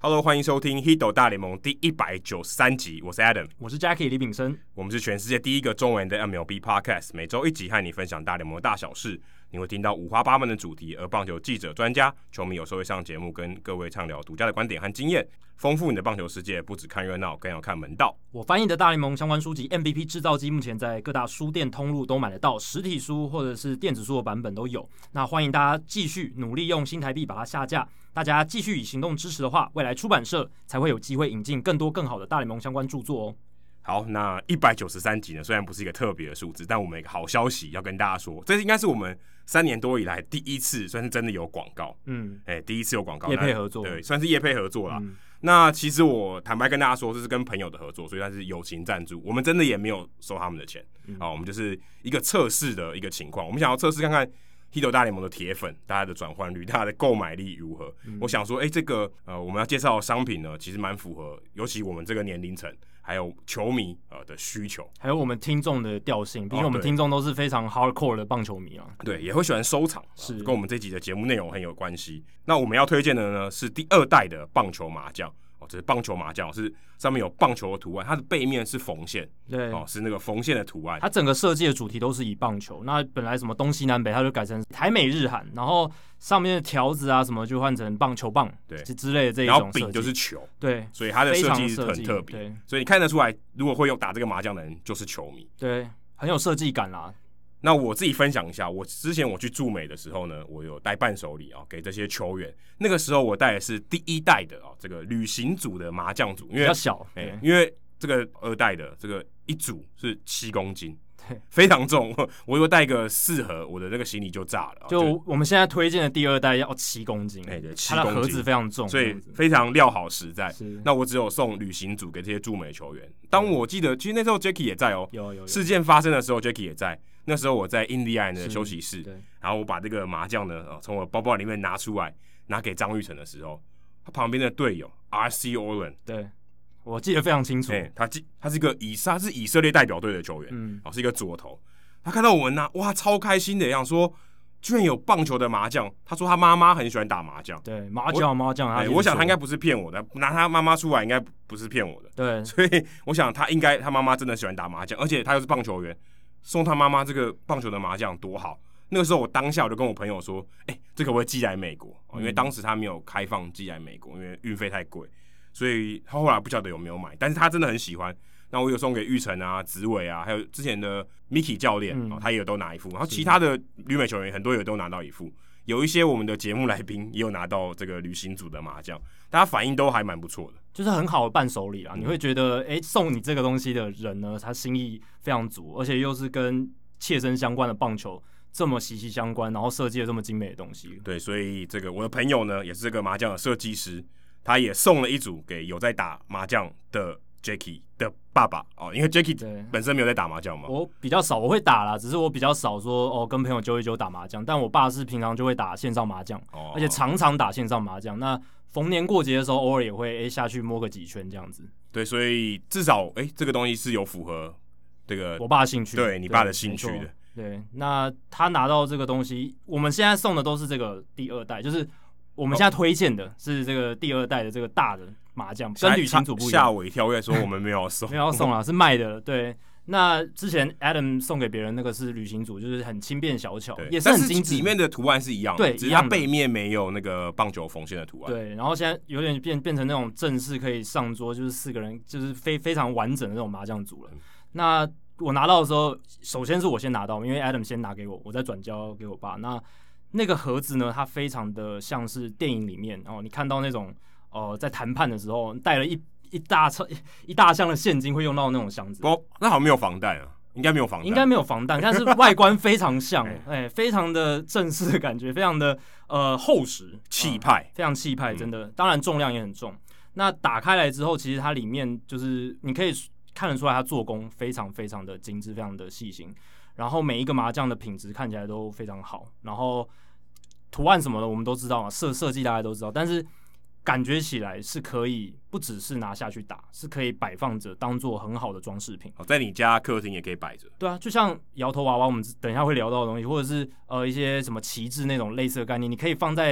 Hello， 欢迎收听《Hito 大联盟》第193集，我是 Adam， 我是 Jackie 李炳生， 我们是全世界第一个中文的 MLB Podcast， 每周一集和你分享大联盟的大小事。你会听到五花八门的主题，而棒球记者、专家、球迷有时候会上节目，跟各位畅聊独家的观点和经验，丰富你的棒球世界。不只看热闹，更要看门道。 我翻译的大联盟相关书籍《MVP 制造机》目前在各大书店通路都买得到，实体书或者是电子书的版本都有。那欢迎大家继续努力用新台币把它下架。大家继续以行动支持的话，未来出版社才会有机会引进更多更好的大联盟相关著作哦。 好，那193集呢，虽然不是一个特别的数字，但我们有一个好消息要跟大家说，这应该是我们3年多以来第一次算是真的有广告，第一次有广告， 业配合作， 对，算是业配合作啦。那其实我坦白跟大家说，这是跟朋友的合作，所以它是友情赞助，我们真的也没有收他们的钱，我们就是一个测试的一个情况，我们想要测试看看Hito 大联盟的铁粉，大家的转换率，大家的购买力如何？我想说，这个我们要介绍的商品呢，其实蛮符合，尤其我们这个年龄层，还有球迷的需求， 还有我们听众的调性，毕竟我们听众都是非常 hardcore 的棒球迷啊， 对，也会喜欢收藏， 是跟我们这集的节目内容很有关系。那我们要推荐的呢是第2代的棒球麻将。这是棒球麻将，是上面有棒球的图案，它的背面是缝线， 对， 是那个缝线的图案。 它整个设计的主题都是以棒球，那本来什么东西南北，它就改成台美日韩，然后上面的条子啊什么就换成棒球棒，对之类的这一种设计。 然后柄就是球， 对， 所以它的设计很特别，所以你看得出来，如果会打这个麻将的人就是球迷， 对，很有设计感啦。 那我自己分享一下，我之前去驻美的时候呢，我有带伴手礼给这些球员。那个时候我带的是第1代的这个旅行组的麻将组，因为比较小， 因为这个2代的这个一组是7公斤，非常重。我又带个4盒，我的那个行李就炸了。 就我们现在推荐的第2代要7公斤， 对， 它的盒子非常重， 所以非常料好实在。那我只有送旅行组给这些驻美球员。当我记得，其实那时候 Jackie 也在有事件发生的时候 Jackie 也在。那时候我在印第安的休息室，然后我把这个麻将呢从我包包里面拿出来，拿给张育成的时候，他旁边的队友 R.C. Orland， 对，我记得非常清楚， 他是一个他是以色列代表队的球员，是一个左投，他看到我们拿，哇，超开心的，想说居然有棒球的麻将，他说他妈妈很喜欢打麻将， 对，麻将， 我想他应该不是骗我的，拿他妈妈出来应该不是骗我的， 对， 所以我想他妈妈真的喜欢打麻将，而且他又是棒球员。送他妈妈这个棒球的麻将多好！那个时候我当下我就跟我朋友说：“这可不可以寄来美国？因为当时他没有开放寄来美国，因为运费太贵，所以他后来不晓得有没有买。但是他真的很喜欢。那我有送给玉成啊、子伟啊，还有之前的 Mickey 教练，他也有都拿一副。然后其他的旅美球员很多也都拿到一副。有一些我们的节目来宾也有拿到这个旅行组的麻将，大家反应都还蛮不错的， 就是很好的伴手礼啦。你会觉得，送你这个东西的人呢，他心意非常足，而且又是跟切身相关的棒球这么息息相关，然后设计了这么精美的东西。 对，所以这个我的朋友呢，也是这个麻将的设计师，他也送了一组给有在打麻将的 Jackie 的爸爸因为 Jackie 本身没有在打麻将嘛， 我比较少，我会打啦，只是我比较少说跟朋友揪一揪打麻将，但我爸是平常就会打线上麻将，而且常常打线上麻将。那逢年过节的时候，偶尔也会下去摸个几圈这样子。 对，所以至少这个东西是有符合这个我爸的兴趣， 对你爸的兴趣的。 对，那他拿到这个东西，我们现在送的都是这个第2代，就是我们现在推荐的是这个第2代的这个大的麻将，跟旅行组不一样。 吓我一跳，我也说我们没有送， 没有要送啦，是卖的。对，那之前 Adam 送给别人那个是旅行组，就是很轻便小巧，也是很精致， 里面的图案是一样的， 对， 只是它背面没有那个棒球缝线的图案。 对，然后现在有点变成那种正式可以上桌，就是4个人，就是非常完整的那种麻将组了。那我拿到的时候，首先是我先拿到，因为 Adam 先拿给我，我再转交给我爸。那个盒子呢，它非常的像是电影里面你看到那种在谈判的时候带了一大箱的现金会用到那种箱子。 那好像没有防弹啊，应该没有防弹， 但是外观非常像，非常的正式的感觉，非常的厚实， 气派， 非常气派，真的。当然重量也很重。那打开来之后，其实它里面就是你可以看得出来，它做工非常非常的精致，非常的细心。然后每一个麻将的品质看起来都非常好，然后图案什么的我们都知道嘛，设计大家都知道，但是感觉起来是可以不只是拿下去打，是可以摆放着当做很好的装饰品。 在你家客厅也可以摆着。 对啊，就像摇头娃娃，我们等一下会聊到的东西，或者是一些什么旗帜那种类似的概念，你可以放在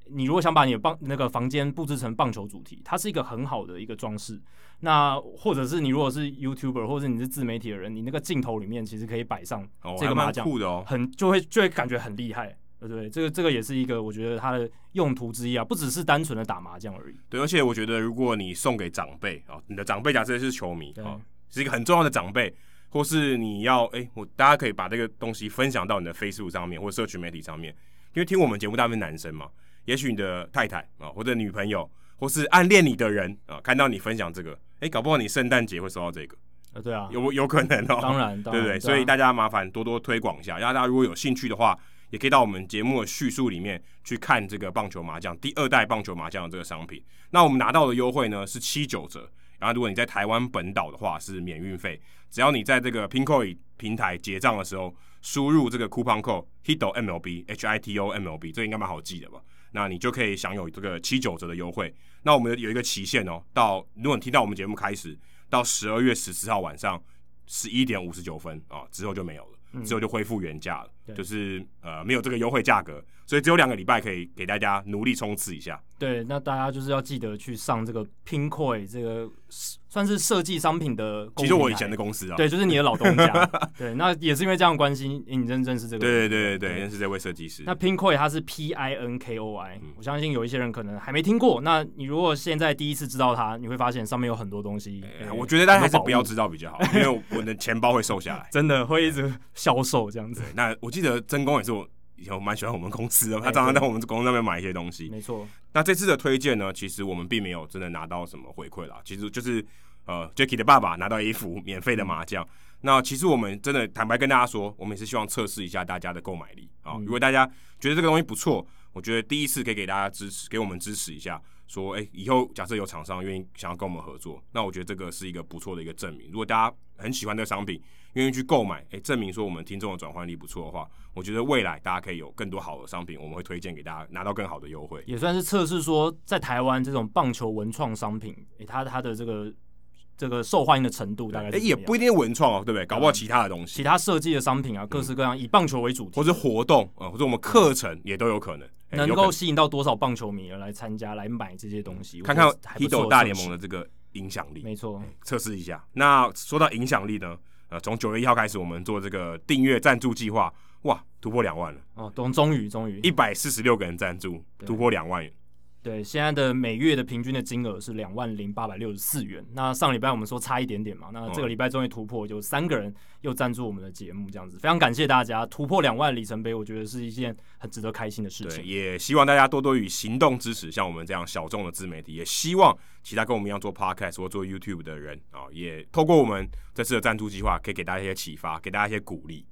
你如果想把你的那个房间布置成棒球主题，它是一个很好的一个装饰。那或者是你如果是 YouTuber 或者你是自媒体的人，你那个镜头里面其实可以摆上这个麻将， 酷的哦， 就会感觉很厉害。对不对？这个也是一个我觉得它的用途之一啊，不只是单纯的打麻将而已。 对，而且我觉得如果你送给长辈啊，你的长辈假设是球迷啊，是一个很重要的长辈，或是你要大家可以把这个东西分享到你的 Facebook 上面或社群媒体上面，因为听我们节目大部分男生嘛，也许你的太太啊或者女朋友或是暗恋你的人啊，看到你分享这个，搞不好你圣诞节会收到这个。 对啊， 有可能哦， 当然， 对不对？所以大家麻烦多多推广一下，然后大家如果有兴趣的话，也可以到我们节目的叙述里面去看这个棒球麻将第2代棒球麻将的这个商品。那我们拿到的优惠呢是79折，然后如果你在台湾本岛的话是免运费，只要你在这个 Pinkoi 平台结账的时候输入这个 coupon code HITOMLB HITOMLB， 这应该蛮好记的吧？那你就可以享有这个79折的优惠。那我们有一个期限哦，到如果你听到我们节目开始到12月14号晚上11点59分啊，之后就没有了，之后就恢复原价了，就是没有这个优惠价格，所以只有2个礼拜可以给大家努力冲刺一下。 对，那大家就是要记得去上这个 Pinkoi 这个算是设计商品的公司， 其实我以前的公司啊， 对，就是你的老东家。对，那也是因为这样的关系，你认识这个人， 对，认识这位设计师。 那 Pinkoi 它是 PINKOI，我相信有一些人可能还没听过。那你如果现在第一次知道它，你会发现上面有很多东西。 我觉得大家还是不要知道比较好，因为我的钱包会瘦下来， 真的会一直销售这样子。 那我记得真公也是我以前蛮喜欢我们公司的，他常常在我们公司那边买一些东西。 没错。 那这次的推荐呢，其实我们并没有真的拿到什么回馈啦，其实就是Jacky 的爸爸拿到一副免费的麻将。那其实我们真的坦白跟大家说，我们也是希望测试一下大家的购买力啊。如果大家觉得这个东西不错，我觉得第一次可以给大家支持，给我们支持一下，说以后假设有厂商愿意想要跟我们合作，那我觉得这个是一个不错的一个证明。如果大家很喜欢这个商品，愿意去购买，证明说我们听众的转换力不错的话，我觉得未来大家可以有更多好的商品，我们会推荐给大家拿到更好的优惠， 也算是测试说在台湾这种棒球文创商品，它的这个受欢迎的程度大概是也不一定是文创哦，对不对？搞不好其他的东西， 其他设计的商品啊，各式各样以棒球为主题， 或者活动或者我们课程也都有可能， 能够吸引到多少棒球迷来参加来买这些东西， 看看 Hito 大联盟的这个影响力， 没错， 测试一下。那说到影响力呢，从9月1号开始，我们做这个订阅赞助计划，哇，突破2万了哦，终于 146个人赞助，突破2万元。 对，现在的每月的平均的金额是20864元。那上礼拜我们说差一点点嘛，那这个礼拜终于突破，有3个人又赞助我们的节目，这样子非常感谢大家，突破2万里程碑，我觉得是一件很值得开心的事情。 对，也希望大家多多以行动支持像我们这样小众的自媒体，也希望其他跟我们一样做 podcast 或做 YouTube 的人也透过我们这次的赞助计划，可以给大家一些启发，给大家一些鼓励。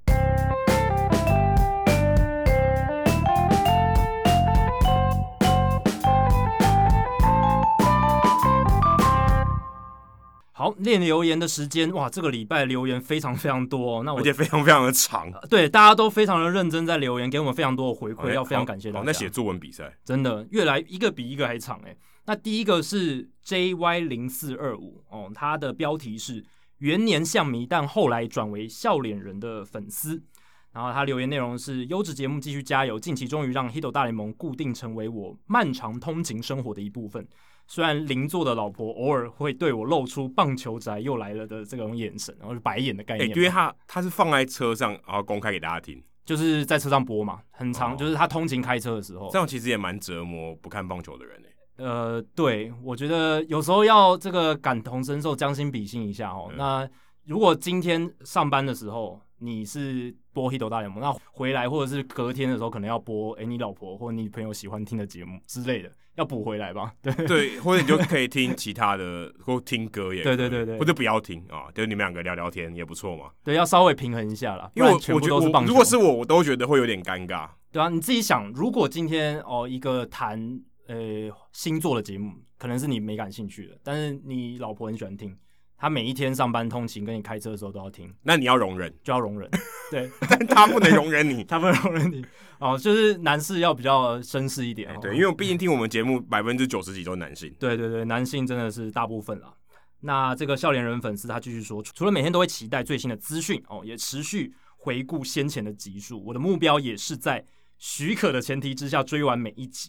好，念留言的时间，哇，这个礼拜留言非常非常多那而且非常非常的长。 对，大家都非常的认真在留言，给我们非常多的回馈，要非常感谢大家。 那写作文比赛， 真的越来一个比一个还长那第一个是 JY0425 他的标题是元年象迷，但后来转为笑脸人的粉丝。然后他留言内容是优质节目继续加油，近期终于让 Hito 大联盟固定成为我漫长通勤生活的一部分。虽然邻座的老婆偶尔会对我露出棒球宅又来了的这种眼神，然后是白眼的概念。 因为他是放在车上，然后公开给大家听， 就是在车上播嘛，很长，就是他通勤开车的时候。 这样其实也蛮折磨不看棒球的人对，我觉得有时候要这个感同身受，将心比心一下那如果今天上班的时候你是播 Hito 大联盟，那回来或者是隔天的时候可能要播你老婆或你朋友喜欢听的节目之类的，要补回来吧。 对，或者你就可以听其他的或听歌也可以， 对， 或者不要听就是你们2个聊聊天也不错嘛。 对，要稍微平衡一下啦， 因为全部都是棒球。 如果是我都觉得会有点尴尬。 对啊，你自己想，如果今天一个谈星座的节目，可能是你没感兴趣的，但是你老婆很喜欢听。他每一天上班通勤跟你开车的时候都要听， 那你要容忍， 就要容忍，对， 但他不能容忍你， 他不能容忍你就是男士要比较绅士一点对，因为毕竟听我们节目90%几都是男性， 对，男性真的是大部分啦。那这个笑脸人粉丝他继续说，除了每天都会期待最新的资讯也持续回顾先前的集数，我的目标也是在许可的前提之下追完每一集。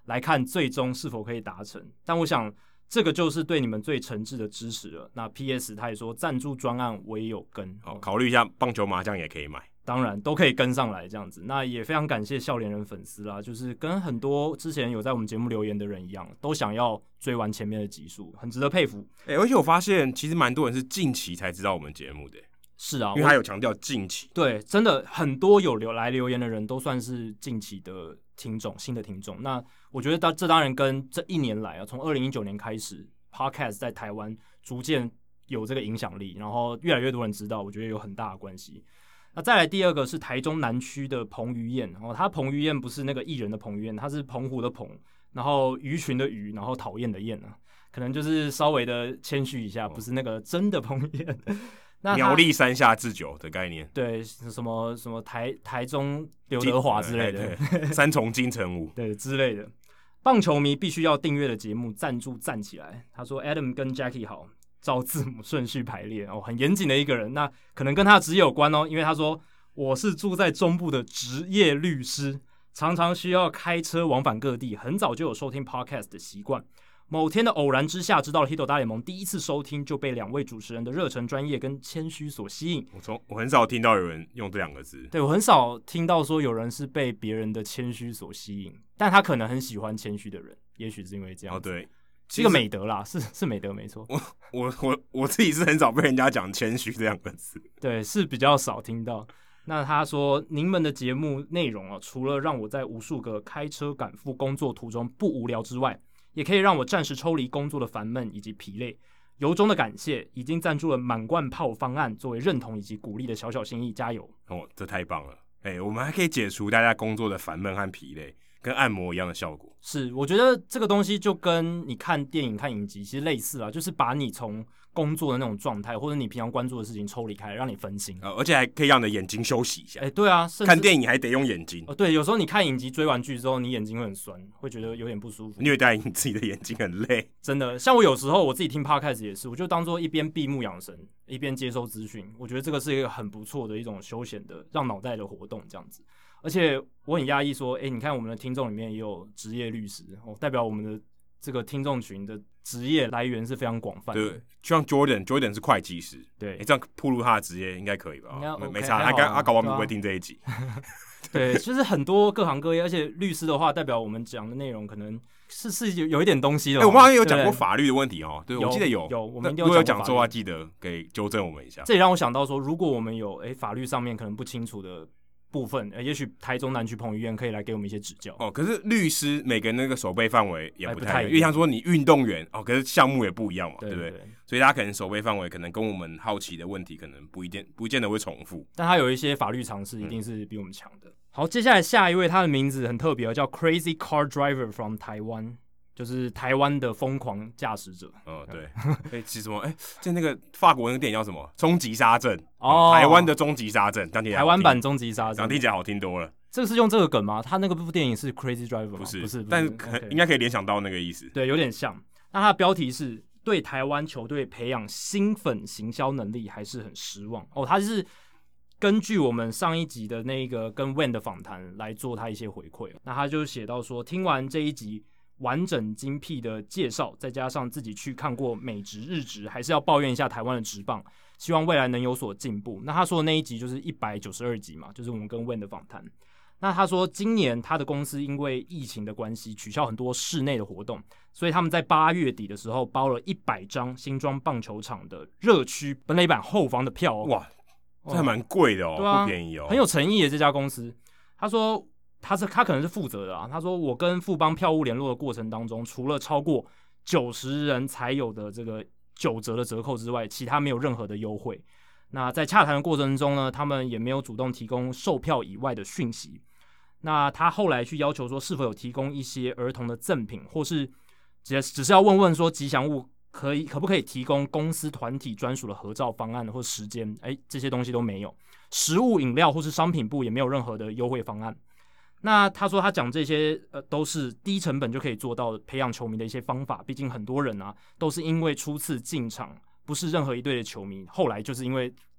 来看最终是否可以达成。但我想这个就是对你们最诚挚的支持了。那 PS 他也说赞助专案我也有跟， 考虑一下棒球麻将也可以买。 当然都可以跟上来这样子。那也非常感谢笑脸人粉丝啦，就是跟很多之前有在我们节目留言的人一样，都想要追完前面的集数，很值得佩服。 而且我发现其实蛮多人是近期才知道我们节目的。 是啊， 因为他有强调近期。 对，真的很多有来留言的人都算是近期的听众，新的听众。那我觉得这当然跟这一年来啊，从2019年开始 Podcast 在台湾逐渐有这个影响力，然后越来越多人知道，我觉得有很大的关系。那再来第二个是台中南区的彭于晏，他彭于晏不是那个艺人的彭于晏，他是澎湖的澎，然后鱼群的鱼，然后讨厌的厌啊，可能就是稍微的谦虚一下，不是那个真的彭于晏。那苗栗山下智久的概念， 对，什么台中刘德华之类的， 三重金城武对之类的，棒球迷必须要订阅的节目，赞助站起来。他说 Adam 跟 Jackie 好，照字母顺序排列很严谨的一个人。那可能跟他的职业有关因为他说我是住在中部的职业律师，常常需要开车往返各地，很早就有收听 Podcast 的习惯。某天的偶然之下，知道了 Hito 大联盟，第一次收听就被两位主持人的热忱、专业跟谦虚所吸引。 我很少听到有人用这两个字， 对，我很少听到说有人是被别人的谦虚所吸引，但他可能很喜欢谦虚的人，也许是因为这样子。 对， 是一个美德啦，是美德没错。 我自己是很少被人家讲谦虚这两个字， 对，是比较少听到。那他说，您们的节目内容除了让我在无数个开车赶赴工作途中不无聊之外，也可以让我暂时抽离工作的烦闷以及疲累。由衷的感谢，已经赞助了满贯炮方案作为认同以及鼓励的小小心意，加油！ 这太棒了！我们还可以解除大家工作的烦闷和疲累，跟按摩一样的效果。 是，我觉得这个东西就跟你看电影、看影集其实类似啊，就是把你从工作的那种状态，或者你平常关注的事情抽离开，让你分心， 而且还可以让你的眼睛休息一下。 对啊，甚至看电影还得用眼睛。 对，有时候你看影集追完剧之后，你眼睛会很酸，会觉得有点不舒服。 虐待你自己的眼睛很累， 真的。像我有时候我自己听 podcast 也是，我就当做一边闭目养神，一边接收资讯。我觉得这个是一个很不错的一种休闲的让脑袋的活动，这样子。而且我很讶异说，你看我们的听众里面也有职业律师，代表我们的这个听众群的职业来源是非常广泛的。 对，就像 Jordan 是会计师， 对， 这样暴露他的职业应该可以吧？ 应该没差，他搞完不会听这一集。 对，就是很多各行各业，而且律师的话，代表我们讲的内容可能是有一点东西的。 我们好像有讲过法律的问题对，我记得有， 我们一定如果有讲错的话，记得给纠正我们一下。 这也让我想到说，如果我们有法律上面可能不清楚的部分，也许台中南区彭于晏可以来给我们一些指教。 可是律师每个人那个手背范围也不太一样，因为为像说你运动员可是项目也不一样嘛， 对不对？所以他可能手背范围可能跟我们好奇的问题可能不见得会重复， 但他有一些法律常识一定是比我们强的。好，接下来下一位，他的名字很特别，叫 Crazy Car Driver from Taiwan， 就是台湾的疯狂驾驶者。 对，其实什么？就那个法国那个电影叫什么？终极杀阵台湾的终极杀阵，台湾版终极杀阵， 听起来好听多了。 这个是用这个梗吗？他那个部电影是 Crazy Driver 吗？不是， 但是应该可以联想到那个意思。 对，有点像。那他的标题是对台湾球队培养新粉行销能力还是很失望他是根据我们上一集的那个跟 Wen 的访谈来做他一些回馈。那他就写到说，听完这一集完整精辟的介绍，再加上自己去看过美职日职，还是要抱怨一下台湾的职棒，希望未来能有所进步。那他说的那一集就是192集嘛，就是我们跟 Wen 的访谈。那他说今年他的公司因为疫情的关系取消很多室内的活动，所以他们在8月底的时候包了100张新庄棒球场的热区本垒板后方的票哇，这还蛮贵的对啊， 不便宜很有诚意的这家公司。他说他可能是负责的他说我跟富邦票务联络的过程当中，除了超过90人才有的这个9折的折扣之外，其他没有任何的优惠。那在洽谈的过程中呢，他们也没有主动提供售票以外的讯息。那他后来去要求说，是否有提供一些儿童的赠品，或是只是要问说吉祥物可不可以提供公司团体专属的合照方案或时间？这些东西都没有。食物、饮料或是商品部也没有任何的优惠方案。那他说他讲这些都是低成本就可以做到培养球迷的一些方法，毕竟很多人都是因为初次进场不是任何一队的球迷，后来就是因为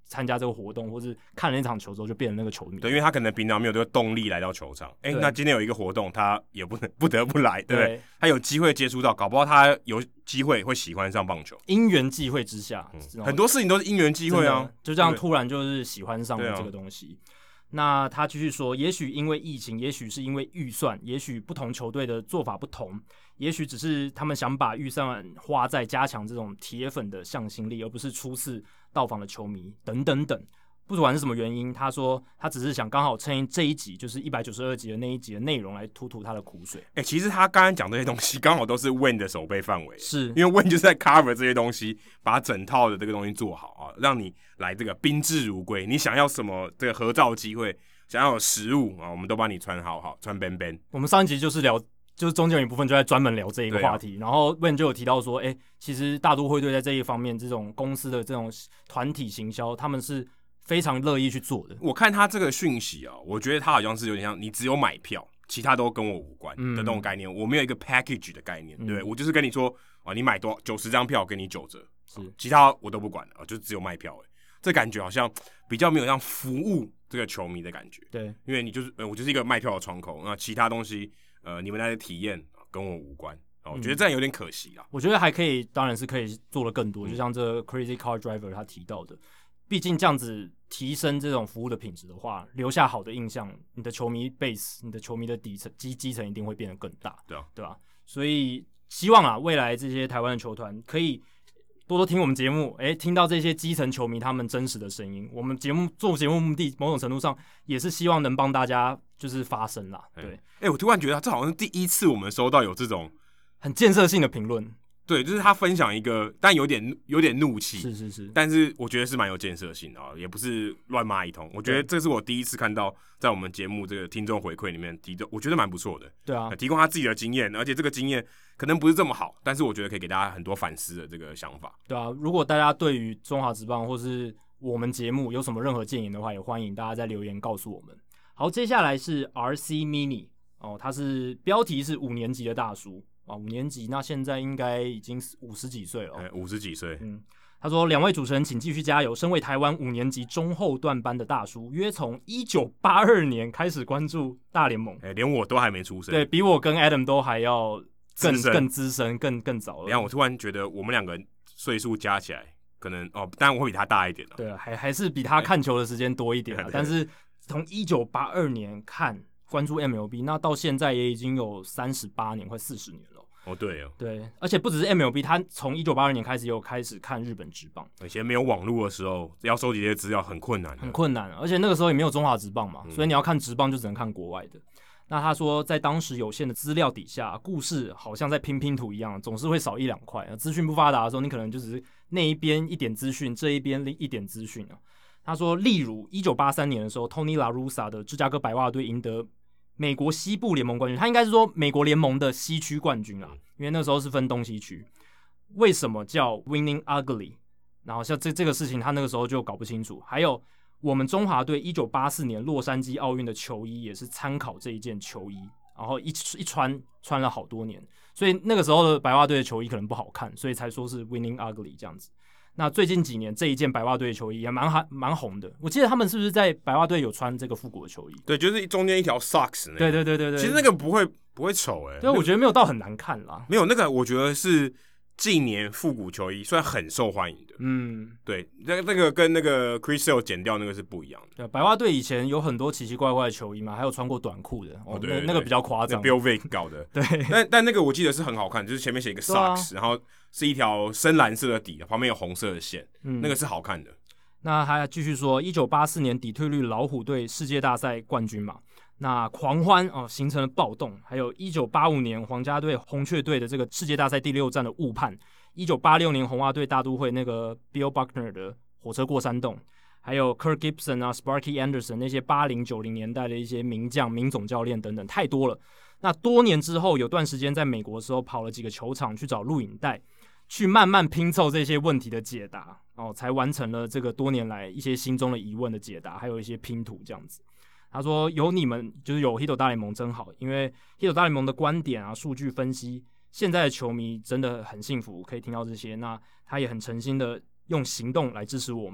参加这个活动，或是看了那场球之后就变成那个球迷。 对，因为他可能平常没有这个动力来到球场，那今天有一个活动，他也不得不来，对不对？他有机会接触到，搞不好他有机会会喜欢上棒球。 因缘际会之下， 很多事情都是因缘际会啊， 就这样突然就是喜欢上了这个东西。那他继续说，也许因为疫情，也许是因为预算，也许不同球队的做法不同，也许只是他们想把预算花在加强这种铁粉的向心力，而不是初次到访的球迷等等等。不管是什么原因，他说他只是想刚好趁这一集，就是192集的那一集的内容来吐他的苦水。 其实他刚才讲这些东西，刚好都是 Wayne 的守备范围， 是因为 Wayne 就是在 cover 这些东西，把整套的这个东西做好啊，让你来这个宾至如归。你想要什么这个合照机会，想要有食物啊，我们都帮你穿好，穿 ben。 我们上一集就是中间有一部分就在专门聊这一个话题，然后 Wayne 就有提到说，其实大都会队在这一方面，这种公司的这种团体行销，他们是非常乐意去做的。 我看他这个讯息啊，我觉得他好像是有点像你只有买票，其他都跟我无关的那种概念。我没有一个 package 的概念，对，我就是跟你说你买多90张票给你9折，其他我都不管就只有卖票。这感觉好像比较没有像服务这个球迷的感觉。 对， 因为你就是我就是一个卖票的窗口，那其他东西你们来的体验跟我无关。我觉得这样有点可惜啦。 我觉得还可以，当然是可以做得更多，就像这个 Crazy Car Driver 他提到的。毕竟这样子提升这种服务的品质的话，留下好的印象，你的球迷 base， 你的球迷的基层一定会变得更大，对吧？所以希望未来这些台湾的球团可以多多听我们节目，听到这些基层球迷他们真实的声音。我们做节目目的，某种程度上也是希望能帮大家就是发声啦。对， 我突然觉得这好像是第一次我们收到有这种很建设性的评论。 对，就是他分享一个，但有点怒气， 是， 但是我觉得是蛮有建设性的也不是乱骂一通。我觉得这是我第一次看到，在我们节目这个听众回馈里面提的，我觉得蛮不错的。 对啊， 提供他自己的经验，而且这个经验可能不是这么好，但是我觉得可以给大家很多反思的这个想法。 对啊，如果大家对于中华职棒或是我们节目有什么任何建言的话，也欢迎大家在留言告诉我们。好，接下来是 RC Mini 他是标题是5年级的大叔。5年级，那现在应该已经50几岁了 ，50几岁。 他说2位主持人请继续加油。身为台湾5年级中后段班的大叔，约从1982年开始关注大联盟， 连我都还没出生， 对比我跟 Adam 都还要更资深，更早了。 然后我突然觉得我们2个岁数加起来，可能当然我会比他大一点了。 对，还是比他看球的时间多一点了。但是从1982年关注 MLB， 那到现在也已经有38年，快40年了。对，而且不只是 MLB， 他从1982年开始有开始看日本职棒。 以前没有网络的时候，要收集这些资料很困难， 而且那个时候也没有中华职棒嘛，所以你要看职棒就只能看国外的。那他说，在当时有限的资料底下，故事好像在拼图一样，总是会少1-2块。资讯不发达的时候，你可能就只是那一边一点资讯，这一边一点资讯。他说，例如1983年的时候 ，Tony La Russa 的芝加哥白袜队赢得美国西部联盟冠军，他应该是说美国联盟的西区冠军啦，因为那时候是分东西区。为什么叫 Winning Ugly？ 然后像这个事情，他那个时候就搞不清楚。还有我们中华队1984年洛杉矶奥运的球衣也是参考这一件球衣，然后一穿了好多年，所以那个时候的白袜队的球衣可能不好看，所以才说是 Winning Ugly 这样子。那最近几年这一件白袜队的球衣也蛮红的，我记得他们是不是在白袜队有穿这个复古的球衣？ 对，就是中间一条 socks 那个。对， 其实那个不会丑对，我觉得没有到很难看啦。 没有那个，我觉得是近年复古球衣，虽然很受欢迎的。对，那个跟那个 Chris Sale 剪掉那个是不一样的。 对，白袜队以前有很多奇奇怪怪的球衣嘛，还有穿过短裤的。 对， 那个比较夸张。 Bill Vick 搞的。 对， 但那个我记得是很好看，就是前面写一个 socks，然后是一条深蓝色的底，旁边有红色的线，那个是好看的。 那还继续说，1984年底特律老虎队世界大赛冠军嘛，那狂欢形成了暴动，还有1985年皇家队红雀队的这个世界大赛第6战的误判，1986年红袜队大都会那个 Bill Buckner 的火车过山洞，还有 Kirk Gibson 啊 Sparky Anderson 那些80、90年代的一些名将、名总教练等等，太多了。那多年之后，有段时间在美国的时候，跑了几个球场去找录影带，去慢慢拼凑这些问题的解答，才完成了这个多年来一些心中的疑问的解答，还有一些拼图这样子。他说有你们，就是有 Hito 大联盟真好，因为 Hito 大联盟的观点啊、数据分析，现在的球迷真的很幸福，可以听到这些。那他也很诚心的用行动来支持我们。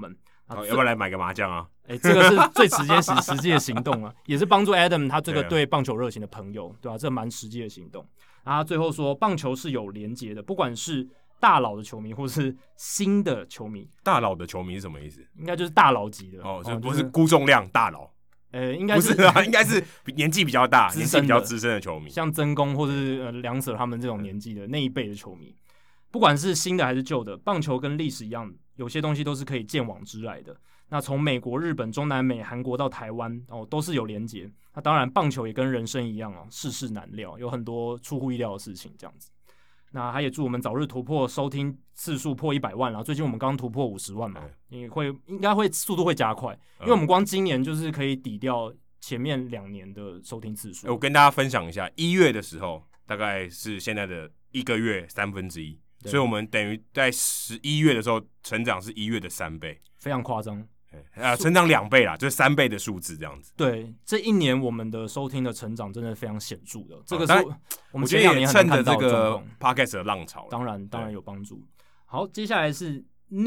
要不要来买个麻将啊？ 这个是最直接实际的行动啊，也是帮助 Adam 他这个对棒球热情的朋友，对吧？这蛮实际的行动。然后他最后说，棒球是有连结的，不管是大佬的球迷或是新的球迷。 大佬的球迷是什么意思？ 应该就是大佬级的就不是估重量大佬。 应该是不是啊，应该是年纪比较大、年纪比较资深的球迷， 像曾公或是梁 Sir 他们这种年纪的那一辈的球迷，不管是新的还是旧的，棒球跟历史一样，有些东西都是可以见往知来的。那从美国、日本、中南美、韩国到台湾都是有连结。那当然，棒球也跟人生一样世事难料，有很多出乎意料的事情这样子。那他也祝我们早日突破收听次数破100万，然后最近我们刚突破50万嘛，应该会速度会加快，因为我们光今年就是可以抵掉前面2年的收听次数。 我跟大家分享一下，1月的时候大概是现在的1个月1/3，所以我们等于在11月的时候成长是1月的3倍， 非常夸张。 成长2倍啦，就是3倍的数字这样子。 对，这一年我们的收听的成长真的非常显著的，这个是我们前2年趁着这个 podcast 的浪潮， 当然有帮助。好，接下来是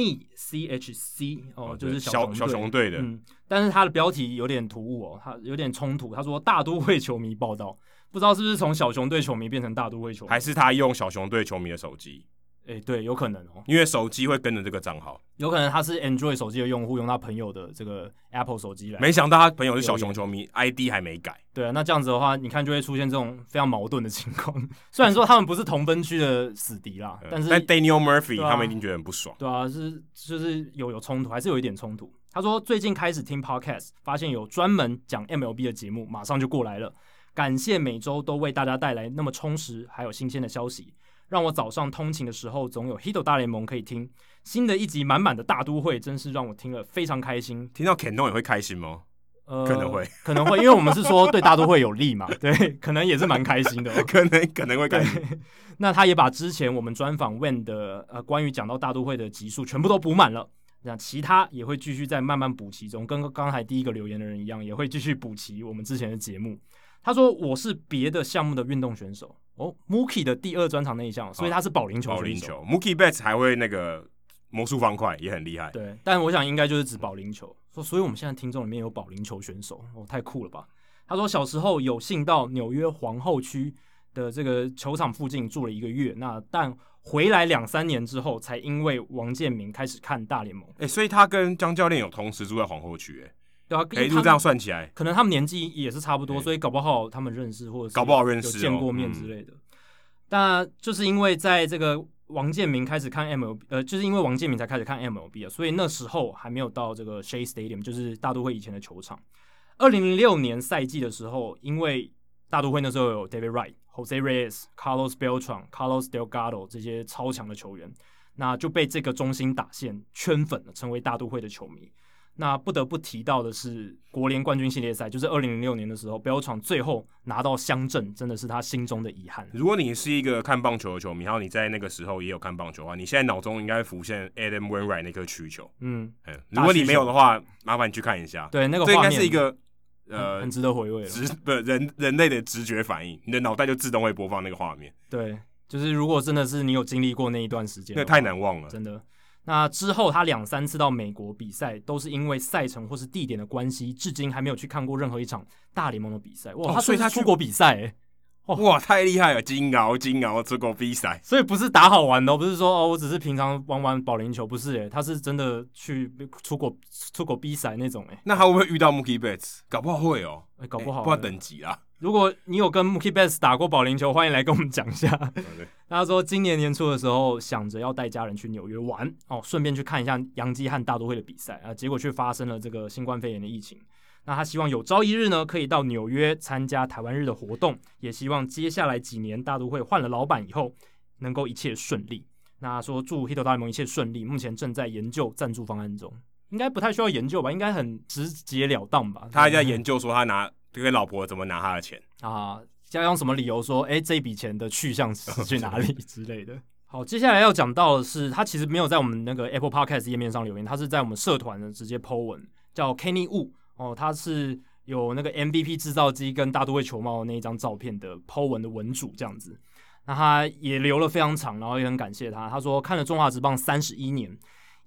CHC 就是小熊队的， 但是他的标题有点突兀他有点冲突。他说大都会球迷报道，不知道是不是从小熊队球迷变成大都会球迷， 还是他用小熊队球迷的手机？ 对，有可能因为手机会跟着这个账号， 有可能他是 Android 手机的用户，用他朋友的这个 Apple 手机来。 没想到他朋友是小熊球迷 ，ID 还没改。 对啊，那这样子的话，你看就会出现这种非常矛盾的情况。虽然说他们不是同分区的死敌啦，但 Daniel Murphy 他们一定觉得很不爽。 对啊，就是有冲突，还是有一点冲突。他说最近开始听 Podcast， 发现有专门讲 MLB 的节目，马上就过来了。感谢每周都为大家带来那么充实还有新鲜的消息。让我早上通勤的时候总有 Hito 大联盟可以听，新的一集满满的大都会真是让我听了非常开心。 听到 Kendall 也会开心吗？可能会， 因为我们是说对大都会有利嘛，对，可能也是蛮开心的可能会开心。 那他也把之前我们专访 Wen 的关于讲到大都会的集数全部都补满了，那其他也会继续再慢慢补齐中，跟刚才第一个留言的人一样，也会继续补齐我们之前的节目。他说我是别的项目的运动选手Mookie 的第2专长那一项，所以他是保龄球选手。 Mookie Betts 还会那个魔术方块，也很厉害。 对，但我想应该就是指保龄球。所以我们现在听众里面有保龄球选手太酷了吧？他说小时候有幸到纽约皇后区的这个球场附近住了1个月，但回来2-3年之后，才因为王建民开始看大联盟。 所以他跟江教练有同时住在皇后区对啊， 如果这样算起来， 可能他们年纪也是差不多，所以搞不好他们认识，或者是搞不好认识有见过面之类的。但就是因为在这个王建民开始看 MLB，就是因为王建民才开始看 MLB 所以那时候还没有到这个 Shea Stadium， 就是大都会以前的球场。2006年赛季的时候，因为大都会那时候有 David Wright、Jose Reyes、Carlos Beltran、Carlos Delgado 这些超强的球员，那就被这个中心打线圈粉了，成为大都会的球迷。那不得不提到的是国联冠军系列赛，就是2006年的时候，Beltran最后拿到乡镇，真的是他心中的遗憾。 如果你是一个看棒球的球迷，然后你在那个时候也有看棒球的话，你现在脑中应该浮现 Adam Wainwright 那颗曲球。如果你没有的话，麻烦你去看一下。 对，那个画面这应该是一个很值得回味了。 人类的直觉反应，你的脑袋就自动会播放那个画面。 对，就是如果真的是你有经历过那一段时间， 那太难忘了， 真的。那之后他2-3次到美国比赛，都是因为赛程或是地点的关系，至今还没有去看过任何一场大联盟的比赛。哇，所以他出国比赛哇，太厉害了！金鳌出国比赛， 所以不是打好玩的不是说我只是平常玩保龄球，不是他是真的去出国比赛那种那他会不会遇到 Mookie Betts？ 搞不好会搞不好不知道等级啦。 如果你有跟 Mookie Betts 打过保龄球，欢迎来跟我们讲一下。他说今年年初的时候想着要带家人去纽约玩顺便去看一下洋基和大都会的比赛结果却发生了这个新冠肺炎的疫情。那他希望有朝一日呢可以到纽约参加台湾日的活动，也希望接下来几年大都会换了老板以后能够一切顺利。那他说祝 Hito 大联盟一切顺利，目前正在研究赞助方案中，应该不太需要研究吧，应该很直截了当吧。 他还在研究说他拿这个老婆怎么拿他的钱要用什么理由说这一笔钱的去向是去哪里之类的。好，接下来要讲到的是他其实没有在我们那个 Apple Podcast 页面上留言，他是在我们社团的直接 po 文，叫 Kenny Wu他是有那个 MVP 制造机跟大都会球帽那一张照片的 po 文的文主这样子。那他也留了非常长，然后也很感谢他。他说看了中华职棒31年，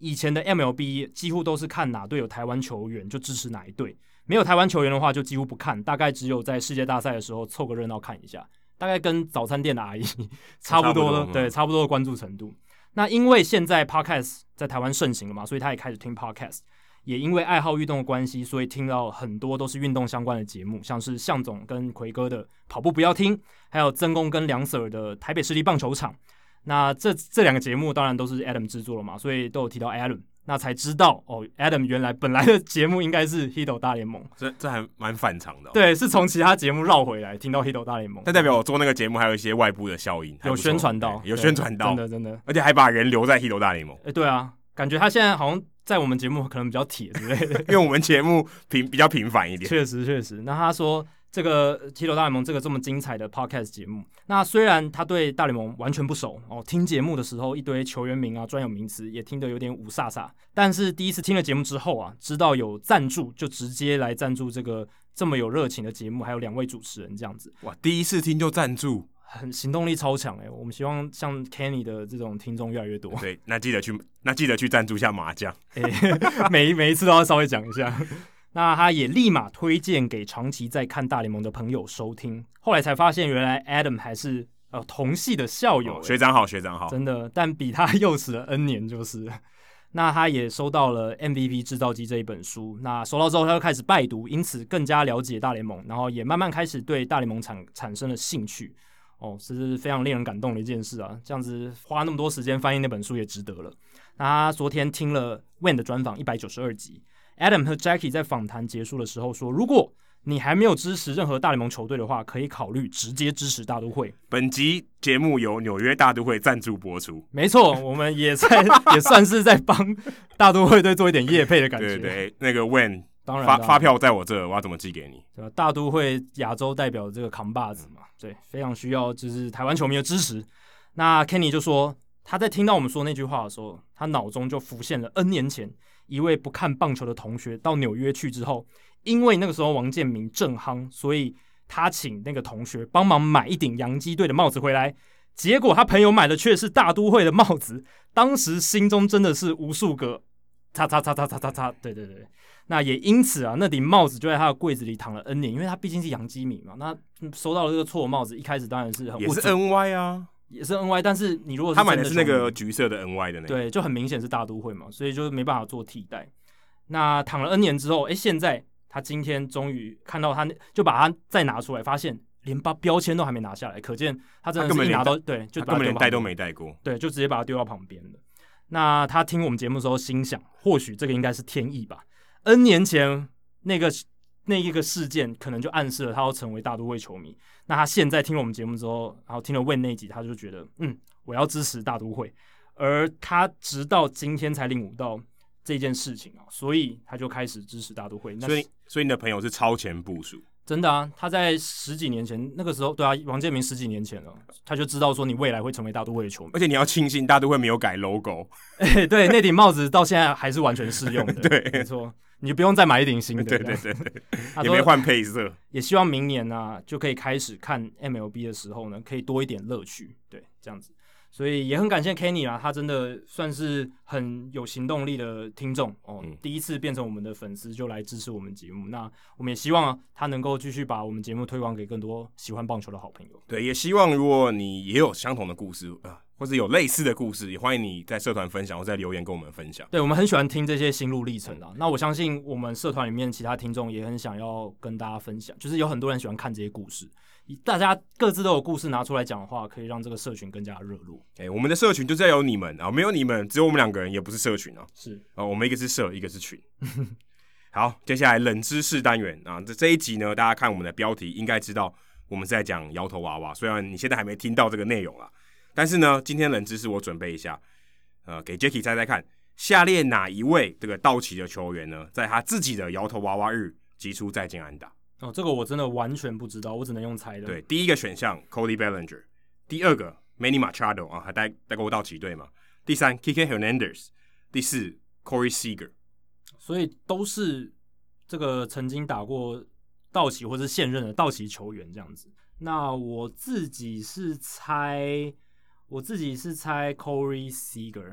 以前的 MLB 几乎都是看哪队有台湾球员就支持哪一队，没有台湾球员的话就几乎不看，大概只有在世界大赛的时候凑个热闹看一下，大概跟早餐店的阿姨差不多的，对，差不多的关注程度。那因为现在 Podcast 在台湾盛行了嘛，所以他也开始听 Podcast。也因为爱好运动的关系，所以听到很多都是运动相关的节目，像是向总跟奎哥的跑步不要听，还有曾公跟梁 Sir 的台北市立棒球场。那这2个节目当然都是 Adam 制作了嘛，所以都有提到 Adam， 那才知道哦 ，Adam 原来本来的节目应该是 Hito 大联盟， 这还蛮反常的、哦。 对，是从其他节目绕回来听到 Hito 大联盟， 但代表我做那个节目还有一些外部的效应， 有宣传到， 有宣传到， 真的， 而且还把人留在 Hito 大联盟。 对啊，感觉他现在好像在我们节目可能比较铁之类的， 因为我们节目比较频繁一点。 确实。那他说这个 Hito 大联盟这么精彩的 podcast 节目，那虽然他对大联盟完全不熟哦，听节目的时候一堆球员名啊、专有名词也听得有点五煞煞，但是第一次听了节目之后啊，知道有赞助就直接来赞助这么有热情的节目，还有2位主持人这样子。 哇，第一次听就赞助。 很行动力超强我们希望像 Kenny 的这种听众越来越多。 对，那记得去赞助一下麻将。 每一次都要稍微讲一下。那他也立马推荐给长期在看大联盟的朋友收听。后来才发现，原来 Adam 还是同系的校友、 学长好， 真的，但比他幼迟了 N 年就是。那他也收到了 MVP 制造机这一本书，那收到之后他就开始拜读，因此更加了解大联盟，然后也慢慢开始对大联盟产生了兴趣。这是非常令人感动的一件事啊！这样子花那么多时间翻译那本书也值得了。那他昨天听了 Wayne 的专访192集 ，Adam 和 Jackie 在访谈结束的时候说，如果你还没有支持任何大联盟球队的话，可以考虑直接支持大都会。 本集节目由纽约大都会赞助播出。 没错，我们也算是在帮大都会队做一点业配的感觉。 对，那个 Wayne。 当然发票在我这，我要怎么寄给你？ 对吧？大都会亚洲代表这个扛把子嘛，对，非常需要就是台湾球迷的支持。那 Kenny 就说，他在听到我们说那句话的时候，他脑中就浮现了 N 年前一位不看棒球的同学到纽约去之后，因为那个时候王建民正夯，所以他请那个同学帮忙买一顶洋基队的帽子回来，结果他朋友买的却是大都会的帽子，当时心中真的是无数个叉，对。那也因此啊，那顶帽子就在他的柜子里躺了 N 年，因为他毕竟是洋基迷嘛。那收到了这个错的帽子，一开始当然是很也是 NY 啊， 也是 NY， 但是你如果是他买的是那个橘色的 NY 的那个， 对，就很明显是大都会嘛，所以就没办法做替代。那躺了 N 年之后，现在他今天终于看到他，就把它再拿出来，发现连标签都还没拿下来，可见他真的是一拿到，对，就根本连戴都没戴过， 对，就直接把它丢到旁边了。那他听我们节目的时候，心想，或许这个应该是天意吧。N 年前那一个事件，可能就暗示了他要成为大都会球迷。那他现在听了我们节目之后，然后听了 Wayne 那集，他就觉得，我要支持大都会。而他直到今天才领悟到这件事情啊，所以他就开始支持大都会。 所以你的朋友是超前部署。 真的啊，他在10几年前那个时候，对啊，王建民10几年前了，他就知道说你未来会成为大都会的球迷， 而且你要庆幸大都会没有改 logo， 对，那顶帽子到现在还是完全适用的， 对， 没错，你就不用再买一顶新的， 对，也没换配色， 也希望明年啊就可以开始看 MLB 的时候呢，可以多一点乐趣，对，这样子。所以也很感谢 Kenny 啦，他真的算是很有行动力的听众第一次变成我们的粉丝就来支持我们节目。那我们也希望他能够继续把我们节目推广给更多喜欢棒球的好朋友。 对，也希望如果你也有相同的故事或者有类似的故事，也欢迎你在社团分享或在留言跟我们分享。 对，我们很喜欢听这些心路历程啦。那我相信我们社团里面其他听众也很想要跟大家分享，就是有很多人喜欢看这些故事。大家各自都有故事拿出来讲的话，可以让这个社群更加热络。 我们的社群就是要有你们啊，没有你们，只有我们2个人也不是社群啊。 是我们一个是社，一个是群。好，接下来冷知识单元啊，这一集呢，大家看我们的标题应该知道我们是在讲摇头娃娃，虽然你现在还没听到这个内容啦，但是呢，今天冷知识我准备一下，给 Jackie 猜猜看，下列哪一位这个道奇的球员呢，在他自己的摇头娃娃日击出再见安打？ 这个我真的完全不知道，我只能用猜的。 对，第一个选项 Cody Bellinger， 第二个 Manny Machado 还带过道奇队嘛？第三 Kike Hernandez， 第四 Corey Seager， 所以都是这个曾经打过道奇或是现任的道奇球员这样子。那我自己是猜 Corey Seager。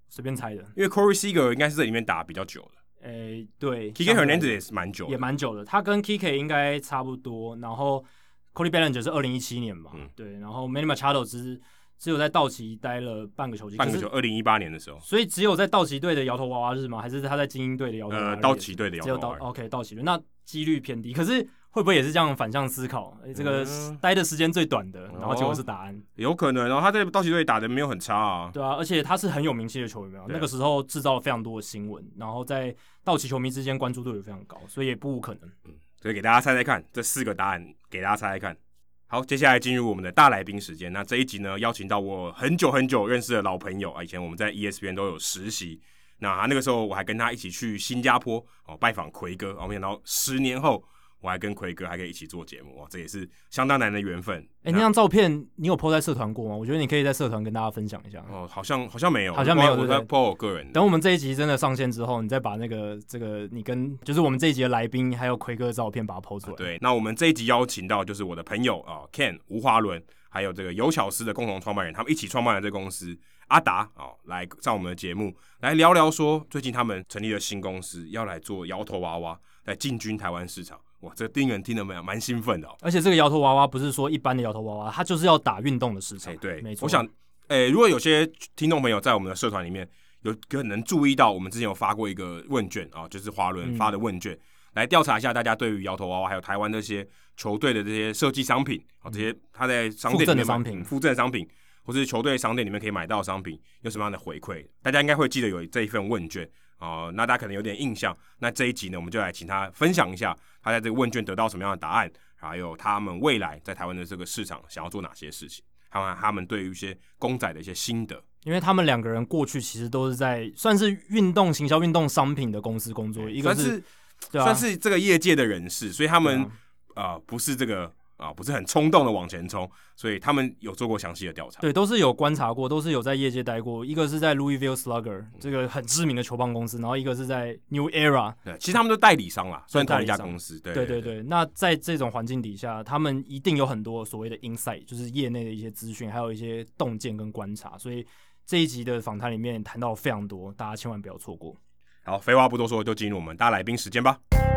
随便猜的。 因为 Corey Seager 应该是这里面打比较久的。 对 Kike Hernandez 也是蛮久的， 也蛮久的。他跟 Kike 应该差不多。然后 Cody Bellinger 是2017年嘛，对。然后 Manny Machado 只有在道奇待了半个球季 ，2018年的时候。 所以只有在道奇队的摇头娃娃日吗？还是他在精英队的摇头娃娃日？ 道奇队的摇头娃娃日。 OK， 道奇队那几率偏低。可是会不会也是这样反向思考？这个待的时间最短的，然后结果是答案， 有可能哦。他在道奇队打的没有很差啊， 对啊，而且他是很有名气的球员啊，那个时候制造了非常多的新闻，然后在道奇球迷之间关注度也非常高，所以也不无可能。 所以给大家猜猜看，这4个答案给大家猜猜看。好，接下来进入我们的大来宾时间。那这一集呢，邀请到我很久很久认识的老朋友啊，以前我们在 ESPN 都有实习。那那个时候我还跟他一起去新加坡拜访奎哥，没想到10年后我还跟奎哥还可以一起做节目，这也是相当难的缘分。 那张照片你有 po 在社团过吗？我觉得你可以在社团跟大家分享一下。 好像没有， 好像没有， 我在 po 我个人。 等我们这一集真的上线之后，你再把这个你跟就是我们这一集的来宾还有奎哥的照片把它 po 出来。 对，那我们这一集邀请到就是我的朋友Ken 吴华伦，还有这个有巧思的共同创办人，他们一起创办了这公司阿达来上我们的节目，来聊聊说最近他们成立了新公司，要来做摇头娃娃，来进军台湾市场。哇，这个听得蛮兴奋的而且这个摇头娃娃不是说一般的摇头娃娃，它就是要打运动的市场。 对， 没错。 我想，如果有些听众朋友在我们的社团里面有可能注意到，我们之前有发过一个问卷就是华伦发的问卷，来调查一下大家对于摇头娃娃还有台湾这些球队的这些设计商品这些他在商店里面附赠商品，或是球队商店里面可以买到的商品有什么样的回馈？大家应该会记得有这一份问卷那大家可能有点印象。那这一集呢，我们就来请他分享一下他在这个问卷得到什么样的答案，还有他们未来在台湾的这个市场想要做哪些事情，还有他们对于一些公仔的一些心得。 因为他们两个人过去其实都是在算是运动行销、运动商品的公司工作，一个是算是这个业界的人士，所以他们不是这个。不是很冲动的往前冲，所以他们有做过详细的调查。 对，都是有观察过，都是有在业界待过。一个是在 Louisville Slugger 这个很知名的球棒公司，然后一个是在 New Era。 对，其实他们都代理商啦，算同一家公司。 对。那在这种环境底下，他们一定有很多所谓的 insight， 就是业内的一些资讯，还有一些洞见跟观察。所以这一集的访谈里面谈到非常多，大家千万不要错过。 好，废话不多说，就进入我们大来宾时间吧。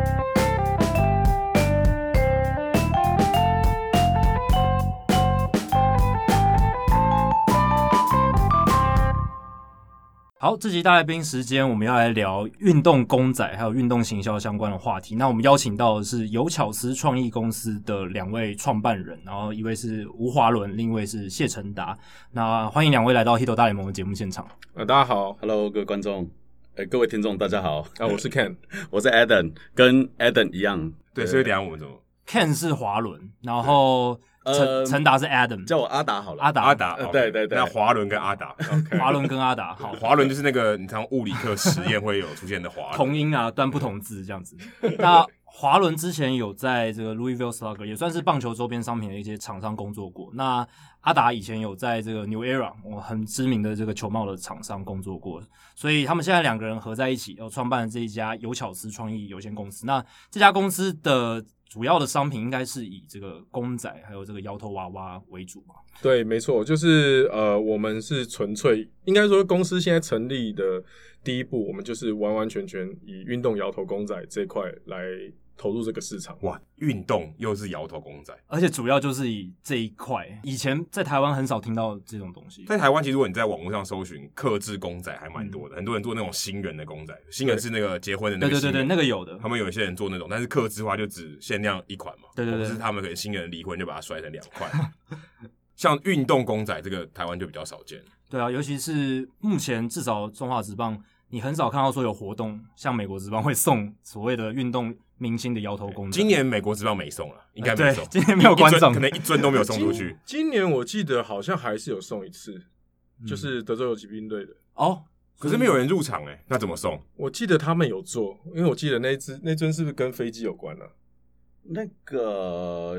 好，这集大来宾时间，我们要来聊运动公仔还有运动行销相关的话题。那我们邀请到的是有巧思创意公司的2位创办人，然后一位是吴华伦，另一位是谢承达。那欢迎2位来到 Hito 大联盟的节目现场。 大家好 ，Hello 各位观众，各位听众大家好。 我是 Ken， 我是 Adam， 跟 Adam 一样。 对，所以等一下我们怎么 ？Ken 是华伦，然后承达是 Adam， 叫我阿达好了。 阿达， 对。 那华伦跟阿达， 华伦跟阿达，好， 华伦就是那个你常物理课实验会有出现的华伦， 同音啊，但不同字这样子。那华伦之前有在这个 Louisville Slugger 也算是棒球周边商品的一些厂商工作过。那阿达以前有在这个 New Era 很知名的这个球帽的厂商工作过，所以他们现在2个人合在一起，创办了这一家有巧思创意有限公司。那这家公司的主要的商品应该是以这个公仔还有这个摇头娃娃为主嘛？ 对，没错，就是我们是纯粹应该说公司现在成立的第一步，我们就是完完全全以运动摇头公仔这一块来投入这个市场。 哇，运动又是摇头公仔， 而且主要就是以这一块，以前在台湾很少听到这种东西。 在台湾其实如果你在网络上搜寻客制公仔还蛮多的，很多人做那种新人的公仔，新人是那个结婚的那个新人， 对，那个有的。 他们有一些人做那种，但是客制化就只限量1款嘛， 对， 或是他们可能新人离婚就把它摔成2块。像运动公仔这个台湾就比较少见。 对啊，尤其是目前至少中华职棒，你很少看到说有活动，像美国职棒会送所谓的运动明星的摇头公仔。 今年美国职棒没送了，应该没送。 今年没有观众， 可能一尊都没有送出去。 今年我记得好像还是有送一次，就是德州游骑兵队的。 可是没有人入场那怎么送？ 我记得他们有做，因为我记得那尊是不是跟飞机有关啊？ 那个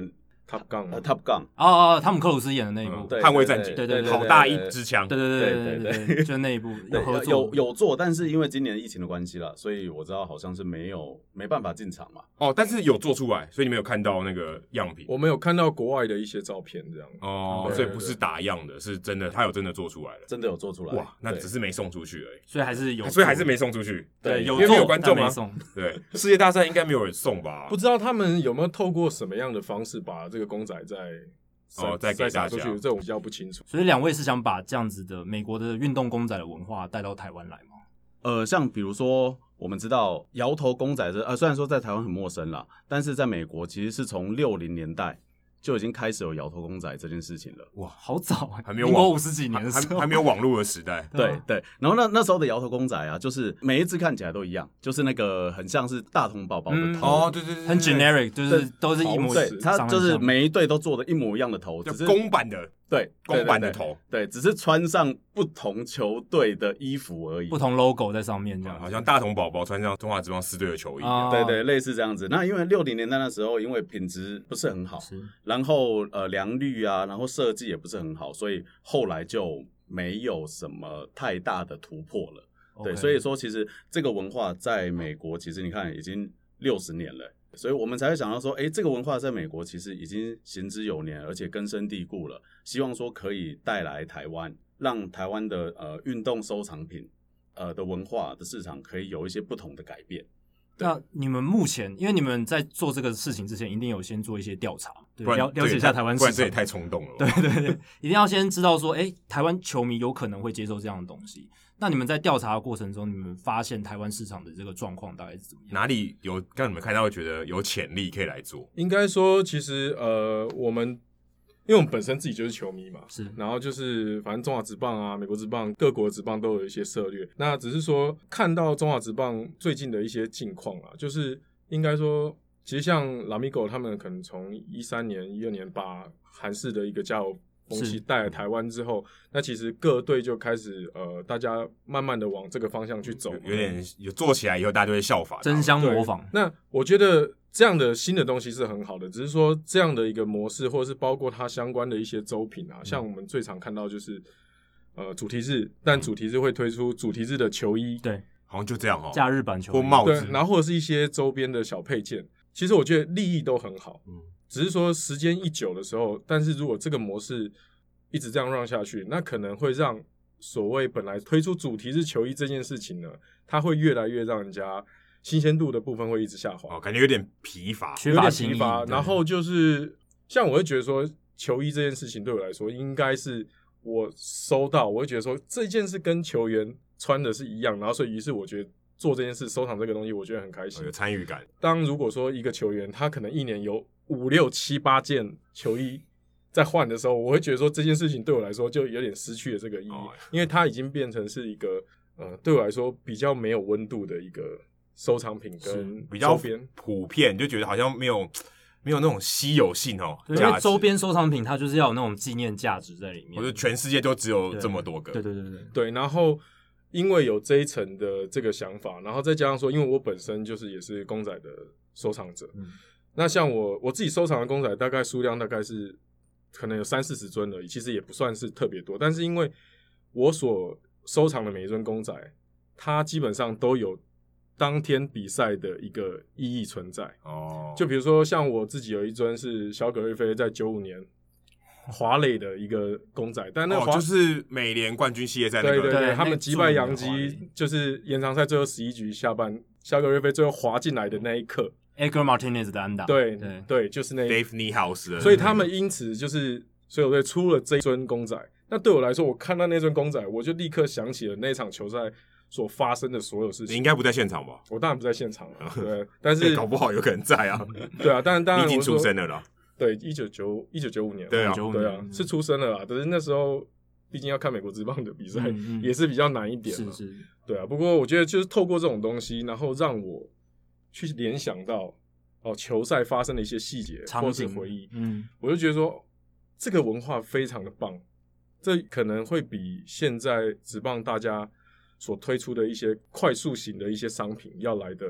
Top Gun，Top Gun， 汤姆克鲁斯演的那一部， 捍卫战警， 对， 好大一支枪， 对，就那一部有合作， 有做，但是因为今年疫情的关系啦，所以我知道好像是没办法进场嘛。 哦，但是有做出来，所以你们有看到那个样品。 我们有看到国外的一些照片，这样哦，所以不是打样的，是真的，他有真的做出来了， 真的有做出来。 哇，那只是没送出去而已， 所以还是没送出去。 对， 因为没有观众吗？ 送。 对，世界大赛应该没有人送吧？ 不知道他们有没有透过什么样的方式把这个公仔再给撒出去，这种比较不清楚。 所以两位是想把这样子的美国的运动公仔的文化带到台湾来吗？ 像比如说，我们知道摇头公仔虽然说在台湾很陌生啦，但是在美国其实是从60年代就已经开始有摇头公仔这件事情了。 哇，好早啊！ 还没有民国50几年的时候， 还没有网络的时代。 对，然后那时候的摇头公仔啊，就是每一只看起来都一样，就是那个很像是大童宝宝的头。 哦，对， 很 generic， 就是都是一模一样。 对，它就是每一队都做的一模一样的头，只是公版的。 对， 公版的头， 对，只是穿上不同球队的衣服而已， 不同 logo 在上面这样， 好像大童宝宝穿上中华职棒4队的球衣， 对，类似这样子。那因为60年代那时候，因为品质不是很好，然后良率啊，然后设计也不是很好，所以后来就没有什么太大的突破了。对，所以说其实这个文化在美国，其实你看已经60年了。所以我们才会想到说，这个文化在美国其实已经行之有年，而且根深蒂固了。希望说可以带来台湾，让台湾的运动收藏品的文化的市场可以有一些不同的改变。 那你们目前，因为你们在做这个事情之前，一定有先做一些调查，对，了解一下台湾市场， 不然这也太冲动了。 对，一定要先知道说，台湾球迷有可能会接受这样的东西。那你们在调查的过程中，你们发现台湾市场的这个状况大概是怎么样？ 哪里有让你们看到会觉得有潜力可以来做？ 应该说，其实因为我们本身自己就是球迷嘛， 是， 然后就是反正中华职棒啊、美国职棒、各国职棒都有一些策略。那只是说看到中华职棒最近的一些近况啊，就是应该说，其实像 Lamigo 他们可能从13年、12年把韩式的一个加油风气带来台湾之后，那其实各队就开始大家慢慢的往这个方向去走， 有点做起来以后大家就会效法， 争相模仿。 那我觉得这样的新的东西是很好的，只是说这样的一个模式，或者是包括它相关的一些周品啊，像我们最常看到就是主题日，但主题日会推出主题日的球衣， 对， 好像就这样假日版球衣或帽子， 对，然后或者是一些周边的小配件，其实我觉得利益都很好，只是说时间一久的时候，但是如果这个模式一直这样让下去，那可能会让所谓本来推出主题日球衣这件事情呢，它会越来越让人家新鲜度的部分会一直下滑， 感觉有点疲乏， 缺乏新意。 然后就是像我会觉得说，球衣这件事情对我来说，应该是我收到，我会觉得说这件事跟球员穿的是一样，然后所以于是我觉得做这件事收藏这个东西，我觉得很开心， 有参与感。 当如果说一个球员他可能一年有5、6、7、8件球衣在换的时候，我会觉得说这件事情对我来说就有点失去了这个意义，因为它已经变成是一个对我来说比较没有温度的一个收藏品跟比较普遍，就觉得好像没有那种稀有性哦。 因为周边收藏品它就是要有那种纪念价值在里面， 我觉得全世界就只有这么多个。 对，然后因为有这一层的这个想法，然后再加上说，因为我本身就是也是公仔的收藏者，那像我自己收藏的公仔大概数量大概是可能有30-40尊而已，其实也不算是特别多，但是因为我所收藏的每一尊公仔，它基本上都有当天比赛的一个意义存在就比如说像我自己有一尊是小葛瑞菲在95年华磊的一个公仔，但那就是美联冠军系列赛那个， 对，他们击败洋基，就是延长赛最后11局下半，小葛瑞菲最后滑进来的那一刻 ，Edgar Martinez 的安打， 对，就是那 Dave Niehaus 的， 所以他们因此就是所有队出了这一尊公仔。那对我来说，我看到那尊公仔，我就立刻想起了那场球赛所发生的所有事情。 你应该不在现场吧？ 我当然不在现场了，对，但是搞不好有可能在啊。 对啊，当然你已经出生了啦。 对，1995年， 对啊， 是出生了啦。但是那时候毕竟要看美国职棒的比赛，也是比较难一点嘛。 是， 对啊。不过我觉得就是透过这种东西，然后让我去联想到球赛发生的一些细节或是回忆，我就觉得说这个文化非常的棒。这可能会比现在职棒大家所推出的一些快速型的一些商品要来的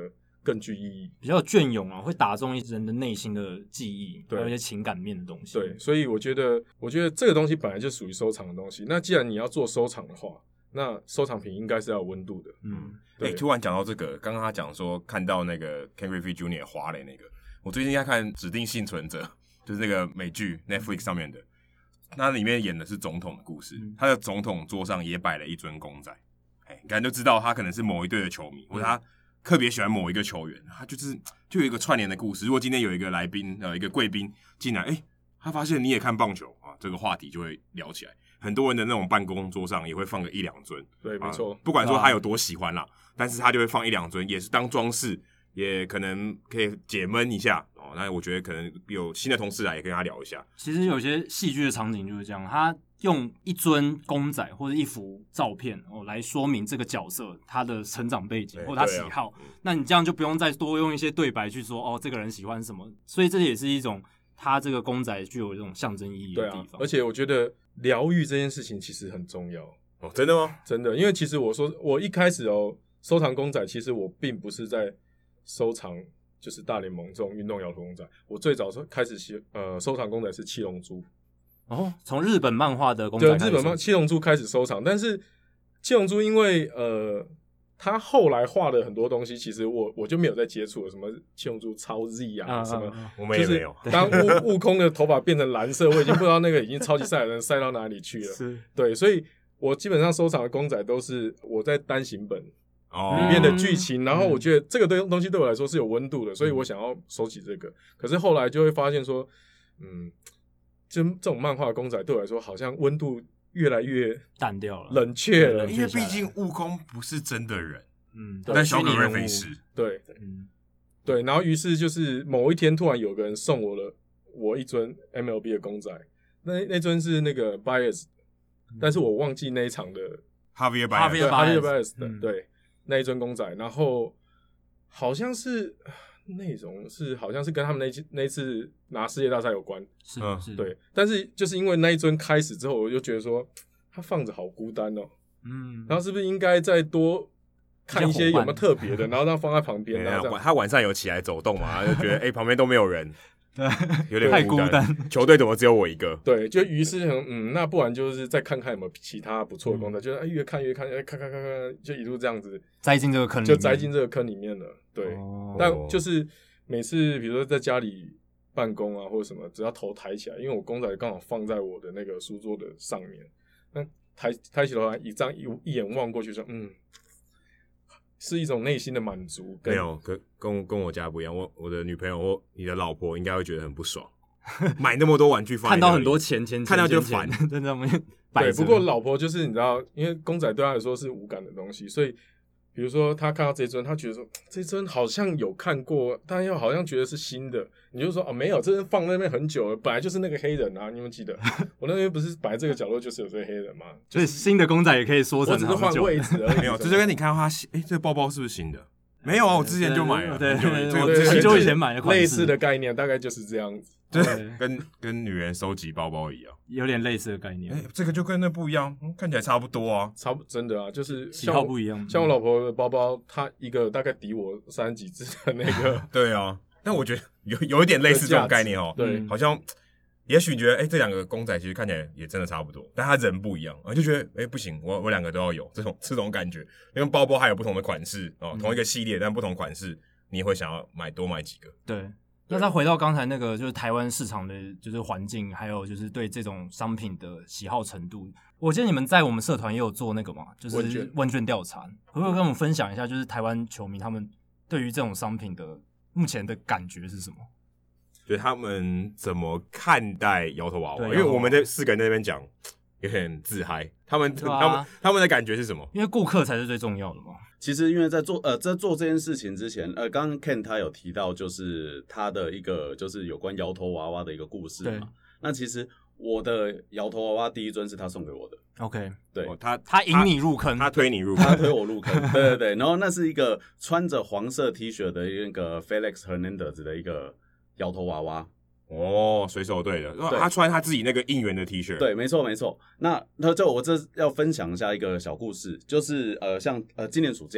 更具意义， 比较隽永啊，会打中人的内心的记忆， 对， 还有一些情感面的东西。 对，所以我觉得这个东西本来就属于收藏的东西。那既然你要做收藏的话，那收藏品应该是要有温度的。 对。突然讲到这个，刚刚他讲说看到那个 Ken Griffey Jr. 滑垒那个，我最近在看《指定幸存者》，就是那个美剧 Netflix 上面的，那里面演的是总统的故事，他的总统桌上也摆了一尊公仔，你看就知道他可能是某一队的球迷，或者他特别喜欢某一个球员，他就有一个串联的故事。如果今天有一个来宾一个贵宾进来，他发现你也看棒球啊，这个话题就会聊起来。很多人的那种办公桌上也会放个1-2尊， 对，没错。 不管说他有多喜欢啦，但是他就会放1-2尊，也是当装饰，也可能可以解闷一下哦。那我觉得可能有新的同事来也跟他聊一下。 其实有些戏剧的场景就是这样，他用一尊公仔或者一幅照片来说明这个角色他的成长背景或者他喜好，那你这样就不用再多用一些对白去说这个人喜欢什么，所以这也是一种他这个公仔具有这种象征意义的地方。 而且我觉得疗愈这件事情其实很重要。 真的吗？ 真的，因为其实我一开始收藏公仔，其实我并不是在收藏就是大联盟这种运动摇头公仔，我最早开始收藏公仔是七龙珠。 从日本漫画的公仔开始， 对，日本七龙珠开始收藏，但是七龙珠因为他后来画的很多东西，其实我就没有再接触了，什么七龙珠超 Z 啊，什么我们也没有。 当悟空的头发变成蓝色，我已经不知道那个已经超级赛亚人赛到哪里去了。 是， 对，所以我基本上收藏的公仔都是我在单行本里面的剧情，然后我觉得这个东西对我来说是有温度的，所以我想要收集这个。可是后来就会发现说，就这种漫画公仔对我来说好像温度越来越淡掉了， 冷却了， 因为毕竟悟空不是真的人， 但小葛瑞菲是， 对，对，然后于是就是某一天突然有个人送我一尊 MLB 的公仔，那尊是那个 Baez，但是我忘记那一场的 Javier Baez 的，对，那一尊公仔，然后好像是内容好像是跟他们那一次拿世界大赛有关， 是对，但是就是因为那一尊开始之后，我就觉得说他放着好孤单哦，然后是不是应该再多看一些有没有特别的，然后让放在旁边，然后他晚上有起来走动嘛，就觉得旁边都没有人， 对， 有点太孤单， 球队怎么只有我一个？ 对，就于是那不然就是再看看有没有其他不错的公仔，就是越看看，就一路这样子栽进这个坑里面， 就栽进这个坑里面了。对，但就是每次比如说在家里办公啊或者什么，只要头抬起来，因为我公仔刚好放在我的那个书桌的上面，那抬起头来一眼望过去说是一种内心的满足。 没有，跟我家不一样，我的女朋友或你的老婆应该会觉得很不爽，买那么多玩具放在那里， 看到很多钱，看到就烦， 在那边对，不过老婆就是你知道，因为公仔对她来说是无感的东西，所以比如说她看到这尊，她觉得说这尊好像有看过，但又好像觉得是新的，你就说没有，这尊放那边很久了，本来就是那个黑人啊，你们记得我那边不是摆在这个角落就是有这个黑人吗？ 所以新的公仔也可以说成我只是换位置而已。 没有，这就跟你看到他这个包包是不是新的？没有啊，我之前就买了， 对， 很久以前买的款式， 类似的概念大概就是这样子。 对，跟女人收集包包一样， 有点类似的概念。 这个就跟那不一样，看起来差不多啊， 真的啊，就是喜好不一样。 像我老婆的包包，她一个大概抵我30几只的那个。 对啊，但我觉得有一点类似这种概念哦。 对， 好像也许你觉得这两个公仔其实看起来也真的差不多，但他人不一样，就觉得不行，我两个都要有这种感觉。因为包包还有不同的款式同一个系列但不同款式，你也会想要多买几个。 对。那再回到刚才那个，就是台湾市场的就是环境，还有就是对这种商品的喜好程度。我记得你们在我们社团也有做那个嘛，就是问卷调查，可不可以跟我们分享一下，就是台湾球迷他们对于这种商品的目前的感觉是什么？ 就是他们怎么看待摇头娃娃？因为我们这4个人在那边讲有点自嗨，他们的感觉是什么？ 因为顾客才是最重要的嘛。 其实因为在做这件事情之前，刚刚 Ken 他有提到，就是他的一个就是有关摇头娃娃的一个故事嘛。那其实我的摇头娃娃第一尊是他送给我的。 OK， 对， 他引你入坑， 他推你入坑， 他推我入坑。对，然后那是一个穿着黄色 T 恤的那个 Felix Hernandez 的一个摇头娃娃。 水手队的，他穿他自己那个应援的 T 恤。 对，没错。那就我这要分享一下一个小故事，就是像今年暑假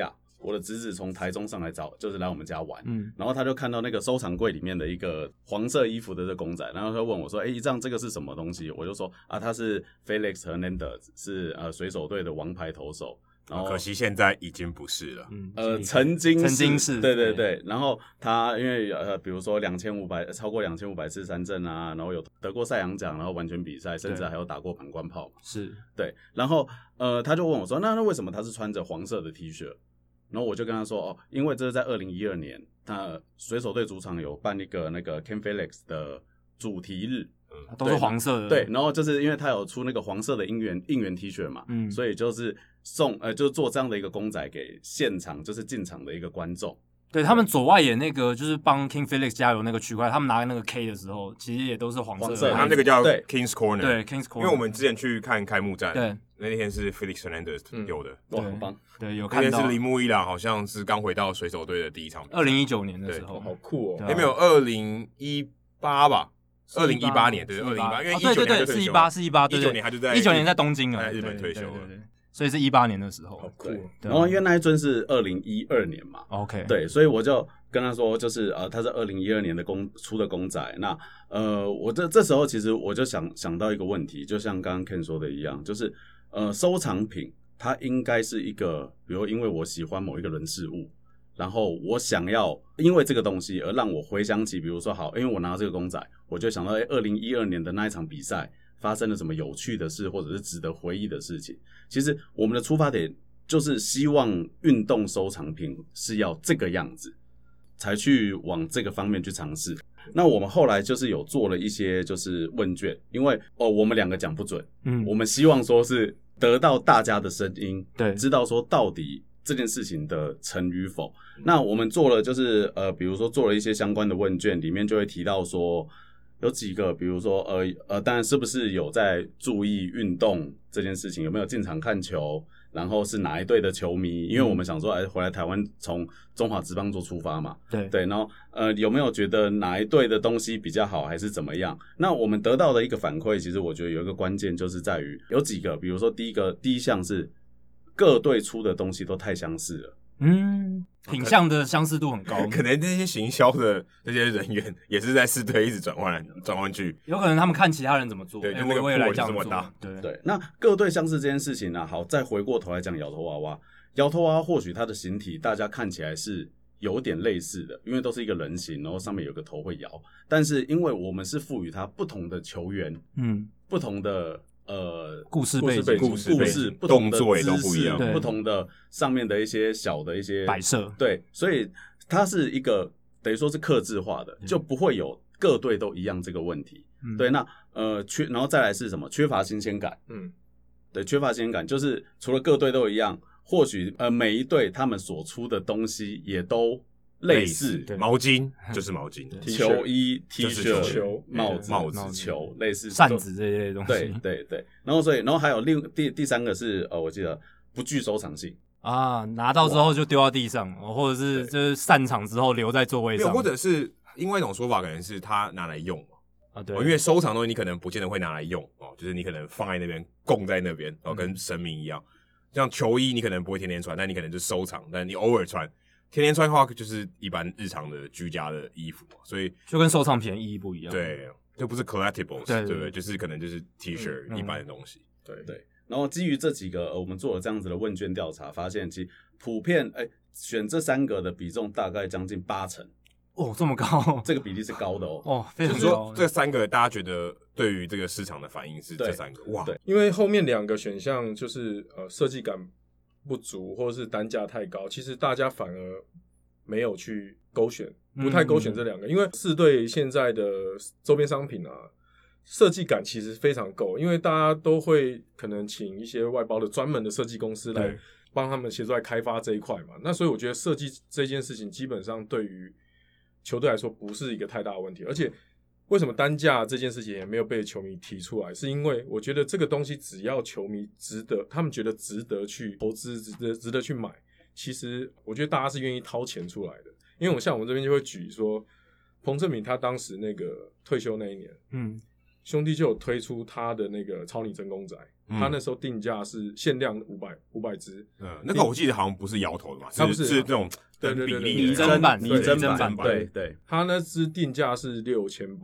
我的侄子从台中上来就是来我们家玩，然后他就看到那个收藏柜里面的一个黄色衣服的这公仔，然后他问我说：“一张这个是什么东西？”我就说：“啊，他是 Felix Hernandez， 是水手队的王牌投手。”然后可惜现在已经不是了。 曾经是， 对。然后他因为比如说超过2500次三振啊，然后有得过赛扬奖，然后完全比赛，甚至还有打过满贯炮。 是， 对。然后他就问我说：“那为什么他是穿着黄色的 T 恤？”然后我就跟他说：“因为这是在2012年，他水手队主场有办一个那个 Ken Felix 的主题日。” 都是黄色的， 对，然后就是因为他有出那个黄色的应援 T 恤嘛，所以就是就是做这样的一个公仔给现场就是进场的一个观众。 对，他们左外野那个就是帮 King Felix 加油那个区块，他们拿那个 K 的时候，其实也都是黄色的。 他那个叫 King's Corner， 对 King's Corner， 因为我们之前去看开幕战， 对， 那天是 Felix Hernandez 有的， 哇，很棒。 对，有看到。 那天是铃木一朗，好像是刚回到水手队的第一场比赛 ，2019年的时候， 好酷哦。 没有2018吧？2018年，对，2018，因为19年是18，对 ，19年他就在 19年在东京了， 在日本退休了。 所以是18年的时候， 好酷。 然后因为那一尊是2012年嘛 ，OK， 对，所以我就跟他说，就是他是2012年的出的公仔。那我这时候其实我就想到一个问题，就像刚刚 Ken 说的一样，就是收藏品它应该是一个，比如因为我喜欢某一个人事物，然后我想要因为这个东西而让我回想起，比如说好，因为我拿到这个公仔，我就想到2012年的那一场比赛发生了什么有趣的事，或者是值得回忆的事情。其实我们的出发点就是希望运动收藏品是要这个样子，才去往这个方面去尝试。那我们后来就是有做了一些就是问卷，因为我们两个讲不准，我们希望说是得到大家的声音， 对， 知道说到底这件事情的成与否。那我们做了就是比如说做了一些相关的问卷，里面就会提到说有几个，比如说当然是不是有在注意运动这件事情，有没有进场看球，然后是哪一队的球迷，因为我们想说回来台湾从中华职棒做出发嘛，对，然后有没有觉得哪一队的东西比较好，还是怎么样？那我们得到的一个反馈，其实我觉得有一个关键就是在于有几个，比如说第一项是各队出的东西都太相似了。 品相的相似度很高， 可能那些行销的这些人员也是在四队一直转换去， 有可能他们看其他人怎么做， 对，就那个我也来这么大， 对。那各队相似这件事情呢，好，再回过头来讲摇头娃娃，摇头娃娃或许它的形体大家看起来是有点类似的，因为都是一个人形，然后上面有个头会摇，但是因为我们是赋予它不同的球员，不同的故事背景、 不同的动作也都不一样， 不同的上面的一些小的一些摆设， 对，所以它是一个等于说是客制化的，就不会有各队都一样这个问题。对，那然后再来是什么？缺乏新鲜感。对，缺乏新鲜感就是除了各队都一样，或许每一队他们所出的东西也都类似， 毛巾就是毛巾， 球衣、T 恤、 球、 帽子、球，类似扇子这些东西。 对，然后还有第三个是我记得不具收藏性啊，拿到之后就丢到地上，或者是就是散场之后留在座位上， 或者是另外一种说法，可能是他拿来用啊，对， 因为收藏的东西你可能不见得会拿来用就是你可能放在那边供在那边跟神明一样。像球衣你可能不会天天穿，但你可能就收藏，但你偶尔穿。天天穿的话就是一般日常的居家的衣服，所以就跟收藏品意义不一样。 对，就不是 collectibles， 对不对？就是可能就是 T-shirt 一般的东西。 对。然后基于这几个，我们做了这样子的问卷调查，发现其实普遍选这3个的比重大概将近80%。 这么高， 这个比例是高的非常高。 就是说这3个大家觉得对于这个市场的反应是这3个哇？ 对， 因为后面2个选项就是设计感不足或者是单价太高，其实大家反而没有去勾选，不太勾选这2个，因为4队现在的周边商品设计感其实非常够，因为大家都会可能请一些外包的专门的设计公司来帮他们协助来开发这一块嘛。那所以我觉得设计这件事情基本上对于球队来说不是一个太大的问题，而且为什么单价这件事情也没有被球迷提出来，是因为我觉得这个东西只要球迷值得，他们觉得值得去投资，值得去买，其实我觉得大家是愿意掏钱出来的。因为像我们这边就会举说彭政閔他当时那个退休那一年，兄弟就有推出他的那个超拟真公仔， 他那时候定价是限量500只。 那个我记得好像不是摇头的嘛，是这种对比例拟真版， 拟真版，对， 他那只定价是6800。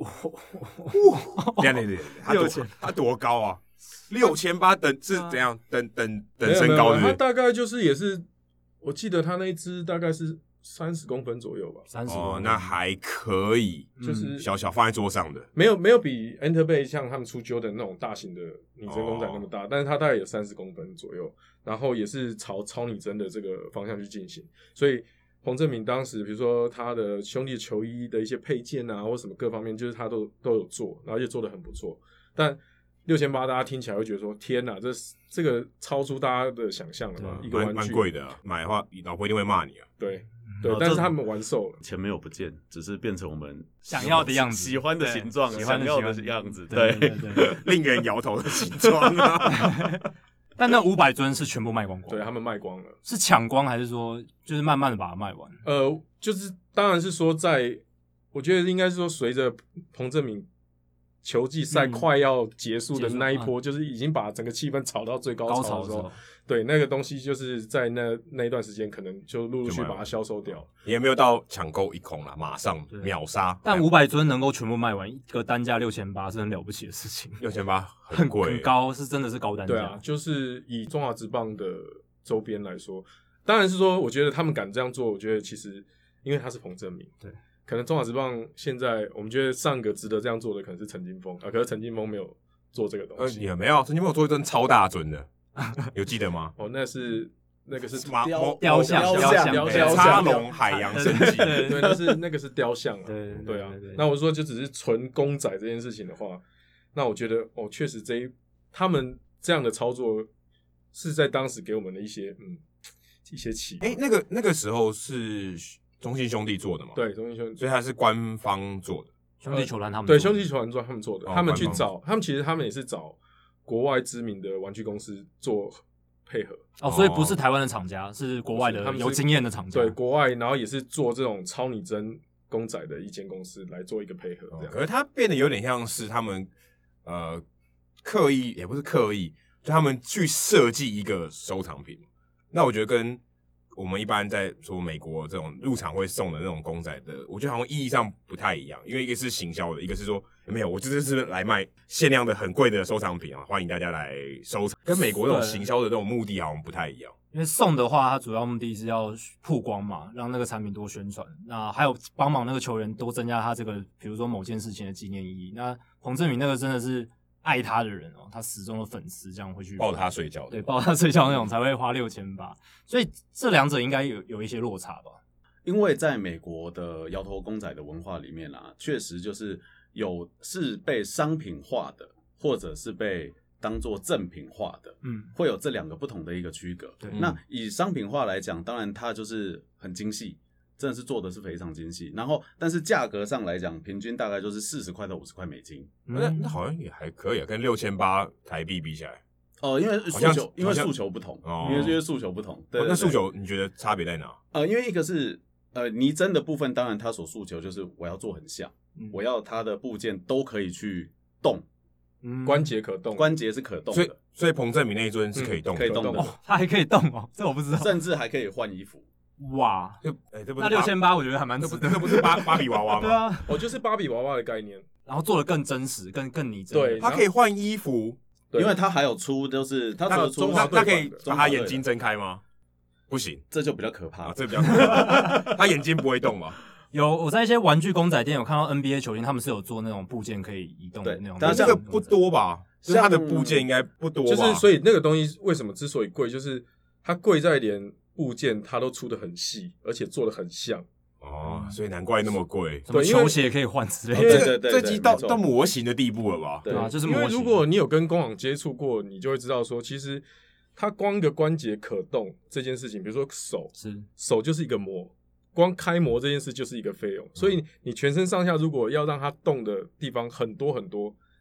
6000，他多高啊？6800等是怎样？等身高他大概就是也是，我记得他那一只大概是30公分左右吧。 30 哦，那还可以， 就是小放在桌上的， 没有比 Enterbay 像他们出 Jordan 那种大型的拟真公仔那么大，但是它大概有30公分左右，然后也是朝超拟真的这个方向去进行，所以彭政閔当时比如说他的兄弟球衣的一些配件啊，或什么各方面，就是他都有做，然后也做得很不错。但6800大家听起来会觉得说天哪，这个超出大家的想象了吧？一个玩具蛮贵的，买的话老婆一定会骂你啊。 对，但是他们完售了， 钱没有不见，只是变成我们想要的样子， 喜欢的形状，想要的样子， 对， 令人摇头的形状啊。 但那500尊是全部卖光， 对他们卖光了， 是抢光还是说就是慢慢的把它卖完？ 就是当然是说我觉得应该是说随着彭政閔球季赛快要结束的那一波，就是已经把整个气氛炒到最高潮的时候，对那个东西就是在那一段时间可能就陆续把它销售掉， 也没有到抢购一空啦，马上秒杀。 但500尊能够全部卖完，一个单价6800是很了不起的事情。 6800很贵， 很高，是真的是高单价。 对啊，就是以中华职棒的周边来说，当然是说，我觉得他们敢这样做，我觉得其实因为他是彭政閔， 对。 可能中华职棒现在，我们觉得上个值得这样做的可能是陈金锋可是陈金锋没有做这个东西。 也没有，陈金锋有做一尊超大尊的，有记得吗？ 那个是雕像， 插龙海洋升级， 对，那个是雕像啊，对啊。那我说就只是纯公仔这件事情的话，那我觉得确实他们这样的操作是在当时给我们的一些启发。 那个时候是中信兄弟做的嘛？ 对，中信兄弟， 所以他是官方做的。 兄弟球团他们对兄弟球团他们做的，他们去找其实他们也是找国外知名的玩具公司做配合。 所以不是台湾的厂家，是国外的有经验的厂家。 对，国外然后也是做这种超拟真公仔的一间公司来做一个配合，这样。 可是它变得有点像是他们刻意，也不是刻意，就他们去设计一个收藏品。那我觉得跟我们一般在说美国这种入场会送的那种公仔的，我觉得好像意义上不太一样，因为一个是行销的，一个是说没有，我这是来卖限量的很贵的收藏品啊，欢迎大家来收藏，跟美国那种行销的那种目的好像不太一样。 因为送的话，它主要目的是要曝光嘛，让那个产品多宣传，那还有帮忙那个球员多增加他这个，比如说某件事情的纪念意义。那彭政閔那个真的是爱他的人他始终的粉丝这样会去抱着他睡觉的， 对，抱着他睡觉那种才会花6800，所以这两者应该有一些落差吧。 因为在美国的摇头公仔的文化里面确实就是是被商品化的，或者是被当作正品化的，会有这两个不同的一个区隔。那以商品化来讲，当然它就是很精细，真的是做的是非常精细，然后但是价格上来讲，平均大概就是40块到50块美金。 那好像也还可以跟6800台币比起来。 因为诉求不同，因为诉求不同。对， 那诉求你觉得差别在哪？ 因为一个是拟真的部分，当然它所诉求就是我要做很像，我要它的部件都可以去动， 关节可动， 关节是可动的， 所以彭政閔那一尊是可以动的， 可以动的， 它还可以动这我不知道， 甚至还可以换衣服。 哇，那6800我觉得还蛮值得， 这不是芭比娃娃吗？ 对啊， 就是芭比娃娃的概念， 然后做的更真实，更拟真。 对， 它可以换衣服， 因为它还有出，就是它除了出， 它可以把它眼睛睁开吗？不行， 这就比较可怕。 这比较可怕，它眼睛不会动吗？ 我在一些玩具公仔店有看到 NBA 球星，他们是有做那种部件可以移动的那种， 但这个不多吧？就是它的部件应该不多吧？ 就是所以那个东西为什么之所以贵，就是它贵在连部件它都出的很细，而且做的很像。 所以难怪那么贵。 什么球鞋可以换之类的， 对， 这集到模型的地步了吧？ 对啊，就是模型。 因为如果你有跟工厂接触过，你就会知道说，其实它光一个关节可动这件事情，比如说手就是一个模，光开模这件事就是一个费用，所以你全身上下如果要让它动的地方很多很多，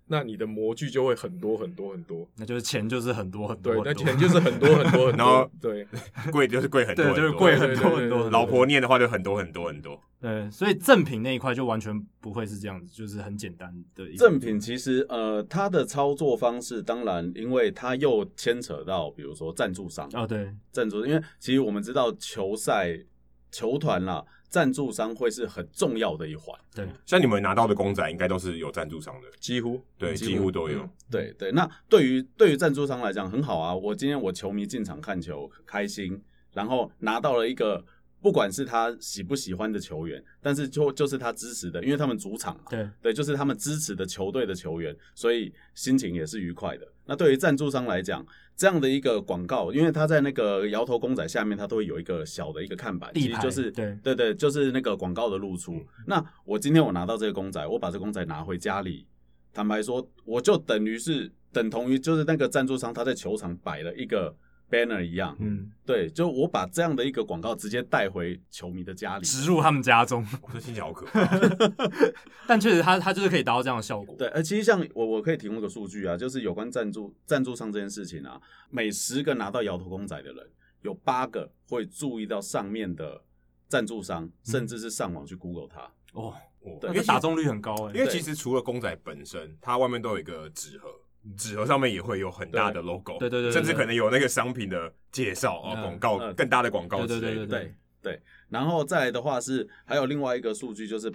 那你的模具就会很多很多很多， 那就是钱就是很多很多对， 很多， 那钱就是很多很多很多， 然后对， 贵就是贵很多很对， 多， 就是贵很多对对对很多很多。 老婆念的话就很多很多很多。 对，所以赠品那一块就完全不会是这样子，就是很简单的一个赠品其实它的操作方式，当然因为它又牵扯到比如说赞助商哦，对， 赞助，因为其实我们知道球赛球团啦，赞助商会是很重要的一环。 对， 像你们拿到的公仔应该都是有赞助商的， 几乎对，几乎都有。 对对，那对于赞助商来讲很好啊，我今天我球迷进场看球开心，然后拿到了一个不管是他喜不喜欢的球员，但是就是他支持的，因为他们主场嘛，对，就是他们支持的球队的球员，所以心情也是愉快的。那对于赞助商来讲，这样的一个广告，因为他在那个摇头公仔下面，他都会有一个小的一个看板，其实就是对，就是那个广告的露出。那我今天我拿到这个公仔，我把这个公仔拿回家里，坦白说，我就等同于就是那个赞助商他在球场摆了一个banner 一样，对，就我把这样的一个广告直接带回球迷的家里， 植入他们家中。 我这听起来好可怕， 但确实他就是可以达到这样的效果。 对，其实像我可以提供一个数据啊，就是有关赞助商这件事情啊，每10个拿到摇头公仔的人，有8个会注意到上面的赞助商，甚至是上网去 Google 它。 哦， 对， 因为打中率很高因为其实除了公仔本身，它外面都有一个纸盒。纸盒上面也会有很大的 logo， 对， 甚至可能有那个商品的介绍啊，广告更大的广告之类的。 对，然后再来的话是还有另外一个数据，就是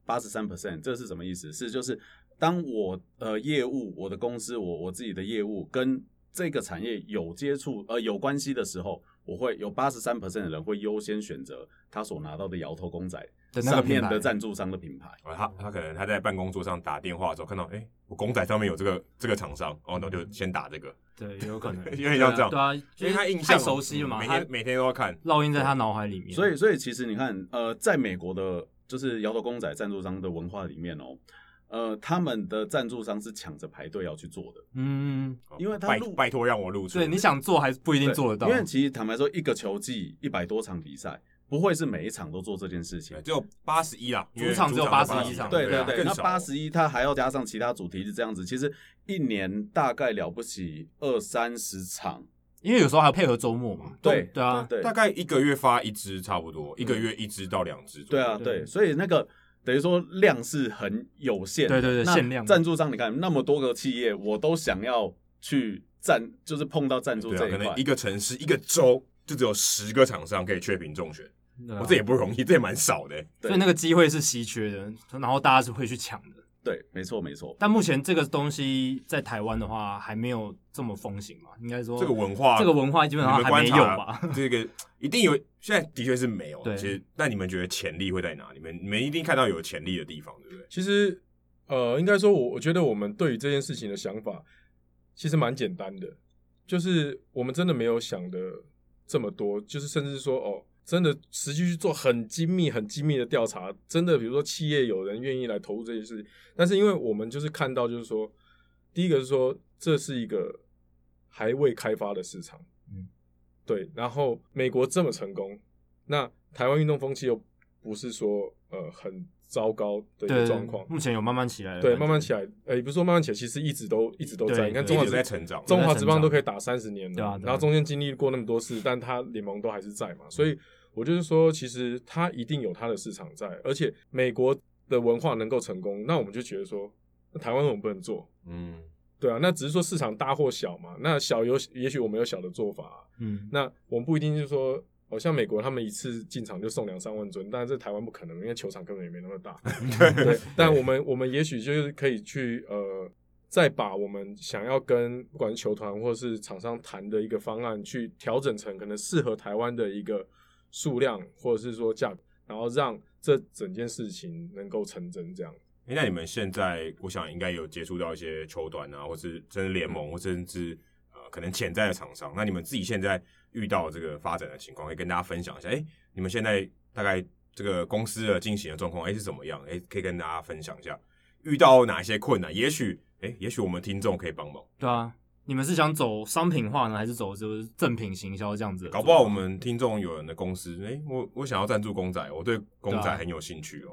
83%，这是什么意思？是就是当我业务我的公司我自己的业务跟这个产业有接触有关系的时候，我会有83%的人会优先选择他所拿到的摇头公仔上面的赞助商的品牌。 他可能他在办公桌上打电话的时候看到，我公仔上面有这个厂商，那我就先打这个。 对，也有可能， 有点像这样。 对啊， 因为他印象太熟悉了嘛， 每天都要看， 烙印在他脑海里面。 所以其实你看，在美国的，就是摇头公仔赞助商的文化里面他们的赞助商是抢着排队要去做的，因为他拜托让我入出， 对，你想做还是不一定做得到， 因为其实坦白说，一个球季100多场比赛，不会是每一场都做这件事情， 只有81啦， 主场只有81场， 对，那81他还要加上其他主题是这样子，其实一年大概了不起20-30场。 因为有时候还要配合周末嘛， 对啊， 大概1个月发1支差不多，1个月1支到2支左右。 对，所以那个等于说量是很有限的， 对，限量。 赞助商你看那么多个企业，我都想要去就是碰到赞助这一块， 可能一个城市一个州就只有10个厂商可以确评中选，这也不容易，这也蛮少的。 所以那个机会是稀缺的，然后大家是会去抢的。 对，没错。 但目前这个东西在台湾的话还没有这么风行嘛，应该说这个文化基本上还没有吧？ 这个一定有，现在的确是没有。 对， 其实那你们觉得潜力会在哪里？你们一定看到有潜力的地方，对不对？ 其实应该说我觉得我们对于这件事情的想法其实蛮简单的，就是我们真的没有想的这么多，就是甚至说真的实际去做很精密的调查，真的比如说企业有人愿意来投入这些事情，但是因为我们就是看到就是说，第一个是说这是一个还未开发的市场，对，然后美国这么成功，那台湾运动风气又不是说很糟糕的一个状况， 目前有慢慢起来了， 对，慢慢起来，也不是说慢慢起来，其实一直都在。你看中华在成长， 中华职棒都可以打30年了， 对啊， 然后中间经历过那么多事，但他联盟都还是在嘛，所以我就是说，其实他一定有他的市场在，而且美国的文化能够成功，那我们就觉得说，那台湾为什么不能做？对啊，那只是说市场大或小嘛，那小也许我们有小的做法，那我们不一定就是说。像美国他们一次进场就送2-3万尊，但是这台湾不可能，因为球场根本也没那么大。对，但我们也许就是可以去再把我们想要跟不管是球团或是厂商谈的一个方案，去调整成可能适合台湾的一个数量，或者是说价格，然后让这整件事情能够成真这样。 那你们现在我想应该有接触到一些球团啊，或是真的联盟，或甚至可能潜在的厂商。那你们自己现在遇到这个发展的情况，可以跟大家分享一下。你们现在大概这个公司的进行的状况，是怎么样？可以跟大家分享一下，遇到哪些困难？也许我们听众可以帮忙。 对啊，你们是想走商品化呢，还是走就是正品行销这样子？ 搞不好我们听众有人的公司，我想要赞助公仔，我对公仔很有兴趣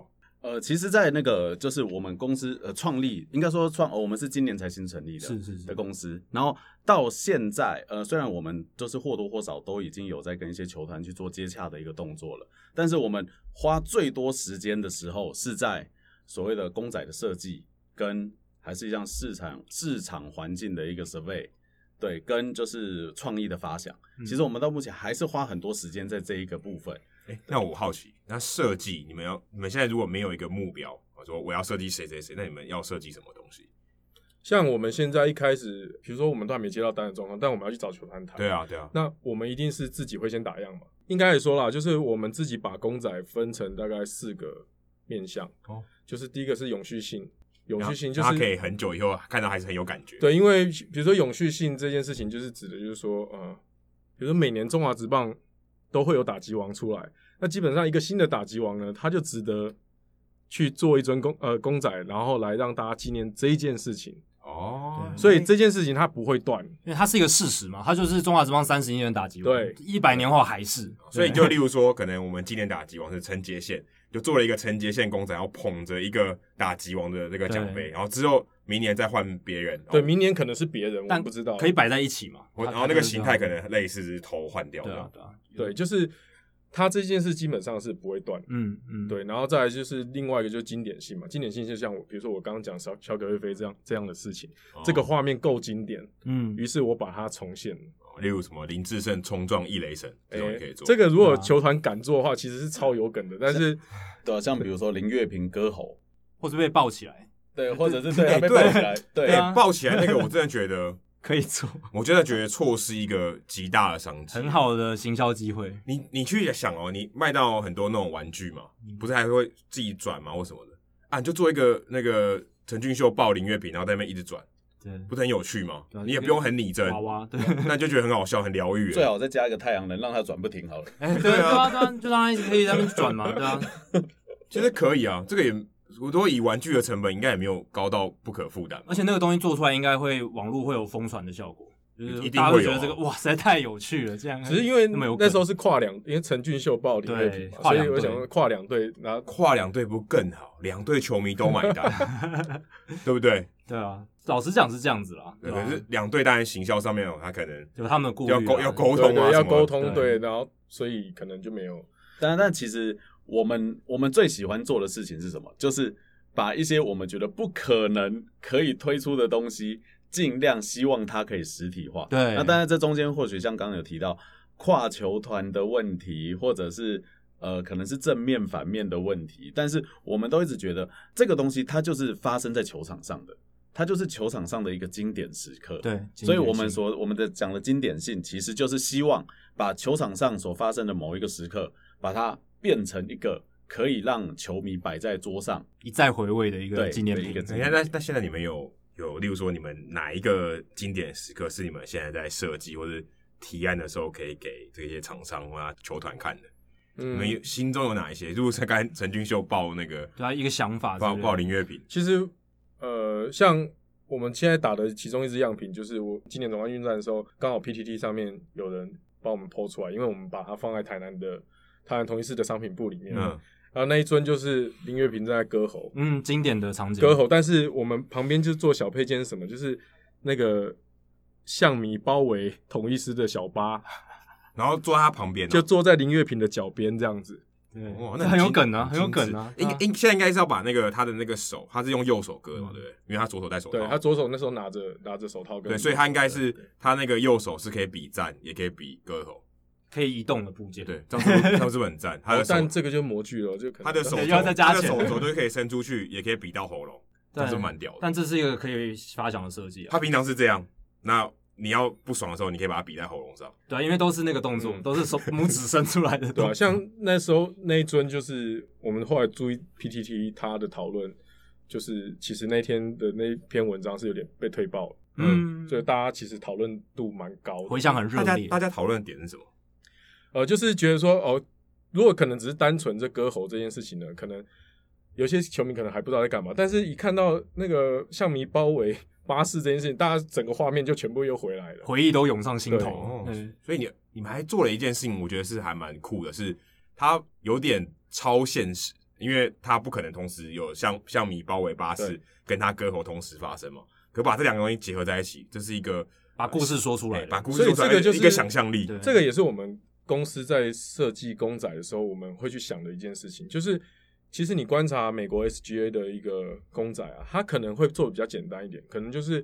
其实，在那个就是我们公司创立，应该说我们是今年才新成立的， 是的公司。然后到现在，虽然我们就是或多或少都已经有在跟一些球团去做接洽的一个动作了，但是我们花最多时间的时候是在所谓的公仔的设计，跟还是像市场环境的一个 survey， 对，跟就是创意的发想。其实我们到目前还是花很多时间在这一个部分。 那我好奇，那设计你们现在如果没有一个目标，说我要设计谁谁谁，那你们要设计什么东西？ 像我们现在一开始，比如说我们都还没接到单的状况，但我们要去找球团谈。 对啊。 那我们一定是自己会先打样嘛？应该也说啦，就是我们自己把公仔分成大概4个面向。就是第一个是永续性，永续性就是它可以很久以后看到还是很有感觉。 对，因为比如说永续性这件事情，就是指的就是说，比如说每年中华职棒都会有打击王出来，那基本上一个新的打击王呢，他就值得去做一尊公仔，然后来让大家纪念这一件事情。所以这件事情它不会断， 因为它是一个事实嘛，它就是中华职棒30年的打击王，对，100年后还是。 所以就例如说，可能我们今年打击王是陈杰宪，就做了一个陈杰宪公仔，然后捧着一个打击王的这个奖杯，然后之后明年再换别人。 对，明年可能是别人，我不知道， 可以摆在一起嘛。 然后那个形态可能类似是头换掉的。 对，就是它这件事基本上是不会断。对，然后再来就是另外一个就是经典性嘛，经典性就像比如说我刚刚讲小葛瑞飞这样的事情，这个画面够经典，于是我把它重现。 例如什么林志胜冲撞一雷神，这种也可以做。 这个如果球团敢做的话，其实是超有梗的。但是， 对，像比如说林岳平割喉， 或是被抱起来， 对，或者是对被抱起来，对， 抱起来那个，我真的觉得可以做。 我真的觉得错失一个极大的商机， 很好的行销机会。 你去想你卖到很多那种玩具嘛，不是还会自己转嘛或什么的啊？你就做一个那个陈俊秀抱林岳平，然后在那边一直转。对，不是很有趣吗？你也不用很拟真， 娃娃，对， 那就觉得很好笑，很疗愈。 最好再加一个太阳能，让它转不停好了。 对啊，就让它一直可以在那边转嘛，对啊。 其实可以啊，这个也，我都以玩具的成本应该也没有高到不可负担。 而且那个东西做出来，应该网络会有疯传的效果，就是一定大家会觉得这个哇，实在太有趣了。这样， 只是因为那时候是跨两，因为陈俊秀抱林岳平嘛，所以我想说跨2队，然后跨2队不更好？2队球迷都买单，对不对？ 对啊，老实讲是这样子啦。 对，可是2队当然行销上面他可能有他们的顾虑， 要沟通啊， 要沟通，对，然后所以可能就没有。 但其实我们最喜欢做的事情是什么？就是把一些我们觉得不可能可以推出的东西，尽量希望它可以实体化。 对， 那当然这中间或许像刚刚有提到跨球团的问题，或者是可能是正面反面的问题，但是我们都一直觉得这个东西它就是发生在球场上的，它就是球场上的一个经典时刻。 对， 所以我们的讲的经典性，其实就是希望把球场上所发生的某一个时刻，把它变成一个可以让球迷摆在桌上一再回味的一个纪念品。 那现在你们有，例如说你们哪一个经典时刻是你们现在在设计或者提案的时候可以给这些厂商或球团看的？你们心中有哪一些？如果是刚才陈俊秀报那个， 对啊，一个想法， 报林岳平。 其实像我们现在打的其中一支样品，就是我今年总冠军战的时候，刚好 PTT 上面有人帮我们 po 出来，因为我们把它放在台南同一市的商品部里面。然后那一尊就是林岳平在割喉， 经典的场景割喉。但是我们旁边就是做小配件是什么？就是那个象迷包围统一狮的小巴， 然后坐在他旁边， 就坐在林岳平的脚边这样子。 对，那很有梗啊，很有梗啊。 现在应该是要把他的那个手，他是用右手割嘛，对不对？因为他左手戴手套。 对，他左手那时候拿着手套。 对，所以他应该是他那个右手是可以比赞，也可以比割喉。 可以移动的部件， 对，这样是不是很赞？ 但这个就模具了，就可能他的手要再加钱， 他的手就可以伸出去，也可以比到喉咙，这是蛮屌的。 但这是一个可以发想的设计啊。 他平常是这样，那你要不爽的时候，你可以把它比在喉咙上。 对，因为都是那个动作，都是拇指伸出来的动作。 对，像那时候那一尊，就是我们后来注意 PTT 他的讨论，就是其实那天的那篇文章是有点被推爆了。所以大家其实讨论度蛮高的， 回响很热烈。 大家讨论的点是什么？ 就是觉得说如果可能只是单纯这割喉这件事情呢，可能有些球迷可能还不知道在干嘛，但是一看到那个象迷包围巴士这件事情，大家整个画面就全部又回来了， 回忆都涌上心头。 所以你们还做了一件事情，我觉得是还蛮酷的，是它有点超现实， 因为他不可能同时有像米包围巴士跟他歌喉同时发生嘛。可把这两个东西结合在一起，这是一个把故事说出来， 把故事说出来， 所以这个就是一个想象力。 这个也是我们公司在设计公仔的时候，我们会去想的一件事情，就是其实你观察美国 SGA 的一个公仔啊，它可能会做的比较简单一点，可能就是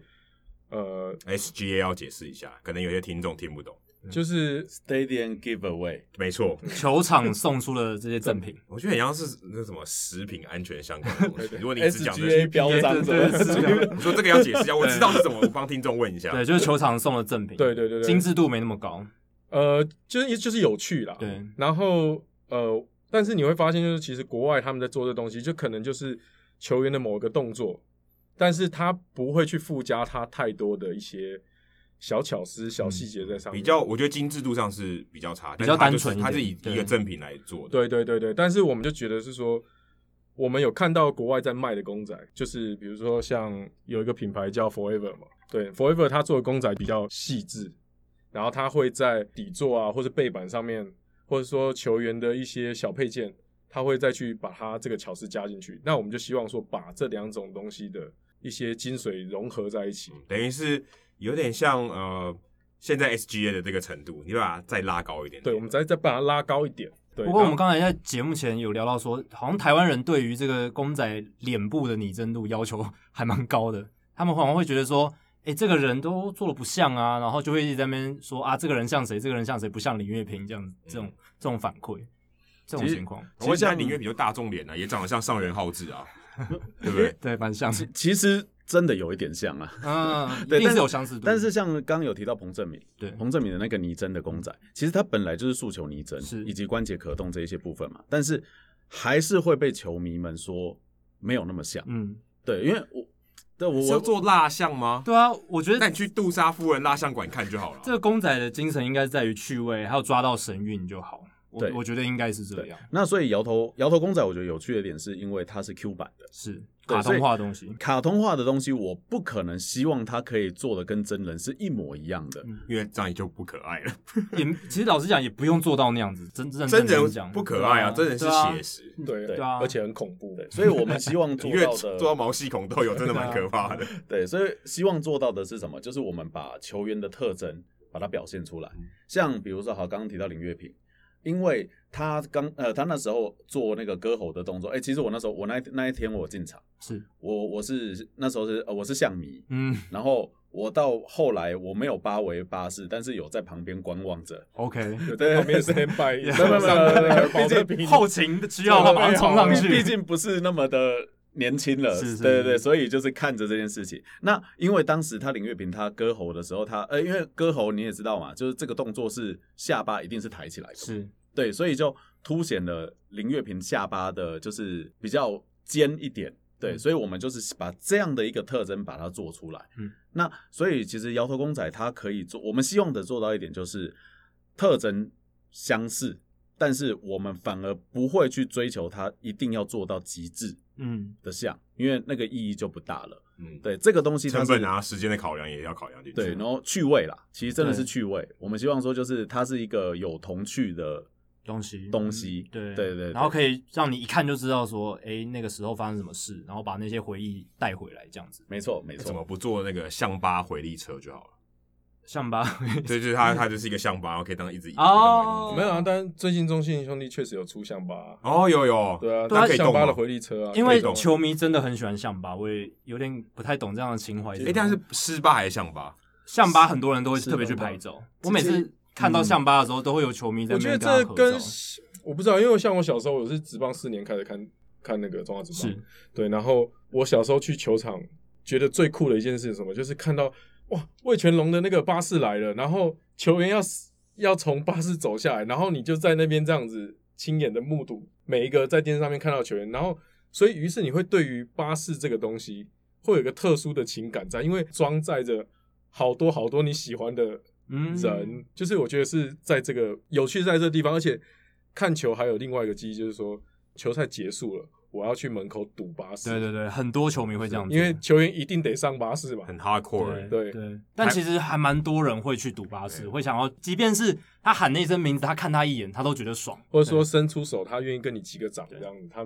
SGA 要解释一下，可能有些听众听不懂。 就是 Stadium Giveaway， 没错， 球场送出的这些赠品， 我觉得很像是那什么食品安全相关的东西。如果你只讲的 SGA 标章什么， 我说这个要解释一下，我知道是什么，我帮听众问一下。 对，就是球场送的赠品， 对， 精致度没那么高， 就是有趣啦。 对， 然后但是你会发现，就是其实国外他们在做这东西，就可能就是球员的某一个动作，但是他不会去附加他太多的一些小巧思、小细节在上面。 我觉得精致度上是比较差， 比较单纯一点， 它是以一个赠品来做的。 对，但是我们就觉得是说，我们有看到国外在卖的公仔，就是比如说像有一个品牌叫 Forever 嘛，对 ，Forever 他做的公仔比较细致，然后他会在底座啊或是背板上面，或者说球员的一些小配件，他会再去把它这个巧思加进去。那我们就希望说，把这两种东西的一些精髓融合在一起， 等于是有点像现在 SGA 的这个程度，你把它再拉高一点。 对，我们再把它拉高一点。对， 不过我们刚才在节目前有聊到说，好像台湾人对于这个公仔脸部的拟真度要求还蛮高的，他们好像会觉得说，这个人都做的不像啊，然后就会一直在那边说啊，这个人像谁，这个人像谁，不像林岳平这样子，这种反馈，这种情况。 其实像林岳平就大众脸啊，也长得像上元浩志啊，对不对？ 对，蛮像。 其实真的有一点像啊， 对，一定是有相似度。 但是像刚刚有提到彭正明， 对彭正明的那个拟真的公仔，其实他本来就是速球拟真，以及关节可动这一些部分嘛，但是还是会被球迷们说没有那么像。对，因为我是要做蜡像吗？ 对啊，我觉得那你去杜莎夫人蜡像馆看就好了。 这个公仔的精神应该在于趣味，还有抓到神韵就好。我觉得应该是这样。 那所以摇头公仔，我觉得有趣的点是因为它是 Q 版的， 是卡通化的东西。 卡通化的东西，我不可能希望它可以做的跟真人是一模一样的， 因为这样也就不可爱了。 其实老实讲，也不用做到那样子，真人不可爱啊，真人是写实， 对啊，而且很恐怖。 对，所以我们希望做到的， 做到毛细孔都有，真的蛮可怕的。 对，所以希望做到的是什么？就是我们把球员的特征把它表现出来，像比如说，刚刚提到林岳平。因为他那时候做那个歌喉的动作，其实我那一天我进场， 是我是那时候我是象迷，然后我到后来我没有巴围巴士，但是有在旁边观望着 ，OK， 在旁边 stand by， 毕竟后勤需要他马上冲上去， 毕竟不是那么的年轻了，对，所以就是看着这件事情。那因为当时他林岳平他割喉的时候，因为割喉你也知道嘛，就是这个动作是下巴一定是抬起来的， 是对，所以就凸显了林岳平下巴的就是比较尖一点，对，所以我们就是把这样的一个特征把它做出来。那所以其实摇头公仔它可以做，我们希望的做到一点就是特征相似。但是我们反而不会去追求它一定要做到极致的像，因为那个意义就不大了。对，这个东西它成本啊、时间的考量也要考量进去。 对，然后趣味啦，其实真的是趣味。我们希望说就是它是一个有童趣的东西。对， 然后可以让你一看就知道说，那个时候发生什么事，然后把那些回忆带回来，这样子。 没错。 怎么不做那个象巴回力车就好了？ 象巴， 对，就是它就是一个象巴，然后可以当一直移动。 没有啊，但最近中信兄弟确实有出象巴。 有。 对啊， 它可以动象巴的回力车啊。 因为球迷真的很喜欢象巴，我也有点不太懂这样的情怀。 但是狮巴还是象巴？ 象巴很多人都会特别去拍照。我每次看到象巴的时候，都会有球迷在那边跟他合照。 我觉得这跟我不知道，因为像我小时候我是职棒4年开始看那个中华职棒，对，然后我小时候去球场，觉得最酷的一件事是什么？就是看到。哇！味全龙的那个巴士来了，然后球员要从巴士走下来，然后你就在那边这样子亲眼的目睹每一个在电视上面看到的球员，然后所以于是你会对于巴士这个东西会有一个特殊的情感在，因为装载着好多你喜欢的人，就是我觉得是在这个有趣在这个地方，而且看球还有另外一个记忆，就是说球赛结束了。我要去门口堵巴士。 对，很多球迷会这样做， 因为球员一定得上巴士嘛， 很 hardcore。 对， 但其实还蛮多人会去堵巴士，会想要，即便是他喊那声名字，他看他一眼，他都觉得爽， 或者说伸出手，他愿意跟你击个掌这样子，他们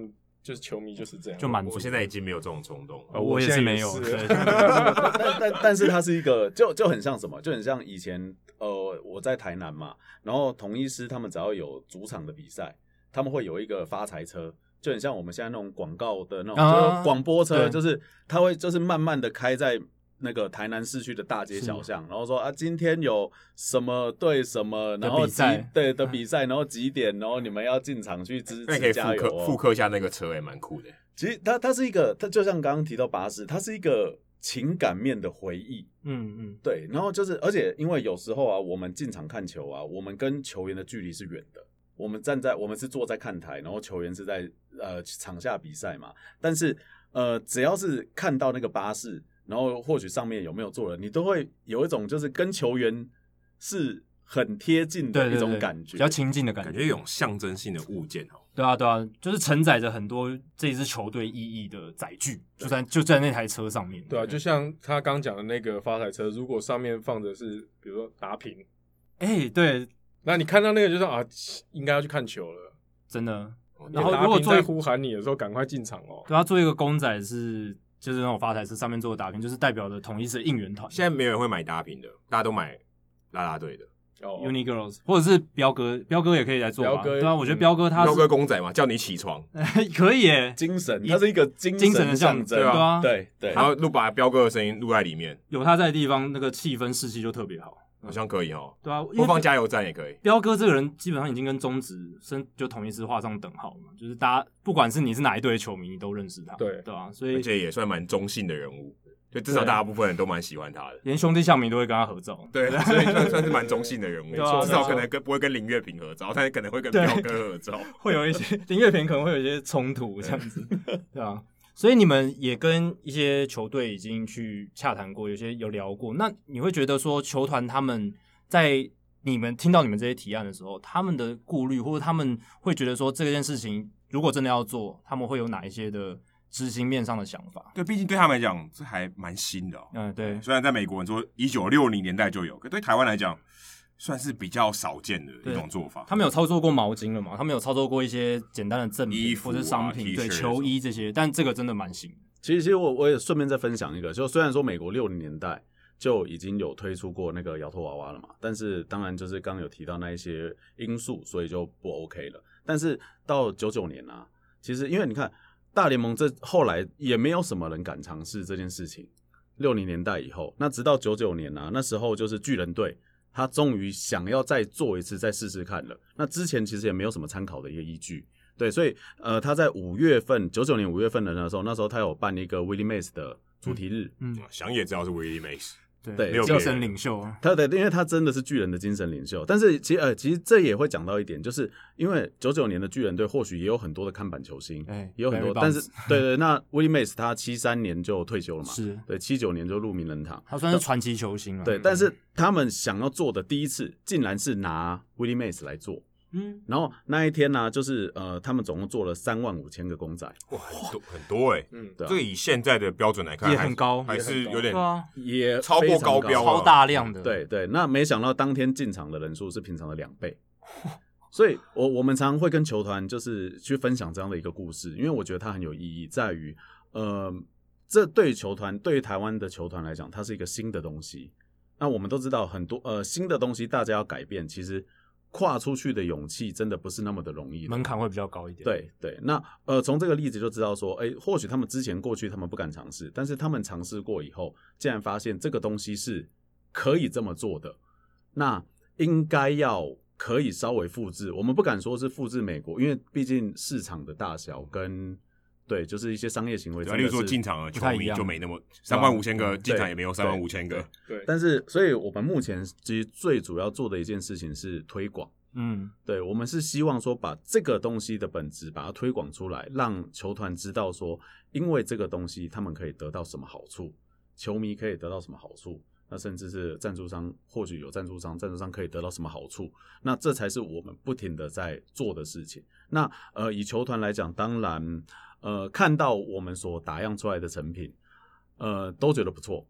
就是球迷就是这样， 就满足。 我现在已经没有这种冲动， 我也是没有。 但是它是一个就很像什么，就很像以前我在台南嘛，然后统一狮他们只要有主场的比赛，他们会有一个发财车，就很像我们现在那种广告的那种，就是广播车，就是它会就是慢慢的开在那个台南市区的大街小巷，然后说啊，今天有什么对什么，然后的比赛，然后几点，然后你们要进场去支持加油哦。 复刻一下那个车也蛮酷的。 其实它是一个，它就像刚刚提到巴士，它是一个情感面的回忆。对。然后就是，而且因为有时候啊，我们进场看球啊，我们跟球员的距离是远的。我们是坐在看台，然后球员是在场下比赛嘛。但是只要是看到那个巴士。然后或许上面有没有坐人，你都会有一种就是跟球员是很贴近的一种感觉， 比较亲近的感觉，有一种象征性的物件哦。 对啊，就是承载着很多这一支球队意义的载具，就在那台车上面。 对啊，就像他刚讲的那个发财车，如果上面放的是比如说打品， 对， 那你看到那个就说啊，应该要去看球了， 真的。 然后如果在呼喊你的时候，赶快进场哦。 对，他做一个公仔就是那种发财车上面做的打品，就是代表着统一狮的应援团。 现在没有人会买打品的，大家都买啦啦队的。 Uni Girls 或者是彪哥也可以来做吧。对啊，我觉得彪哥公仔嘛，叫你起床， 可以耶， 精神，它是一个精神的象征， 对啊， 对。 然后把彪哥的声音录在里面， 有他在的地方，那个气氛士气就特别好。 好像可以哦， 对啊， 播放加油站也可以。 彪哥这个人基本上已经跟中职就统一狮画上等号了嘛，就是大家不管是你是哪一队的球迷，你都认识他，对啊，所以而且也算蛮中性的人物，就至少大部分人都蛮喜欢他的， 连兄弟象迷都会跟他合照， 对，所以算是蛮中性的人物，至少可能不会跟林岳平合照，但是可能会跟彪哥合照， 会有一些林岳平可能会有一些冲突这样子，对啊。所以你们也跟一些球队已经去洽谈过，有些有聊过。那你会觉得说，球团他们在你们听到你们这些提案的时候，他们的顾虑，或者他们会觉得说这件事情如果真的要做，他们会有哪一些的执行面上的想法？ 对，毕竟对他们来讲，这还蛮新的对。 虽然在美国人说1960年代就有，可对台湾来讲，算是比较少见的一种做法。 他们有操作过毛巾了嘛？他们有操作过一些简单的赠品或者商品，对，球衣这些，但这个真的蛮新的。 其实我也顺便再分享一个，就虽然说美国60年代就已经有推出过那个摇头娃娃了嘛，但是当然就是刚刚有提到那一些因素，所以就不 OK 了。但是到99年啊，其实因为你看大联盟这后来也没有什么人敢尝试这件事情。60年代以后，那直到99年啊，那时候就是巨人队。他终于想要再做一次，再试试看了。那之前其实也没有什么参考的一个依据，对，所以他在99年5月份的那时候他有办一个 Willie Mays 的主题日， 想也知道是 Willie Mays， 对，精神领袖， 因为他真的是巨人的精神领袖。但是其实这也会讲到一点，就是因为99年的巨人队或许也有很多的看板球星，也有很多，但是对，那 Willie Mays 他73年就退休了嘛， 是对 ，79年就入名人堂， 他算是传奇球星了。 对，但是他们想要做的第一次，竟然是拿 Willie Mays 来做。然后那一天呢，就是他们总共做了35000个公仔， 哇，很多欸，这个以现在的标准来看也很高， 还是有点也超过高标， 超大量的， 对。那没想到当天进场的人数是平常的2倍，所以我们常常会跟球团就是去分享这样的一个故事，因为我觉得它很有意义，在于这对于球团，对于台湾的球团来讲，它是一个新的东西。那我们都知道很多新的东西，大家要改变，其实跨出去的勇气真的不是那么的容易的， 门槛会比较高一点。 对，那从这个例子就知道说，或许他们之前过去他们不敢尝试，但是他们尝试过以后，竟然发现这个东西是可以这么做的，那应该要可以稍微复制。我们不敢说是复制美国，因为毕竟市场的大小跟对，就是一些商业行为真的是， 例如说进场的球迷就没那么35000个，进场也没有35000个。 对，但是所以我们目前其实最主要做的一件事情是推广。对，我们是希望说把这个东西的本质把它推广出来，让球团知道说，因为这个东西他们可以得到什么好处，球迷可以得到什么好处，那甚至是赞助商，或许有赞助商可以得到什么好处，那这才是我们不停的在做的事情。那以球团来讲，当然看到我们所打样出来的成品，都觉得不错，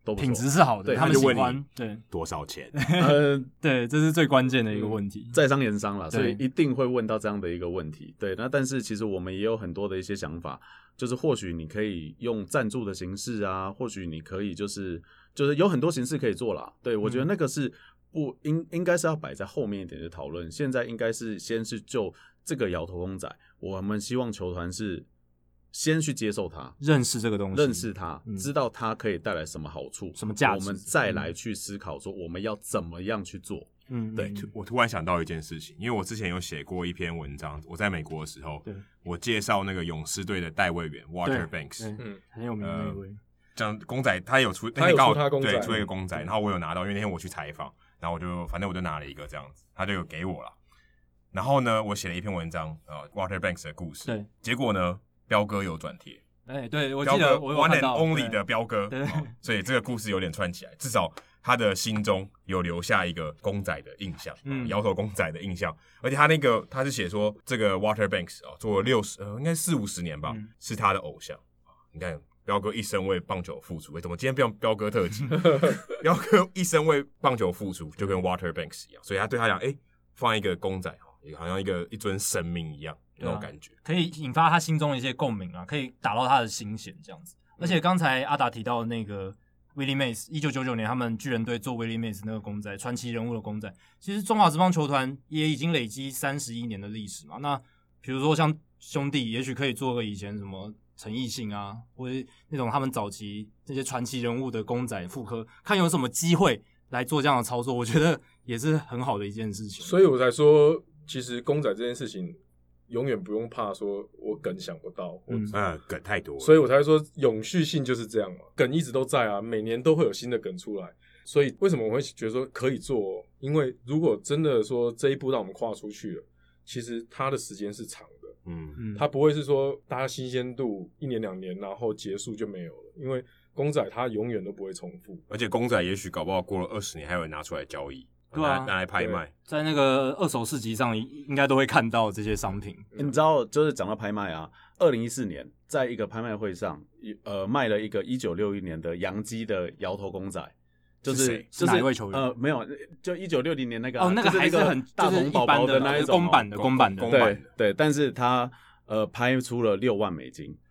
都不错品质是好的， 对他们喜欢就问你对多少钱？ 对，这是最关键的一个问题。 在商言商啦，所以对一定会问到这样的一个问题。对，那但是其实我们也有很多的一些想法，就是或许你可以用赞助的形式啊，或许你可以就是有很多形式可以做啦。对，我觉得那个是不应该是要摆在后面一点的讨论，现在应该是先是就这个摇头公仔，我们希望球团是先去接受它， 认识这个东西， 认识它，知道它可以带来什么好处， 什么价值， 我们再来去思考说我们要怎么样去做。 对，我突然想到一件事情，因为我之前有写过一篇文章，我在美国的时候，我介绍那个勇士队的代位员 Walter Banks， 很有名的那一位。 讲公仔，他有出， 他有出他公仔， 对，出了一个公仔，然后我有拿到，因为那天我去采访，然后反正我就拿了一个这样子，他就有给我了。然后呢，我写了一篇文章Walter Banks 的故事， 对， 结果呢，彪哥有转贴。 对，我记得我有看到 One and Only 的彪哥，所以这个故事有点串起来，至少他的心中有留下一个公仔的印象，摇头公仔的印象，而且他是写说这个 Walter Banks 做了应该40-50年吧，是他的偶像。你看彪哥一生为棒球付出，怎么今天变彪哥特辑？彪哥一生为棒球付出，就跟 Walter Banks 一样，所以他对他讲，放一个公仔，好像一尊神明一样。那种感觉可以引发他心中的一些共鸣啊，可以打到他的心弦这样子。而且刚才阿达提到的那个 Willie Mays，1999年他们巨人队做 Willie Mays 那个公仔，传奇人物的公仔，其实中华职棒球团也已经累积31年的历史嘛。那比如说像兄弟，也许可以做个以前什么陈奕迅啊，或者那种他们早期这些传奇人物的公仔复刻，看有什么机会来做这样的操作，我觉得也是很好的一件事情。 所以我才说，其实公仔这件事情永远不用怕说我梗想不到， 梗太多了， 所以我才说永续性就是这样嘛，梗一直都在啊，每年都会有新的梗出来。所以为什么我会觉得说可以做因为如果真的说这一步让我们跨出去了，其实它的时间是长的，它不会是说大家新鲜度1年2年然后结束就没有了，因为公仔它永远都不会重复， 而且公仔也许搞不好过了20年还有人拿出来交易， 对啊， 拿来拍卖， 在那个二手市集上应该都会看到这些商品。 你知道，就是讲到拍卖啊，2014年在一个拍卖会上，卖了一个1961年的洋基的摇头公仔，就是哪一位球员？ 没有，就1960年那个那个还是很大红宝宝的那一种公版的， 对，但是他拍出了$6万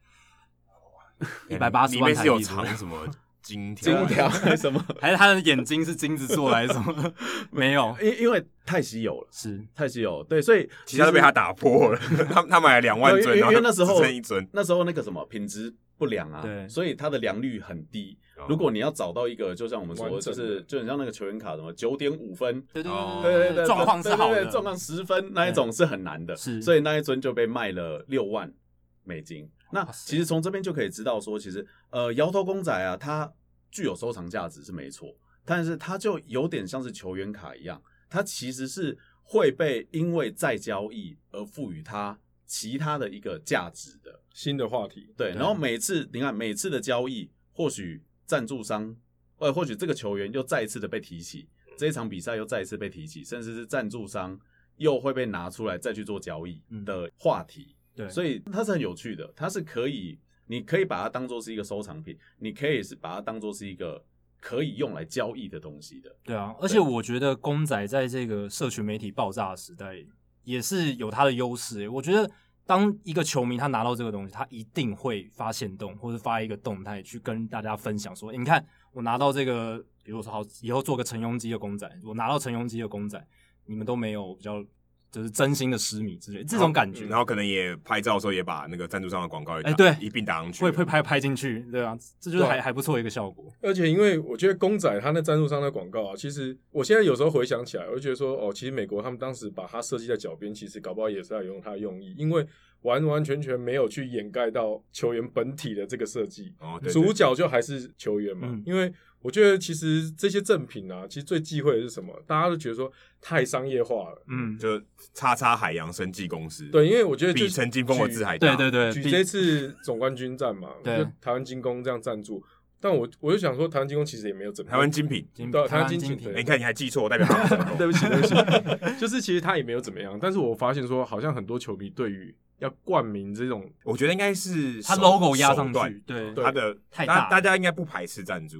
，180万， 里面是有藏什么？金条还是什么？ 还是他的眼睛是金子做来什么？没有， 因为太稀有了， 是太稀有，对，所以其他都被他打破了。他买了2万尊， 因为那时候只剩1尊， 那时候那个什么品质不良啊， 对， 所以它的良率很低。如果你要找到一个，就像我们说，就很像那个球员卡什么9.5分， 对， 状况是好的， 状况10分那一种是很难的， 是， 所以那一尊就被卖了$6万。那其实从这边就可以知道说，其实摇头公仔啊，它具有收藏价值是没错，但是它就有点像是球员卡一样，它其实是会被因为再交易而赋予它其他的一个价值的新的话题。 对，然后你看每次的交易，或许赞助商，或许这个球员又再一次的被提起，这一场比赛又再一次被提起，甚至是赞助商又会被拿出来再去做交易的话题。 对， 所以它是很有趣的，它是可以，你可以把它当作是一个收藏品，你可以是把它当作是一个可以用来交易的东西的。 对啊，而且我觉得公仔在这个社群媒体爆炸的时代也是有它的优势。我觉得当一个球迷他拿到这个东西，他一定会发限动或者发一个动态去跟大家分享说，你看我拿到这个，比如说好以后做个陈庸基的公仔，我拿到陈庸基的公仔，你们都没有比较就是真心的10米之类这种感觉， 然后可能也拍照的时候也把那个赞助商的广告对一并打上去， 会拍进去，对啊，这就是还不错的一个效果。 而且因为我觉得公仔他那赞助商的广告啊，其实我现在有时候回想起来，我就觉得说其实美国他们当时把它设计在脚边，其实搞不好也是要用它的用意，因为完完全全没有去掩盖到球员本体的这个设计，主角就还是球员嘛。因为我觉得其实这些赠品啊，其实最忌讳的是什么？大家都觉得说太商业化了， 就叉海洋生技公司， 对，因为我觉得比陈金锋的字还大， 对， 举这次总冠军战嘛，就台湾精工这样赞助。但我就想说，台湾精工其实也没有怎么样， 台湾精品， 对，台湾精品。 你看你还记错，我代表他们成功。 对不起，就是其实他也没有怎么样，但是我发现说，好像很多球迷对于要冠名这种， 我觉得应该是他 logo 压上去，对， 他的太大， 大家应该不排斥赞助，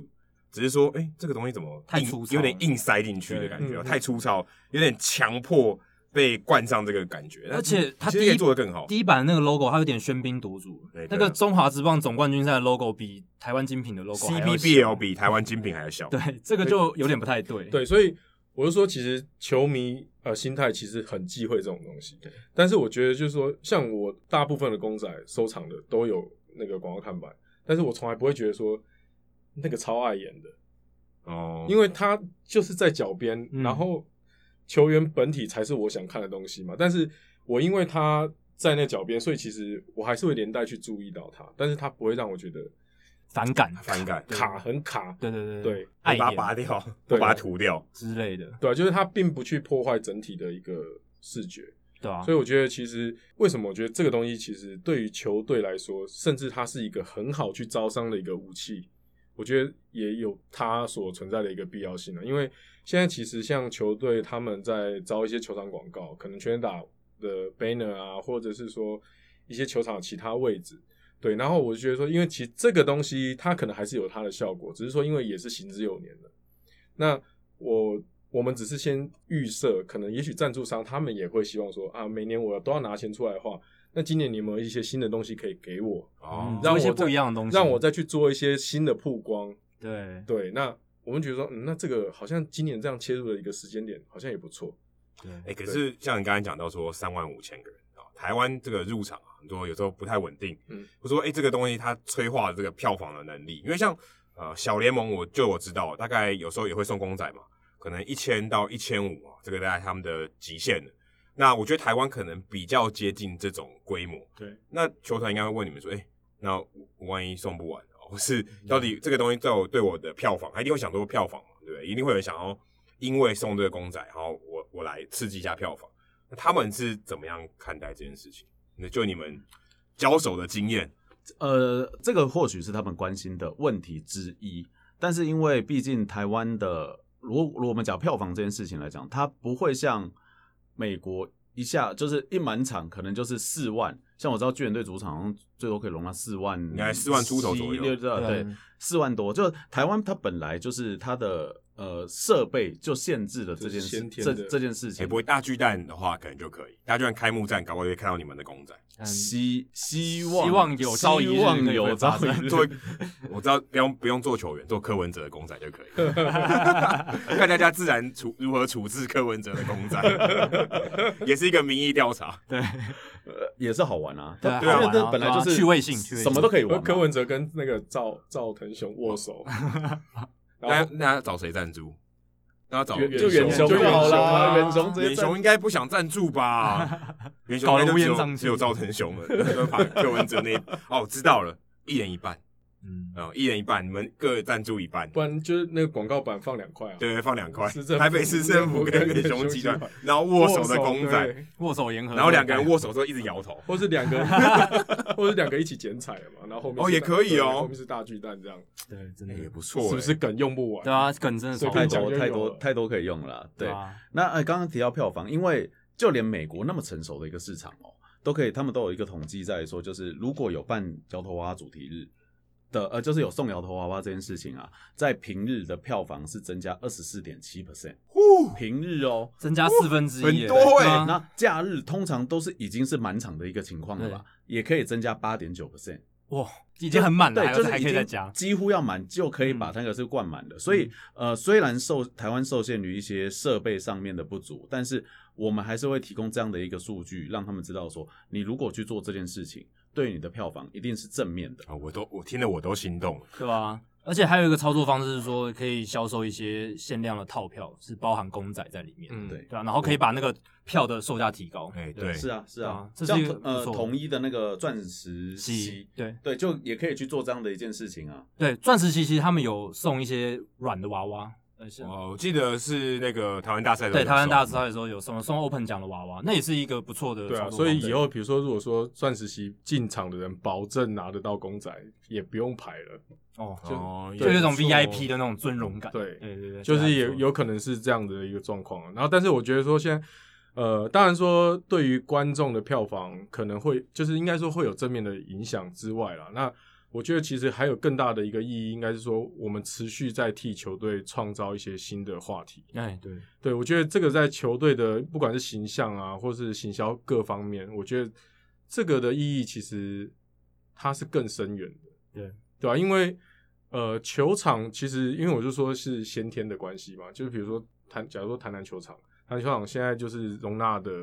只是说，这个东西怎么太粗糙了， 有点硬塞进去的感觉，太粗糙，有点强迫被冠上这个感觉。 而且他其实可以做得更好。 第一版的那个 logo， 它有点喧宾夺主。那个中华职棒总冠军赛的 logo 比台湾精品的 logo CPBL 比台湾精品还要小。 对，这个就有点不太对。 对，所以我就说，其实球迷心态其实很忌讳这种东西。但是我觉得就是说，像我大部分的公仔收藏的都有那个广告看板，但是我从来不会觉得说那个超碍眼的哦，因为他就是在脚边，然后球员本体才是我想看的东西嘛。但是我因为他在那脚边，所以其实我还是会连带去注意到他，但是他不会让我觉得反感很卡， 对， 把它拔掉，或把它涂掉之类的， 对，就是他并不去破坏整体的一个视觉， 对啊。 所以我觉得其实为什么我觉得这个东西其实对于球队来说，甚至它是一个很好去招商的一个武器，我觉得也有它所存在的一个必要性了。因为现在其实像球队他们在招一些球场广告，可能全垒打的 banner 啊，或者是说一些球场的其他位置。对，然后我就觉得说，因为其实这个东西它可能还是有它的效果，只是说因为也是行之有年的。那我们只是先预设，可能也许赞助商他们也会希望说啊，每年我都要拿钱出来的话，那今年你有没有一些新的东西可以给我？ 让我一些不一样的东西， 让我再去做一些新的曝光。 对， 那我们觉得说，那这个好像今年这样切入的一个时间点，好像也不错。 对，可是像你刚才讲到说35000个人。台湾这个入场很多有时候不太稳定，我说这个东西它催化了这个票房的能力，因为像小联盟我知道，大概有时候也会送公仔嘛，可能1000到1500这个大概他们的极限了。那我觉得台湾可能比较接近这种规模， 对。 那球团应该会问你们说，那我万一送不完，或是到底这个东西对我的票房，他一定会想说票房嘛，对不对？一定会有人想要因为送这个公仔，然后我来刺激一下票房。那他们是怎么样看待这件事情？就你们交手的经验， 这个或许是他们关心的问题之一，但是因为毕竟台湾的，如果我们讲票房这件事情来讲，它不会像美国一下就是一满场可能就是4万，像我知道巨人队主场好像最多可以容纳4万， 应该4万出头左右， 对，4万多。就台湾它本来就是它的设备就限制了这件事情。 不会大巨蛋的话可能就可以，大巨蛋开幕战搞不好就会看到你们的公仔。 希望有朝一日， 我知道不用做球员，做柯文哲的公仔就可以。看大家自然如何处置柯文哲的公仔，也是一个民意调查。 对， 也是好玩啊。 对啊，因为这本来就是趣味性， 什么都可以玩。 柯文哲跟那个赵腾雄握手。 那找谁赞助？那找就远雄就好啦， 远雄应该不想赞助吧？远雄应该只有赵腾雄了，把柯文哲那知道了，一人一半。一人一半，你们各赞助一半， 不然就是那个广告版放2块啊。 对，放2块。台北市政府跟远雄集团，然后握手的公仔， 握手言和， 然后2个人握手之后一直摇头， 或是2个一起剪彩了嘛，然后后面也可以后面是大巨蛋这样。 对，真的也不错， 是不是梗用不完？ 对啊，梗真的太多可以用了。对，那刚刚提到票房，因为就连美国那么成熟的一个市场都可以，他们都有一个统计在说，就是如果有办摇头娃娃主题日的，就是有送摇头娃娃这件事情啊，在平日的票房是增加 24.7%， 平日增加1/4， 很多那假日通常都是已经是满场的一个情况了吧，也可以增加 8.9%。 哇，已经很满了， 对，就是还可以再加， 几乎要满就可以把那个是灌满的。所以虽然台湾受限于一些设备上面的不足，但是我们还是会提供这样的一个数据，让他们知道说，你如果去做这件事情，对你的票房一定是正面的。 我听了我都心动了， 对吧？而且还有一个操作方式是说，可以销售一些限量的套票，是包含公仔在里面，对啊，然后可以把那个票的售价提高。 对，是啊， 这是一个统一的那个钻石期，对，就也可以去做这样的一件事情啊。 对，钻石期其实他们有送一些软的娃娃。 我记得是那个台湾大赛的时候， 对，台湾大赛的时候有送 Open 奖的娃娃，那也是一个不错的。 对啊，所以以后比如说，如果说钻石期进场的人保证拿得到公仔，也不用排了。 就有一种 VIP 的那种尊荣感。 对，就是也有可能是这样的一个状况。然后，但是我觉得说现在，当然说对于观众的票房可能会，就是应该说会有正面的影响之外啦。那我觉得其实还有更大的一个意义，应该是说我们持续在替球队创造一些新的话题。对，我觉得这个在球队的不管是形象啊，或是行销各方面，我觉得这个的意义其实它是更深远的。对吧？因为球场其实因为我就说是先天的关系嘛，就是比如说假如说台南球场现在就是容纳的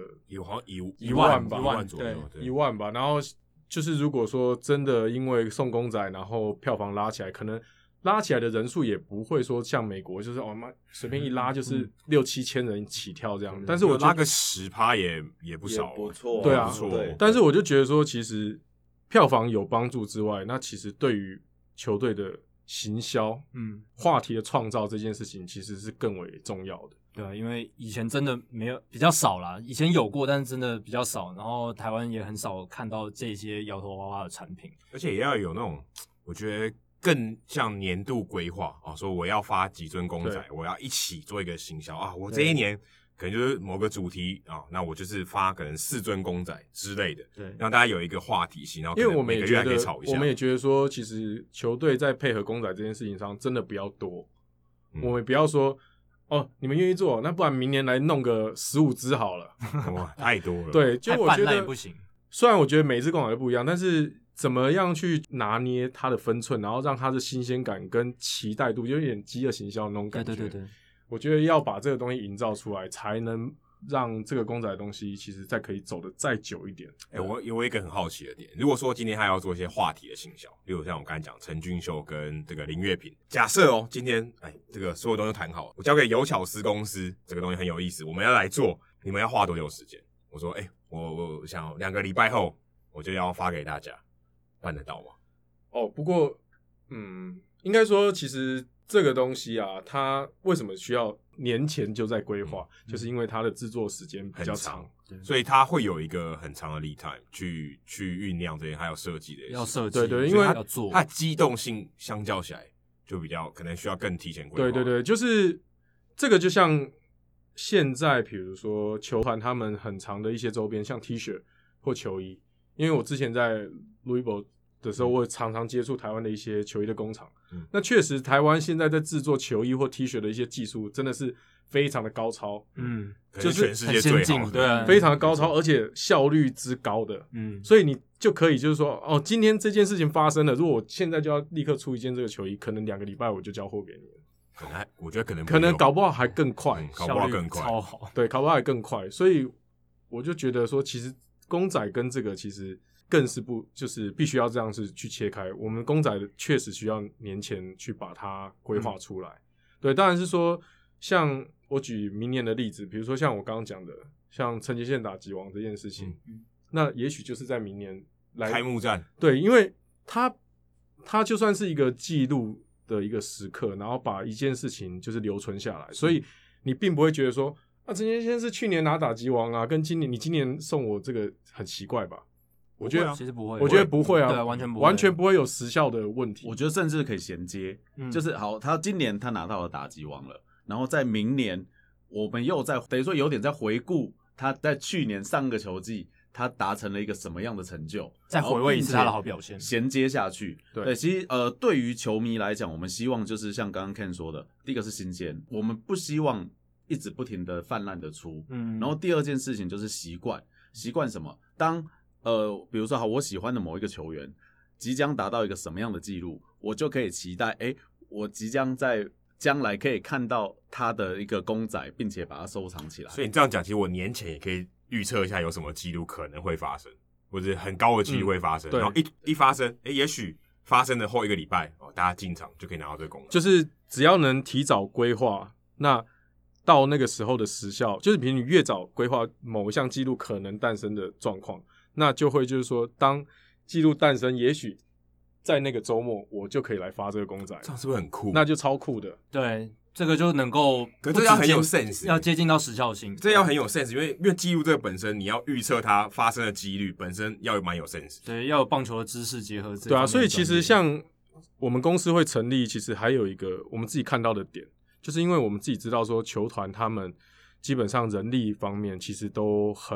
1 万吧， 1万左右， 对，1万吧。然后就是如果说真的因为送公仔，然后票房拉起来，可能拉起来的人数也不会说像美国，就是随便一拉就是6-7千人起跳这样。但是我拉个10%也不少， 不错， 对啊， 不错。 但是我就觉得说，其实票房有帮助之外，那其实对于球队的行销，话题的创造这件事情，其实是更为重要的。 对啊，因为以前真的没有比较少啦，以前有过，但是真的比较少。然后台湾也很少看到这些摇头娃娃的产品， 而且也要有那种，我觉得更像年度规划啊，说我要发几尊公仔，我要一起做一个行销啊。我这一年可能就是某个主题啊，那我就是发可能4尊公仔之类的，对，让大家有一个话题性，然后因为我们每个月还可以吵一下。 我们也觉得说，其实球队在配合公仔这件事情上真的不要多，我们不要说。你们愿意做，那不然明年来弄个15只好了。 哇，太多了。 对，就我觉得不行。 虽然我觉得每一只公仔都不一样，但是怎么样去拿捏它的分寸，然后让它的新鲜感跟期待度，就有点饥饿行销的那种感觉。 对， 我觉得要把这个东西营造出来，才能让这个公仔的东西其实再可以走得再久一点。 我有一个很好奇的点，如果说今天他要做一些话题的行销，例如像我刚才讲陈俊秀跟这个林月平，假设今天这个所有东西都谈好了，我交给有巧思公司，这个东西很有意思，我们要来做，你们要花多久时间？我说我想2个礼拜后我就要发给大家，办得到吗？ 不过应该说其实这个东西啊，它为什么需要年前就在规划，就是因为它的制作时间比较长， 所以它会有一个很长的 lead time 去酝酿这些，还有设计的， 要设计， 对，因为要做， 它机动性相较起来就比较可能需要更提前规划。 对，就是这个就像现在比如说球团他们很长的一些周边，像 T 恤或球衣，因为我之前在 Louisville 的时候，我常常接触台湾的一些球衣的工厂。那确实，台湾现在在制作球衣或 T 恤的一些技术，真的是非常的高超。 就是全世界最好的， 对， 非常的高超，而且效率之高的。所以你就可以就是说，今天这件事情发生了，如果我现在就要立刻出一件这个球衣，可能2个礼拜我就交货给你了。 我觉得可能搞不好还更快， 搞不好更快， 超好。 对，搞不好还更快。所以我就觉得说，其实公仔跟这个其实。更是就是必须要这样子去切开。我们公仔确实需要年前去把它规划出来。对，当然是说，像我举明年的例子，比如说像我刚刚讲的，像陈杰宪打击王这件事情，那也许就是在明年来开幕战。 对，因为它就算是一个记录的一个时刻，然后把一件事情就是留存下来，所以你并不会觉得说陈杰宪是去年拿打击王啊，跟你今年送我这个很奇怪吧？我觉得其实不会， 我觉得不会啊， 对，完全不会有时效的问题。 我觉得甚至可以衔接，就是好，他今年他拿到了打击王了，然后在明年我们又在等于说有点在回顾他在去年上个球季他达成了一个什么样的成就， 再回味一次他的好表现， 衔接下去。对，其实对于球迷来讲，我们希望就是像刚刚 Ken 说的，第一个是新鲜，我们不希望一直不停的泛滥的出，然后第二件事情就是习惯什么？当比如说好，我喜欢的某一个球员即将达到一个什么样的记录，我就可以期待，我即将在将来可以看到他的一个公仔，并且把它收藏起来。 所以你这样讲，其实我年前也可以预测一下有什么记录可能会发生，或者很高的几率会发生。然后一发生，也许发生的后1个礼拜，大家进场就可以拿到这个公仔。 就是只要能提早规划，那到那个时候的时效，就是比如你越早规划某一项记录可能诞生的状况。那就会就是说，当记录诞生，也许在那个周末，我就可以来发这个公仔， 这样是不是很酷？ 那就超酷的。 对，这个就能够， 可是这要很有 sense， 要接近到时效性， 这要很有 sense， 因为记录这个本身，你要预测它发生的几率本身要蛮有 sense， 对，要有棒球的知识结合。 对啊，所以其实像我们公司会成立，其实还有一个我们自己看到的点，就是因为我们自己知道说球团他们基本上人力方面其实都很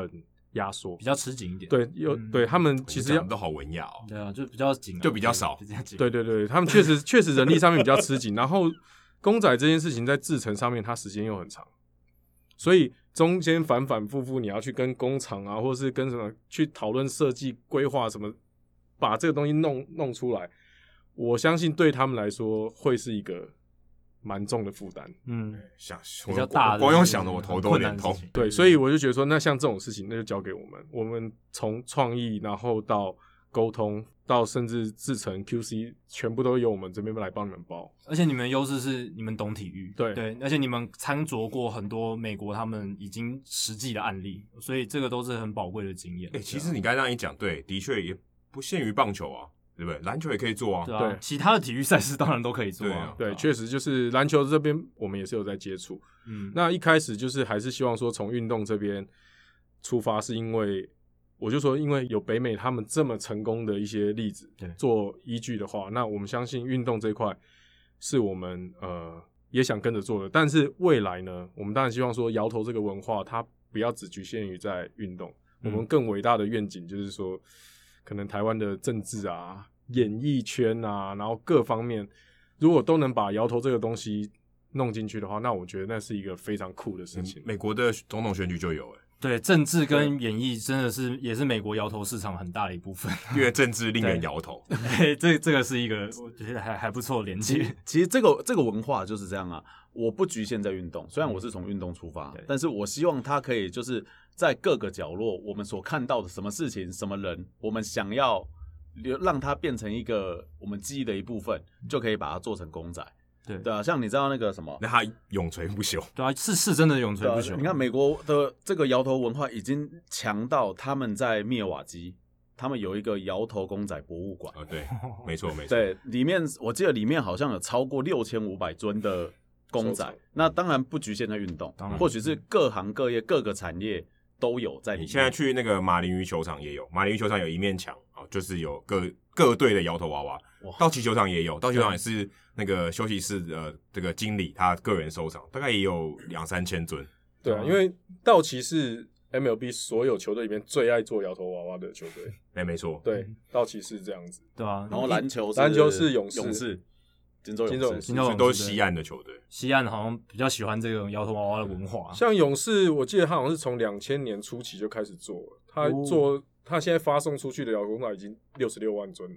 压缩， 比较吃紧一点。 对，对他们其实都好文雅哦。 对啊，就比较紧， 就比较少。 对，他们确实人力上面比较吃紧，然后公仔这件事情在制成上面，它时间又很长，所以中间反复你要去跟工厂啊，或是跟什么去讨论设计规划什么，把这个东西弄出来，我相信对他们来说会是一个蛮重的负担。 比较大的， 光用想的我头都有点痛。 对，所以我就觉得说，那像这种事情，那就交给我们从创意，然后到沟通，到甚至制成 QC， 全部都由我们这边来帮你们包。 而且你们的优势是你们懂体育， 对， 而且你们参酌过很多美国他们已经实际的案例，所以这个都是很宝贵的经验。 其实你刚才这样一讲，对，的确也不限于棒球啊。对不对？篮球也可以做啊， 对，其他的体育赛事当然都可以做啊。 对，确实就是篮球这边我们也是有在接触。那一开始就是还是希望说从运动这边出发，是因为我就说，因为有北美他们这么成功的一些例子做依据的话，那我们相信运动这一块是我们也想跟着做的。但是未来呢，我们当然希望说摇头这个文化它不要只局限于在运动，我们更伟大的愿景就是说，可能台湾的政治啊、演艺圈啊，然后各方面，如果都能把摇头这个东西弄进去的话，那我觉得那是一个非常酷的事情。 美国的总统选举就有对，政治跟演艺真的是也是美国摇头市场很大的一部分， 因为政治令人摇头。 这个是一个我觉得还不错的连接。 其实这个文化就是这样啊，我不局限在运动，虽然我是从运动出发，但是我希望它可以就是在各个角落，我们所看到的什么事情、什么人，我们想要让它变成一个我们记忆的一部分，就可以把它做成公仔。对啊，像你知道那个什么， 那他永垂不朽。 对啊，是真的永垂不朽。 你看美国的这个摇头文化已经强到他们在密尔瓦基，他们有一个摇头公仔博物馆。 对，没错。 对，里面我记得里面好像有超过6500尊的公仔。那当然不局限在运动，或许是各行各业各个产业都有在里面。 你现在去那个马林鱼球场也有，马林鱼球场有一面墙就是有各队的摇头娃娃。道奇球场也有，道奇球场也是那个休息室的这个经理他个人收藏，大概也有2-3千尊。 对啊，因为道奇是 MLB 所有球队里面最爱做摇头娃娃的球队。 没错。 对，道奇是这样子。 对啊， 然后篮球是勇士，金州勇士都是西岸的球队。 西岸好像比较喜欢这种摇头娃娃的文化。 像勇士，我记得他好像是从2000年初期就开始做了，他现在发送出去的摇头公仔已经66万尊了。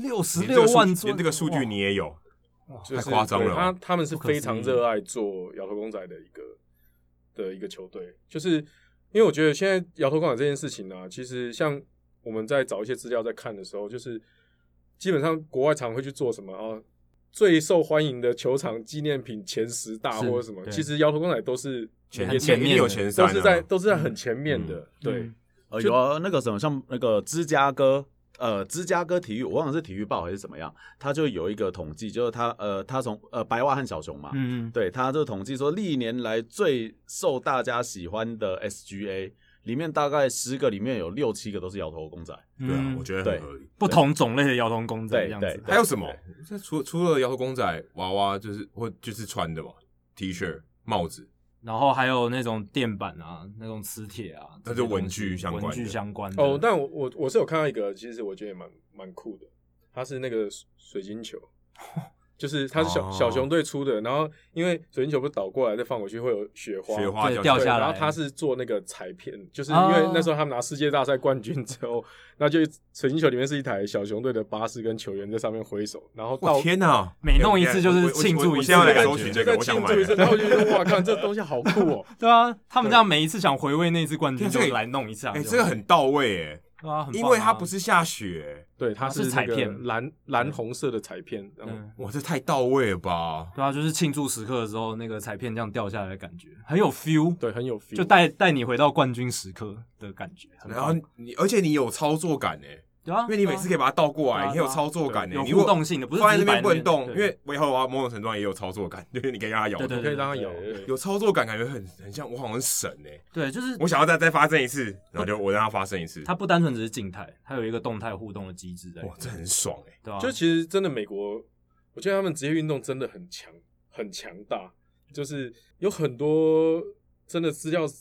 66万尊， 连这个数据你也有， 就是太夸张了。 他们是非常热爱做摇头公仔的一个球队，就是因为我觉得现在摇头公仔这件事情啊，其实像我们在找一些资料在看的时候，就是基本上国外常会去做什么最受欢迎的球场纪念品前10大或者什么，其实摇头公仔都是前面有前3， 都是在很前面的。对， 有那个什么像那个芝加哥体育，我忘了是体育报还是怎么样，他就有一个统计，就是他从白袜和小熊嘛，对，他这个统计说历年来最受大家喜欢的 SGA 里面大概10个里面有6-7个都是摇头公仔。 对啊，我觉得很合理。 不同种类的摇头公仔这样子。 还有什么？除了摇头公仔娃娃，就是穿的嘛 ，T 恤、帽子。 然后还有那种垫板啊，那种磁铁啊， 那就文具相关的。 但我是有看到一个，其实我觉得也蛮酷的，它是那个水晶球，就是它是小熊队出的，然后因为水晶球不是倒过来再放回去会有雪花掉下来， 然后它是做那个彩片，就是因为那时候他们拿世界大赛冠军之后，那就水晶球里面是一台小熊队的巴士跟球员在上面挥手，然后天哪， 每弄一次就是庆祝一次的感觉，这个我想买。 然后我就觉得哇，看这东西好酷哦！ 对啊，他们这样每一次想回味那次冠军就来弄一次， 这个很到位因为它不是下雪， 对，它是彩片， 蓝红色的彩片， 哇，这太到位了吧？ 对啊，就是庆祝时刻的时候，那个彩片这样掉下来的感觉，很有 feel， 对，很有 feel， 就带你回到冠军时刻的感觉。 然后而且你有操作感对啊， 因为你每次可以把它倒过来，你有操作感有互动性的，不是放在那边不能动，因为维和娃某种程度上也有操作感，就是你可以让它摇， 可以让它摇， 有操作感，感觉很像我好像神对，就是我想要再发生一次，然后就我让它发生一次。 它不单纯只是静态，它有一个动态互动的机制在。 哇，这很爽对吧？ 就其实真的美国，我觉得他们职业运动真的很强大，就是有很多真的资料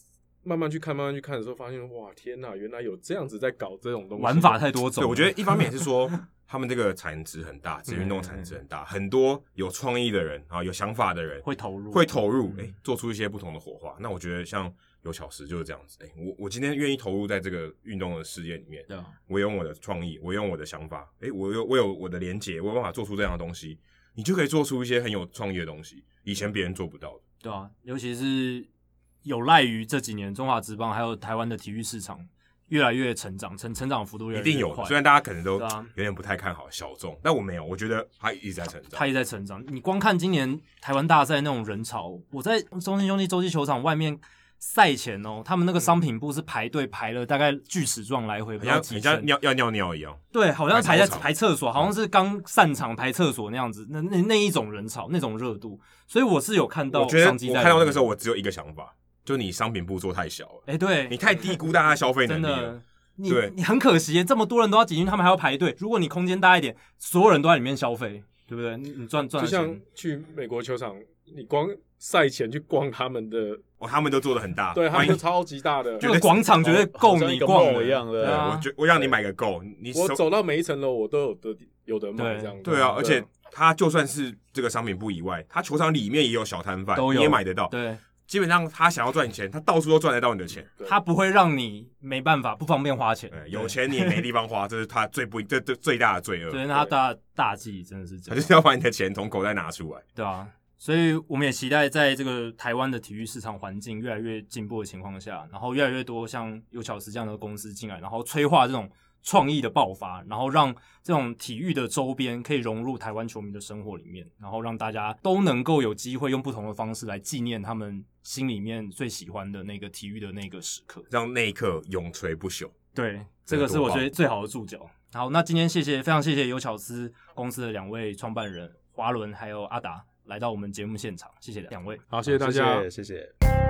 慢慢去看的时候，发现哇天哪，原来有这样子在搞这种东西， 玩法太多种了。 对，我觉得一方面也是说他们这个产值很大，职业运动产值很大，很多有创意的人啊，有想法的人会投入， 做出一些不同的火花。那我觉得像有巧思就是这样子，我今天愿意投入在这个运动的事业里面， 对啊， 我用我的创意，我用我的想法，我有我的连结，我有办法做出这样的东西，你就可以做出一些很有创意的东西，以前别人做不到的。 对啊，尤其是有赖于这几年中华职棒还有台湾的体育市场越来越成长幅度越来越快， 一定有的。虽然大家可能都对啊有点不太看好小众，但我没有，我觉得他一直在成长。 他也在成长。你光看今年台湾大赛那种人潮，我在中信兄弟洲际球场外面赛前哦，他们那个商品部是排队排了大概锯齿状来回， 很像要尿一样。 对，好像排厕所，好像是刚散场排厕所那样子，那一种人潮，那种热度。所以我是有看到商机在。 我看到那个时候，我只有一个想法。就你商品部做太小了， 对， 你太低估大家消费能力了。 真的，你很可惜，这么多人都要挤进，他们还要排队。如果你空间大一点，所有人都在里面消费，对不对？你赚就像去美国球场，你光赛前去逛他们的， 他们都做得很大， 对，他们超级大的， 这个广场绝对够你逛一样的。 我让你买个够， 我走到每一层楼，我都有的买这样。 对啊，而且他就算是这个商品部以外，他球场里面也有小摊贩，你也买得到。 对。 基本上他想要赚钱，他到处都赚得到你的钱， 他不会让你没办法不方便花钱。 有钱你也没地方花，这是他最大的罪恶。 对，那他大忌真的是这样， 他就是要把你的钱从口袋拿出来。 对啊，所以我们也期待在这个台湾的体育市场环境越来越进步的情况下，然后越来越多像有巧思这样的公司进来，然后催化这种创意的爆发，然后让这种体育的周边可以融入台湾球迷的生活里面，然后让大家都能够有机会用不同的方式来纪念他们心里面最喜欢的那个体育的那个时刻， 让那一刻永垂不朽。 对，这个是我觉得最好的注脚。好，那今天非常谢谢有巧思公司的两位创办人华伦还有阿达来到我们节目现场，谢谢两位。 好，谢谢大家， 谢谢。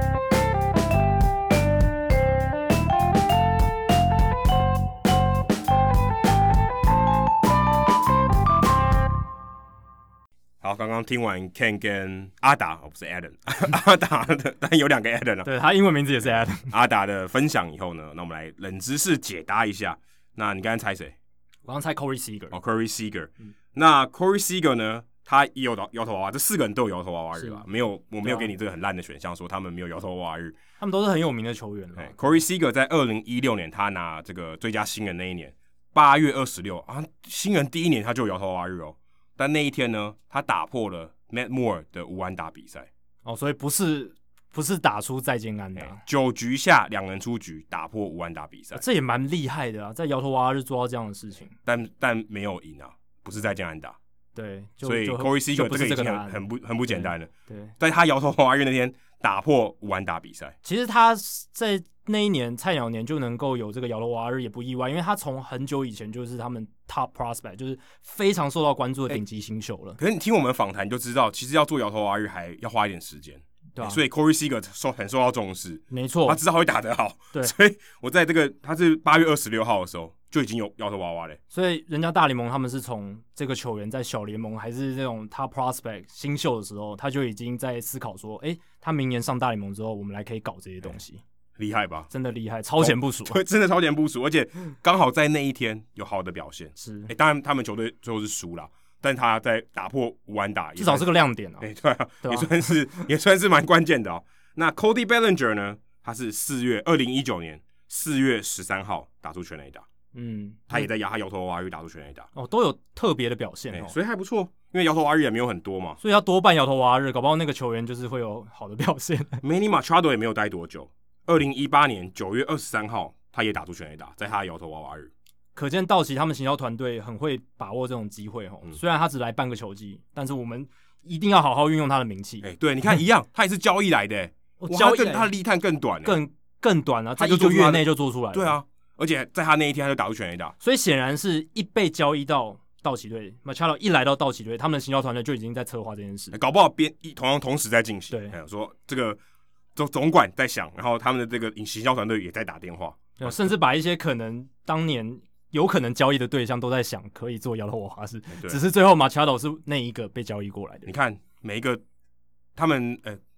好，刚刚听完 Ken 跟阿达，不是 Adam， 阿达的，但有两个 Adam 啊， 对，他英文名字也是 Adam。 阿达的分享以后呢，那我们来冷知识解答一下。那你刚才猜谁？ 我刚猜 Corey Seager。 Corey Seager。那 Corey Seager 呢，他也有摇头娃娃，这4个人都有摇头娃娃日啊。我没有给你这个很烂的选项，说他们没有摇头娃娃日。 他们都是很有名的球员。 Corey Seager 在2016年他拿这个最佳新人那一年，8月26啊，新人第一年他就有摇头娃娃日哦。但那一天呢，他打破了 Matt Moore 的无安打比赛所以不是打出再见安打 ，9局下2人出局，打破无安打比赛， 这也蛮厉害的啊，在摇头娃娃日做到这样的事情， 但没有赢啊，不是再见安打， 对， 所以 Corey Seager 这个已经很不简单了， 对， 但他摇头娃娃日那天打破无安打比赛， 其实他在那一年菜鸟年就能够有这个摇头娃娃日也不意外，因为他从很久以前就是他们 top prospect， 就是非常受到关注的顶级新秀了。 可是你听我们访谈就知道，其实要做摇头娃娃日还要花一点时间，对啊，所以 Corey Seager 很受到重视， 没错， 他知道会打得好， 对， 所以我在这个他是8月26号的时候就已经有摇头娃娃了， 所以人家大联盟他们是从这个球员在小联盟还是这种 top prospect 新秀的时候，他就已经在思考说，他明年上大联盟之后，我们来可以搞这些东西。 厉害吧？ 真的厉害，超前部署， 真的超前部署，而且刚好在那一天有好的表现。 是， 当然他们球队最后是输了，但他在打破无安打， 至少是个亮点啊。 对啊，也算是蛮关键的哦。那 Cody Bellinger 呢？他是2019年4月13号打出全垒打，他也在他摇头娃娃日打出全垒打， 都有特别的表现所以还不错。因为摇头娃娃日也没有很多嘛， 所以要多办摇头娃娃日，搞不好那个球员就是会有好的表现。 Manny Machado 也没有待多久。2018年9月23号，他也打出全垒打，在他的摇头娃娃日。 可见道奇他们行销团队很会把握这种机会虽然他只来半个球季，但是我们一定要好好运用他的名气。 对，你看一样，他也是交易来的，交易他的立探更短， 更短啊，在1个月内就做出来了。 对啊，而且在他那一天他就打出全垒打， 所以显然是一被交易到道奇队 ，Machado 一来到道奇队，他们的行销团队就已经在策划这件事， 搞不好同时在进行。 对， 说这个总管在想，然后他们的这个行销团队也在打电话， 甚至把一些可能当年有可能交易的对象都在想可以做摇头娃娃只是最后 Machado 是那一个被交易过来的。 你看每一个他们